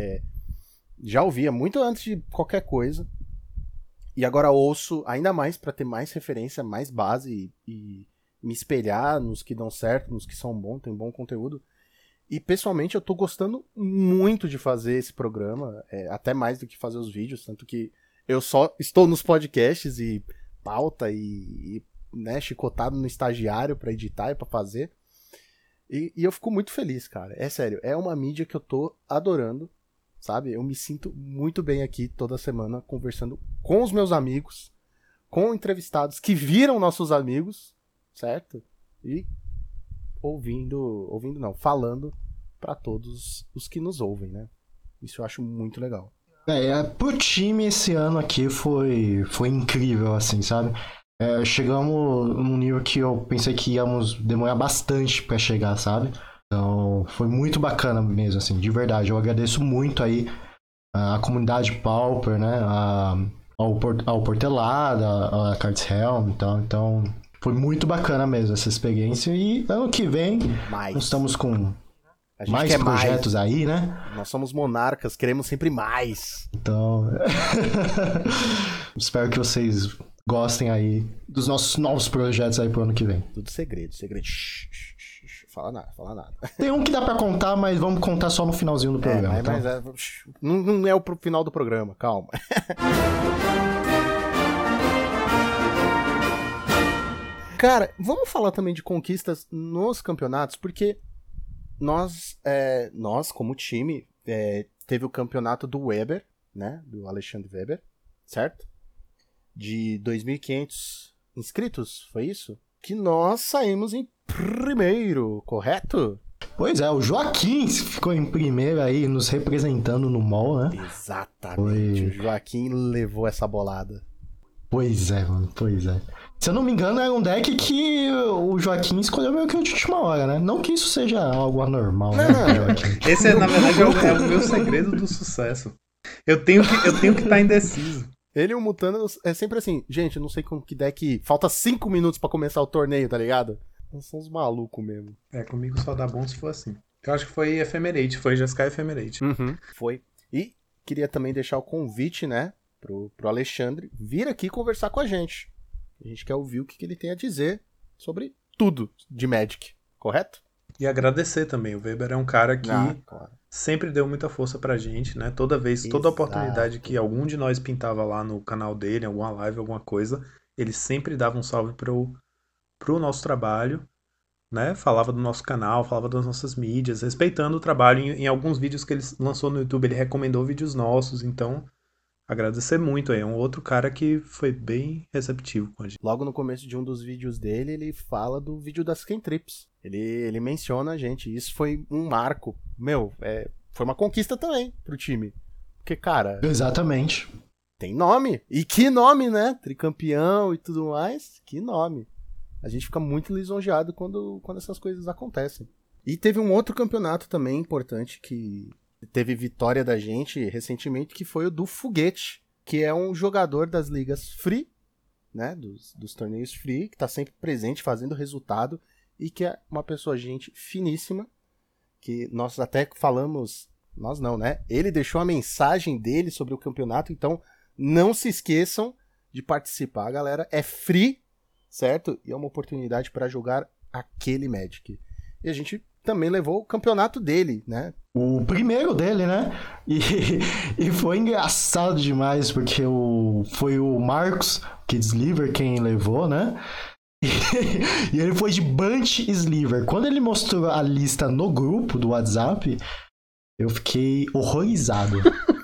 já ouvia muito antes de qualquer coisa. E agora ouço ainda mais para ter mais referência, mais base e me espelhar nos que dão certo, nos que são bons, tem bom conteúdo. E pessoalmente eu tô gostando muito de fazer esse programa, até mais do que fazer os vídeos, tanto que eu só estou nos podcasts e pauta e né, chicotado no estagiário para editar e para fazer. E eu fico muito feliz, cara. É sério, é uma mídia que eu tô adorando. Sabe? Eu me sinto muito bem aqui toda semana conversando com os meus amigos, com entrevistados que viram nossos amigos, certo? E falando para todos os que nos ouvem, né? Isso eu acho muito legal. Pro time esse ano aqui foi incrível, assim, sabe? Chegamos num nível que eu pensei que íamos demorar bastante para chegar, sabe? Então, foi muito bacana mesmo, assim, de verdade. Eu agradeço muito aí a comunidade Pauper, né, ao Portelada, a Cards Helm, então foi muito bacana mesmo essa experiência. E ano que vem, nós estamos com mais projetos aí, né? Nós somos monarcas, queremos sempre mais. Então, espero que vocês gostem aí dos nossos novos projetos aí pro ano que vem. Tudo segredo. Fala nada. Tem um que dá pra contar, mas vamos contar só no finalzinho do programa. Não é o final do programa, calma. Cara, vamos falar também de conquistas nos campeonatos, porque nós como time, teve o campeonato do Weber, né? Do Alexandre Weber, certo? De 2.500 inscritos, foi isso? Que nós saímos em primeiro, correto? Pois é, o Joaquim ficou em primeiro aí, nos representando no mall, né? Exatamente, o Joaquim levou essa bolada. Pois é, mano, pois é. Se eu não me engano, era um deck que o Joaquim escolheu meio que de última hora, né? Não que isso seja algo anormal, né, Joaquim? Esse, na verdade, é o meu segredo do sucesso. Eu tenho que estar indeciso. Ele e o Mutano é sempre assim, gente, eu não sei com que deck... Falta 5 minutos pra começar o torneio, tá ligado? Nós somos malucos mesmo. Comigo só dá bom se for assim. Eu acho que foi Ephemerate, foi Jeskai Ephemerate. Foi. E queria também deixar o convite, né, pro Alexandre vir aqui conversar com a gente. A gente quer ouvir o que ele tem a dizer sobre tudo de Magic, correto? E agradecer também. O Weber é um cara que claro. sempre deu muita força pra gente, né? Toda oportunidade que algum de nós pintava lá no canal dele, alguma live, alguma coisa, ele sempre dava um salve pro nosso trabalho, né? Falava do nosso canal, falava das nossas mídias, respeitando o trabalho. Em alguns vídeos que ele lançou no YouTube, ele recomendou vídeos nossos, então agradecer muito aí. É um outro cara que foi bem receptivo com a gente. Logo no começo de um dos vídeos dele, ele fala do vídeo das Kentrips. Ele menciona a gente. Isso foi um marco. Foi uma conquista também pro time. Porque, cara... Exatamente. Tem nome. E que nome, né? Tricampeão e tudo mais. Que nome. A gente fica muito lisonjeado quando essas coisas acontecem. E teve um outro campeonato também importante que... Teve vitória da gente recentemente, que foi o do Foguete, que é um jogador das ligas free, né, dos torneios free, que tá sempre presente, fazendo resultado, e que é uma pessoa, gente, finíssima, que nós até falamos, nós não, né, ele deixou a mensagem dele sobre o campeonato, então não se esqueçam de participar, galera, é free, certo? E é uma oportunidade para jogar aquele Magic. E a gente também levou o campeonato dele, né? O primeiro dele, né? E foi engraçado demais, porque foi o Marcos Kidsliver quem levou, né? E ele foi de Bunch Sliver. Quando ele mostrou a lista no grupo do WhatsApp, eu fiquei horrorizado.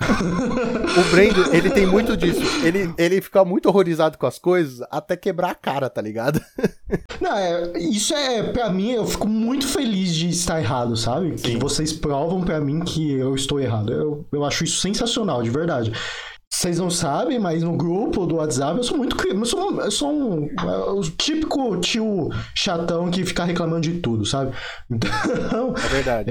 O Brendo, ele tem muito disso. Ele fica muito horrorizado com as coisas até quebrar a cara, tá ligado? Não, isso pra mim, eu fico muito feliz de estar errado, sabe? Sim. Que vocês provam pra mim que eu estou errado. Eu acho isso sensacional, de verdade. Vocês não sabem, mas no grupo do WhatsApp eu sou muito... Eu sou o típico tio chatão que fica reclamando de tudo, sabe? Então... É verdade.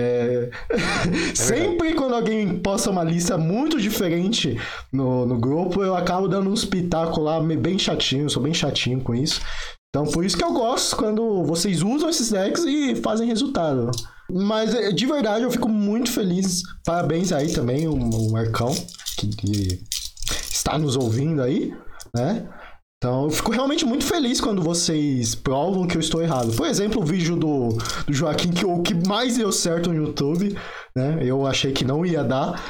Sempre quando alguém posta uma lista muito diferente no grupo, eu acabo dando uns pitacos lá bem chatinho, sou bem chatinho com isso. Então por isso que eu gosto quando vocês usam esses decks e fazem resultado. Mas de verdade eu fico muito feliz. Parabéns aí também, o Marcão, que está nos ouvindo aí, né? Então eu fico realmente muito feliz quando vocês provam que eu estou errado. Por exemplo, o vídeo do Joaquim, que o que mais deu certo no YouTube, né? Eu achei que não ia dar.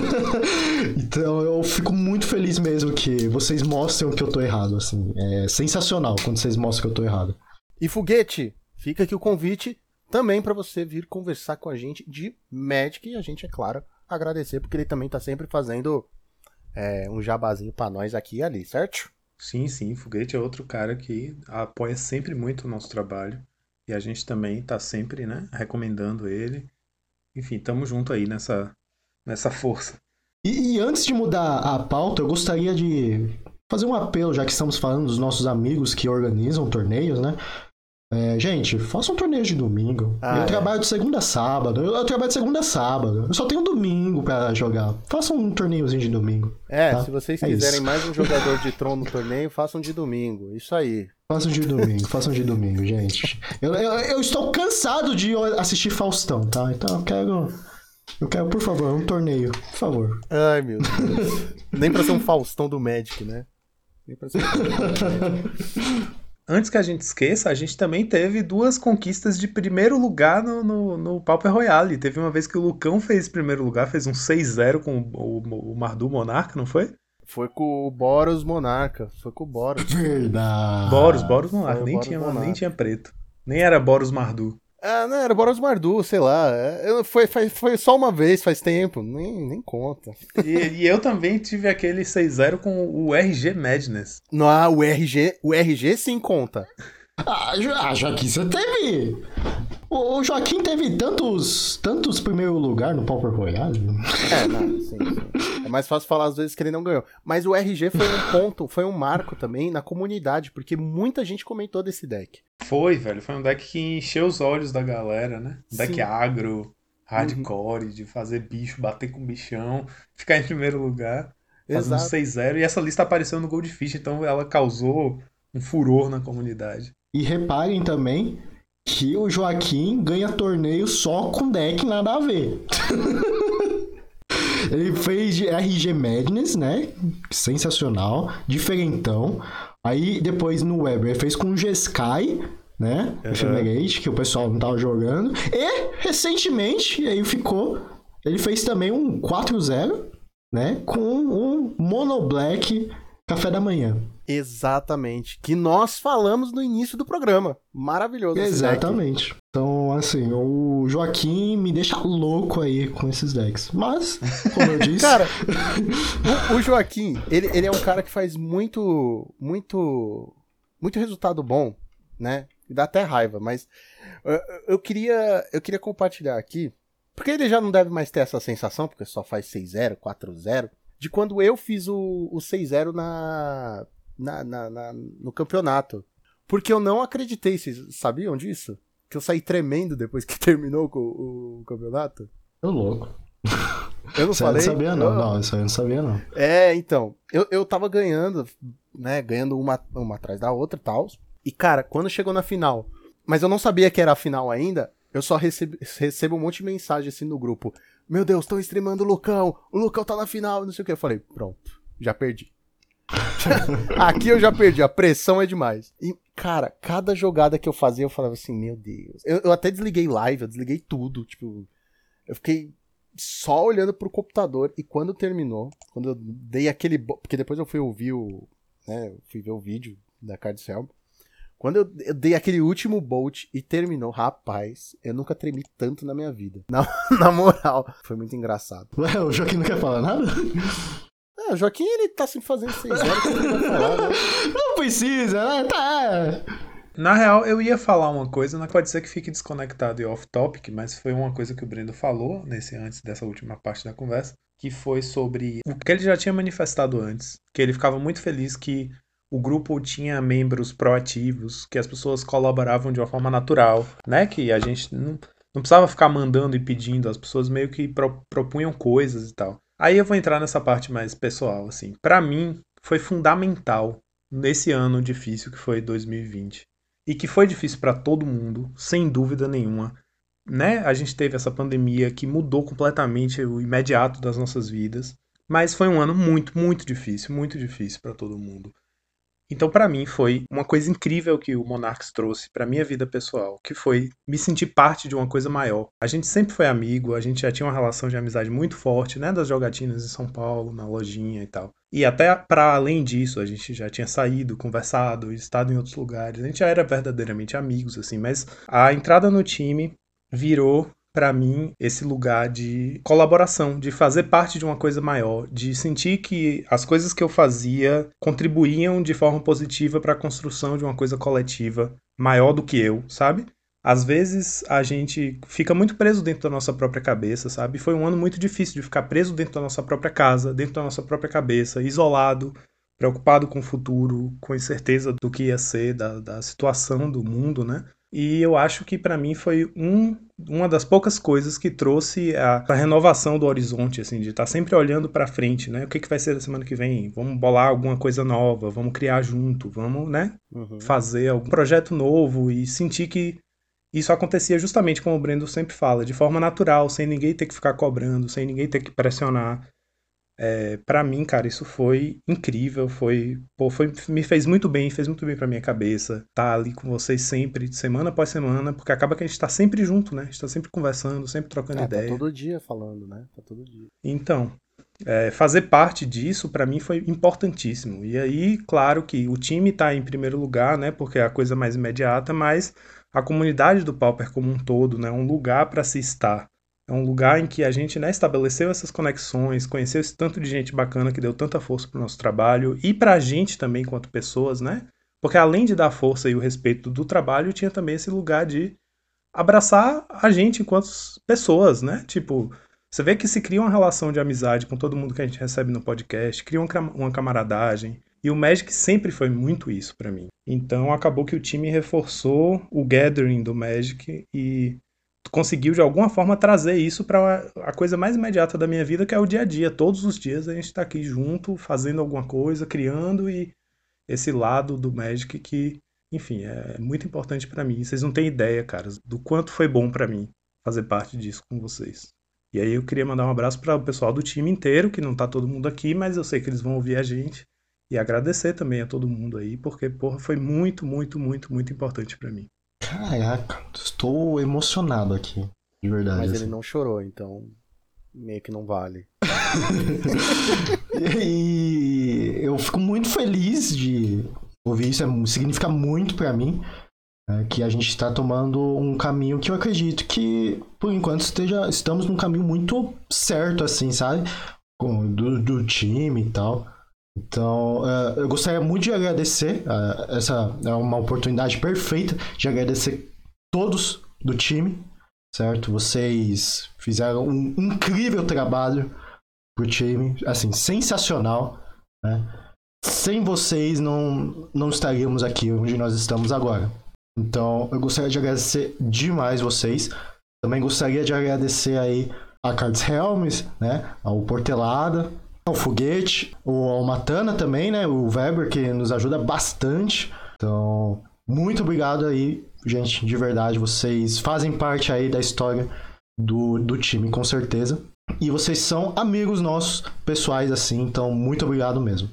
Então eu fico muito feliz mesmo que vocês mostrem que eu estou errado, assim. É sensacional quando vocês mostram que eu estou errado. E Foguete, fica aqui o convite também para você vir conversar com a gente de Magic, e a gente, é claro, agradecer, porque ele também tá sempre fazendo um jabazinho para nós aqui e ali, certo? Sim, Foguete é outro cara que apoia sempre muito o nosso trabalho. E a gente também tá sempre, né, recomendando ele. Enfim, tamo junto aí nessa força. E antes de mudar a pauta, eu gostaria de fazer um apelo, já que estamos falando dos nossos amigos que organizam torneios, né? Gente, façam torneios de domingo. Eu trabalho de segunda a sábado. Eu só tenho domingo pra jogar. Façam um torneiozinho de domingo. Tá? Se vocês quiserem mais um jogador de Tron no torneio, façam de domingo. Isso aí. Façam de domingo, gente. Eu estou cansado de assistir Faustão, tá? Então eu quero, por favor, um torneio. Por favor. Ai, meu Deus. Nem pra ser um Faustão do Magic, né? Nem pra ser um Faustão do Magic. antes que a gente esqueça, a gente também teve 2 conquistas de primeiro lugar no Pauper Royale. Teve uma vez que o Lucão fez primeiro lugar, fez um 6-0 com o Mardu Monarca, não foi? Foi com o Boros Monarca. Foi com o Boros. Verdade. Boros Monarca, foi o nem Boros tinha, Monarca. nem tinha preto. Nem era Boros Mardu. Ah, não, era o Boros Mardu, sei lá. Foi só uma vez, faz tempo. Nem conta. E eu também tive aquele 6-0 com o RG Madness. Não, o RG sim conta. Joaquim, você teve... O Joaquim teve tantos primeiro lugar no Pauper Royale. Não, sim. É mais fácil falar às vezes que ele não ganhou. Mas o RG foi um ponto, foi um marco também na comunidade, porque muita gente comentou desse deck. Foi, velho. Foi um deck que encheu os olhos da galera, né? Um deck Sim. agro, hardcore, de fazer bicho, bater com bichão, ficar em primeiro lugar, fazendo Exato. 6-0. E essa lista apareceu no Goldfish, então ela causou um furor na comunidade. E reparem também que o Joaquim ganha torneio só com deck nada a ver. Ele fez de RG Madness, né? Sensacional, diferentão. Aí depois no Weber ele fez com o G-Sky, né? Ephemerate, que o pessoal não tava jogando. E recentemente ele fez também um 4-0, né? Com um Mono Black Café da Manhã. Exatamente. Que nós falamos no início do programa. Maravilhoso. esse deck. Exatamente. Então, assim, o Joaquim me deixa louco aí com esses decks. Mas, como eu disse... Cara, o Joaquim, ele é um cara que faz muito resultado bom, né? E dá até raiva, mas eu queria compartilhar aqui, porque ele já não deve mais ter essa sensação, porque só faz 6-0, 4-0, de quando eu fiz o 6-0 no campeonato. Porque eu não acreditei, vocês sabiam disso? Que eu saí tremendo depois que terminou o campeonato. Tô louco. Eu não Isso falei? eu não sabia, não. Não, isso aí eu não sabia, não. Então, eu tava ganhando, né, ganhando uma atrás da outra e tal. E, cara, quando chegou na final, mas eu não sabia que era a final ainda, eu só recebo um monte de mensagem assim no grupo. Meu Deus, estão streamando o Lucão tá na final, não sei o que. Eu falei, pronto, já perdi. Aqui eu já perdi, a pressão é demais. E, cara, cada jogada que eu fazia, eu falava assim, meu Deus. Eu até desliguei live, eu desliguei tudo, tipo, eu fiquei só olhando pro computador. E quando terminou, quando eu dei aquele... Porque depois eu fui ouvir fui ver o vídeo da Card Selma. Quando eu dei aquele último bolt e terminou, rapaz, eu nunca tremi tanto na minha vida. Na moral, foi muito engraçado. Ué, o Joaquim não quer falar nada? O Joaquim, ele tá sempre fazendo 6 horas que ele vai falar, né? Não precisa, né? Tá. Na real, eu ia falar uma coisa, não pode ser que fique desconectado e off-topic, mas foi uma coisa que o Brendo falou antes dessa última parte da conversa, que foi sobre o que ele já tinha manifestado antes, que ele ficava muito feliz que o grupo tinha membros proativos, que as pessoas colaboravam de uma forma natural, né? Que a gente não precisava ficar mandando e pedindo, as pessoas meio que propunham coisas e tal. Aí eu vou entrar nessa parte mais pessoal, assim. Pra mim, foi fundamental nesse ano difícil que foi 2020. E que foi difícil pra todo mundo, sem dúvida nenhuma. Né? A gente teve essa pandemia que mudou completamente o imediato das nossas vidas. Mas foi um ano muito, muito difícil pra todo mundo. Então, pra mim, foi uma coisa incrível que o Monarchs trouxe pra minha vida pessoal, que foi me sentir parte de uma coisa maior. A gente sempre foi amigo, a gente já tinha uma relação de amizade muito forte, né, das jogatinas em São Paulo, na lojinha e tal. E até pra além disso, a gente já tinha saído, conversado, estado em outros lugares. A gente já era verdadeiramente amigos, assim, mas a entrada no time virou pra mim esse lugar de colaboração, de fazer parte de uma coisa maior, de sentir que as coisas que eu fazia contribuíam de forma positiva para a construção de uma coisa coletiva maior do que eu, sabe? Às vezes a gente fica muito preso dentro da nossa própria cabeça, sabe? Foi um ano muito difícil de ficar preso dentro da nossa própria casa, dentro da nossa própria cabeça, isolado, preocupado com o futuro, com incerteza do que ia ser, da situação do mundo, né? E eu acho que pra mim foi uma das poucas coisas que trouxe a renovação do horizonte, assim, de estar sempre olhando pra frente, né? O que vai ser da semana que vem? Vamos bolar alguma coisa nova, vamos criar junto, vamos, né? Fazer algum projeto novo e sentir que isso acontecia justamente como o Brendo sempre fala, de forma natural, sem ninguém ter que ficar cobrando, sem ninguém ter que pressionar. Pra mim, cara, isso foi incrível, me fez muito bem pra minha cabeça, tá ali com vocês sempre, semana após semana, porque acaba que a gente tá sempre junto, né? A gente tá sempre conversando, sempre trocando Tá ideia. todo dia falando, né? Tá todo dia. Então, fazer parte disso pra mim foi importantíssimo. E aí, claro que o time tá em primeiro lugar, né? Porque é a coisa mais imediata, mas a comunidade do Pauper como um todo, né? Um lugar pra se estar. É um lugar em que a gente, né, estabeleceu essas conexões, conheceu esse tanto de gente bacana que deu tanta força pro nosso trabalho e pra gente também, enquanto pessoas, né? Porque além de dar força e o respeito do trabalho, tinha também esse lugar de abraçar a gente enquanto pessoas, né? Tipo, você vê que se cria uma relação de amizade com todo mundo que a gente recebe no podcast, cria uma camaradagem. E o Magic sempre foi muito isso pra mim. Então acabou que o time reforçou o gathering do Magic e conseguiu de alguma forma trazer isso para a coisa mais imediata da minha vida, que é o dia a dia. Todos os dias a gente tá aqui junto, fazendo alguma coisa, criando e esse lado do Magic que, enfim, é muito importante pra mim. Vocês não têm ideia, cara, do quanto foi bom pra mim fazer parte disso com vocês. E aí eu queria mandar um abraço para o pessoal do time inteiro, que não tá todo mundo aqui, mas eu sei que eles vão ouvir a gente. E agradecer também a todo mundo aí, porque, porra, foi muito, muito, muito, muito importante pra mim. Caraca, estou emocionado aqui, de verdade. Mas assim. ele não chorou, então meio que não vale. E eu fico muito feliz de ouvir isso, significa muito pra mim, que a gente está tomando um caminho que eu acredito que, por enquanto, estamos num caminho muito certo, assim, sabe? Do time e tal. Então, eu gostaria muito de agradecer, essa é uma oportunidade perfeita de agradecer todos do time, certo? Vocês fizeram um incrível trabalho pro time, assim, sensacional, né? Sem vocês não estaríamos aqui onde nós estamos agora. Então, eu gostaria de agradecer demais vocês. Também gostaria de agradecer aí a Cards Helms, né? Ao Portelada, ao Foguete, ao Matana também, né? O Weber, que nos ajuda bastante. Então, muito obrigado aí, gente, de verdade. Vocês fazem parte aí da história do time, com certeza. E vocês são amigos nossos, pessoais assim, então muito obrigado mesmo.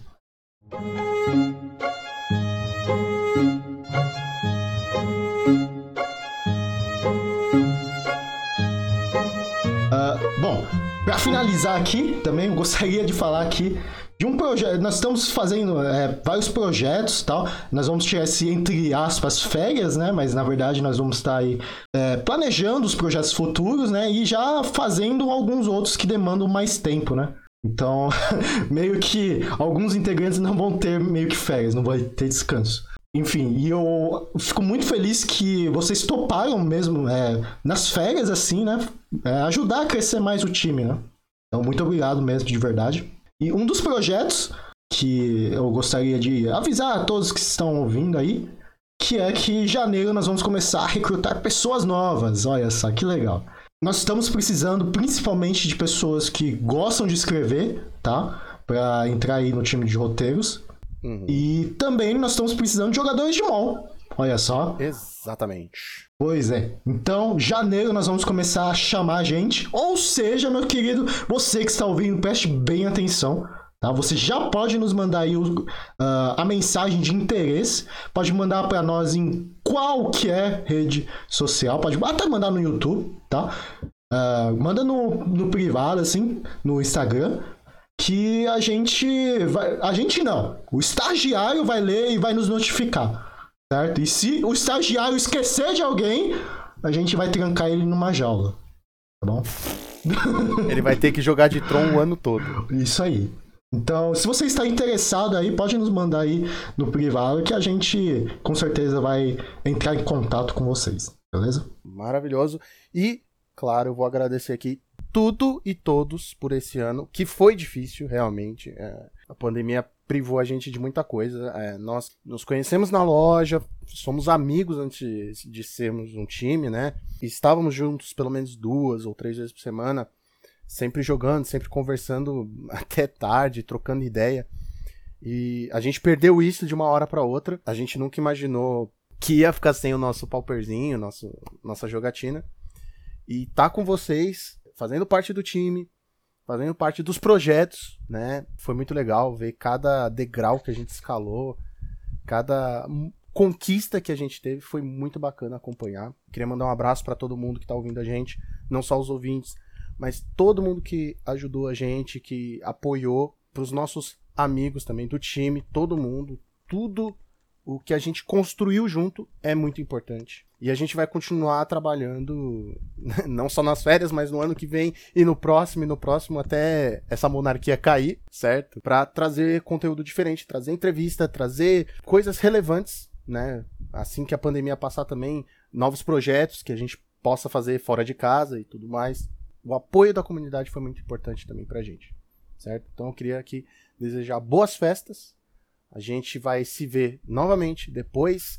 Bom, para finalizar aqui, também eu gostaria de falar aqui de um projeto. Nós estamos fazendo vários projetos e tal. Nós vamos tirar esse, entre aspas, férias, né? Mas na verdade nós vamos estar aí planejando os projetos futuros, né? E já fazendo alguns outros que demandam mais tempo, né? Então, meio que alguns integrantes não vão ter meio que férias, não vai ter descanso. Enfim, e eu fico muito feliz que vocês toparam mesmo, nas férias, assim, né? Ajudar a crescer mais o time, né? Então, muito obrigado mesmo, de verdade. E um dos projetos que eu gostaria de avisar a todos que estão ouvindo aí, que é que em janeiro nós vamos começar a recrutar pessoas novas. Olha só, que legal. Nós estamos precisando principalmente de pessoas que gostam de escrever, tá? Pra entrar aí no time de roteiros. Uhum. E também nós estamos precisando de jogadores de mall. Olha só. Exatamente. Pois é. Então, janeiro nós vamos começar a chamar a gente. Ou seja, meu querido, você que está ouvindo, preste bem atenção. Tá? Você já pode nos mandar aí a mensagem de interesse. Pode mandar para nós em qualquer rede social. Pode até mandar no YouTube, tá? Manda no privado, assim, no Instagram. Que a gente vai... A gente não. O estagiário vai ler e vai nos notificar. Certo? E se o estagiário esquecer de alguém, a gente vai trancar ele numa jaula. Tá bom? Ele vai ter que jogar de Tron o ano todo. Isso aí. Então, se você está interessado aí, pode nos mandar aí no privado que a gente com certeza vai entrar em contato com vocês. Beleza? Maravilhoso. E, claro, eu vou agradecer aqui tudo e todos por esse ano, que foi difícil, realmente. A pandemia privou a gente de muita coisa. Nós nos conhecemos na loja, somos amigos antes de sermos um time, né? E estávamos juntos pelo menos 2 ou 3 vezes por semana, sempre jogando, sempre conversando até tarde, trocando ideia. E a gente perdeu isso de uma hora para outra. A gente nunca imaginou que ia ficar sem o nosso pauperzinho, nossa jogatina. E tá com vocês, fazendo parte do time, fazendo parte dos projetos, né? Foi muito legal ver cada degrau que a gente escalou, cada conquista que a gente teve, foi muito bacana acompanhar. Queria mandar um abraço para todo mundo que tá ouvindo a gente, não só os ouvintes, mas todo mundo que ajudou a gente, que apoiou, pros nossos amigos também do time, todo mundo, tudo o que a gente construiu junto é muito importante. E a gente vai continuar trabalhando, não só nas férias, mas no ano que vem e no próximo até essa monarquia cair, certo? Pra trazer conteúdo diferente, trazer entrevista, trazer coisas relevantes, né? Assim que a pandemia passar também, novos projetos que a gente possa fazer fora de casa e tudo mais. O apoio da comunidade foi muito importante também pra gente, certo? Então eu queria aqui desejar boas festas. A gente vai se ver novamente depois,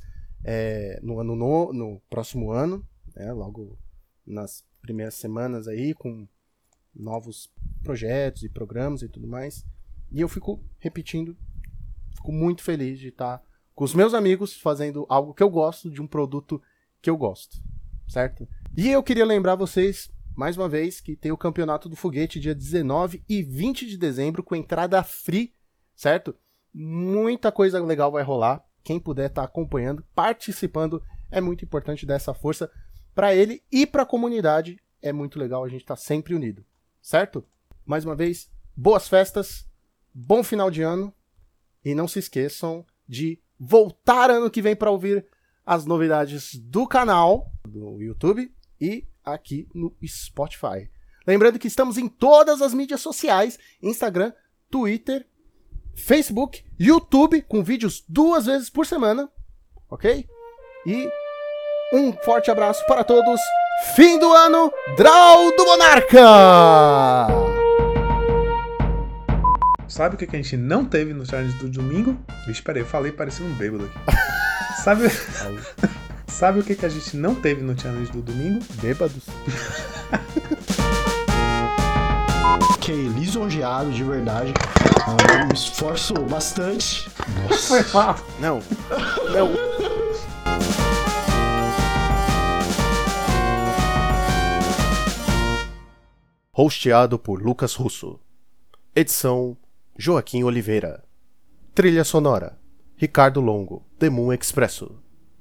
no próximo ano, né? Logo nas primeiras semanas aí, com novos projetos e programas e tudo mais. E eu fico repetindo, fico muito feliz de estar com os meus amigos fazendo algo que eu gosto, de um produto que eu gosto, certo? E eu queria lembrar vocês, mais uma vez, que tem o Campeonato do Foguete dia 19 e 20 de dezembro com entrada free, certo? Muita coisa legal vai rolar. Quem puder estar acompanhando, participando, é muito importante dar essa força para ele e para a comunidade. É muito legal, a gente estar sempre unido, certo? Mais uma vez, boas festas, bom final de ano e não se esqueçam de voltar ano que vem para ouvir as novidades do canal, do YouTube e aqui no Spotify. Lembrando que estamos em todas as mídias sociais, Instagram, Twitter, Facebook, YouTube, com vídeos 2 vezes por semana, ok? E um forte abraço para todos. Fim do ano, Draw do Monarca! Sabe o que a gente não teve no challenge do domingo? Vixe, peraí, eu falei parecendo um bêbado aqui. Sabe o que a gente não teve no challenge do domingo? Bêbados. Fiquei lisonjeado de verdade. Eu me esforço bastante. Foi mal. Não. Hosteado por Lucas Russo. Edição Joaquim Oliveira. Trilha sonora Ricardo Longo, The Moon Expresso.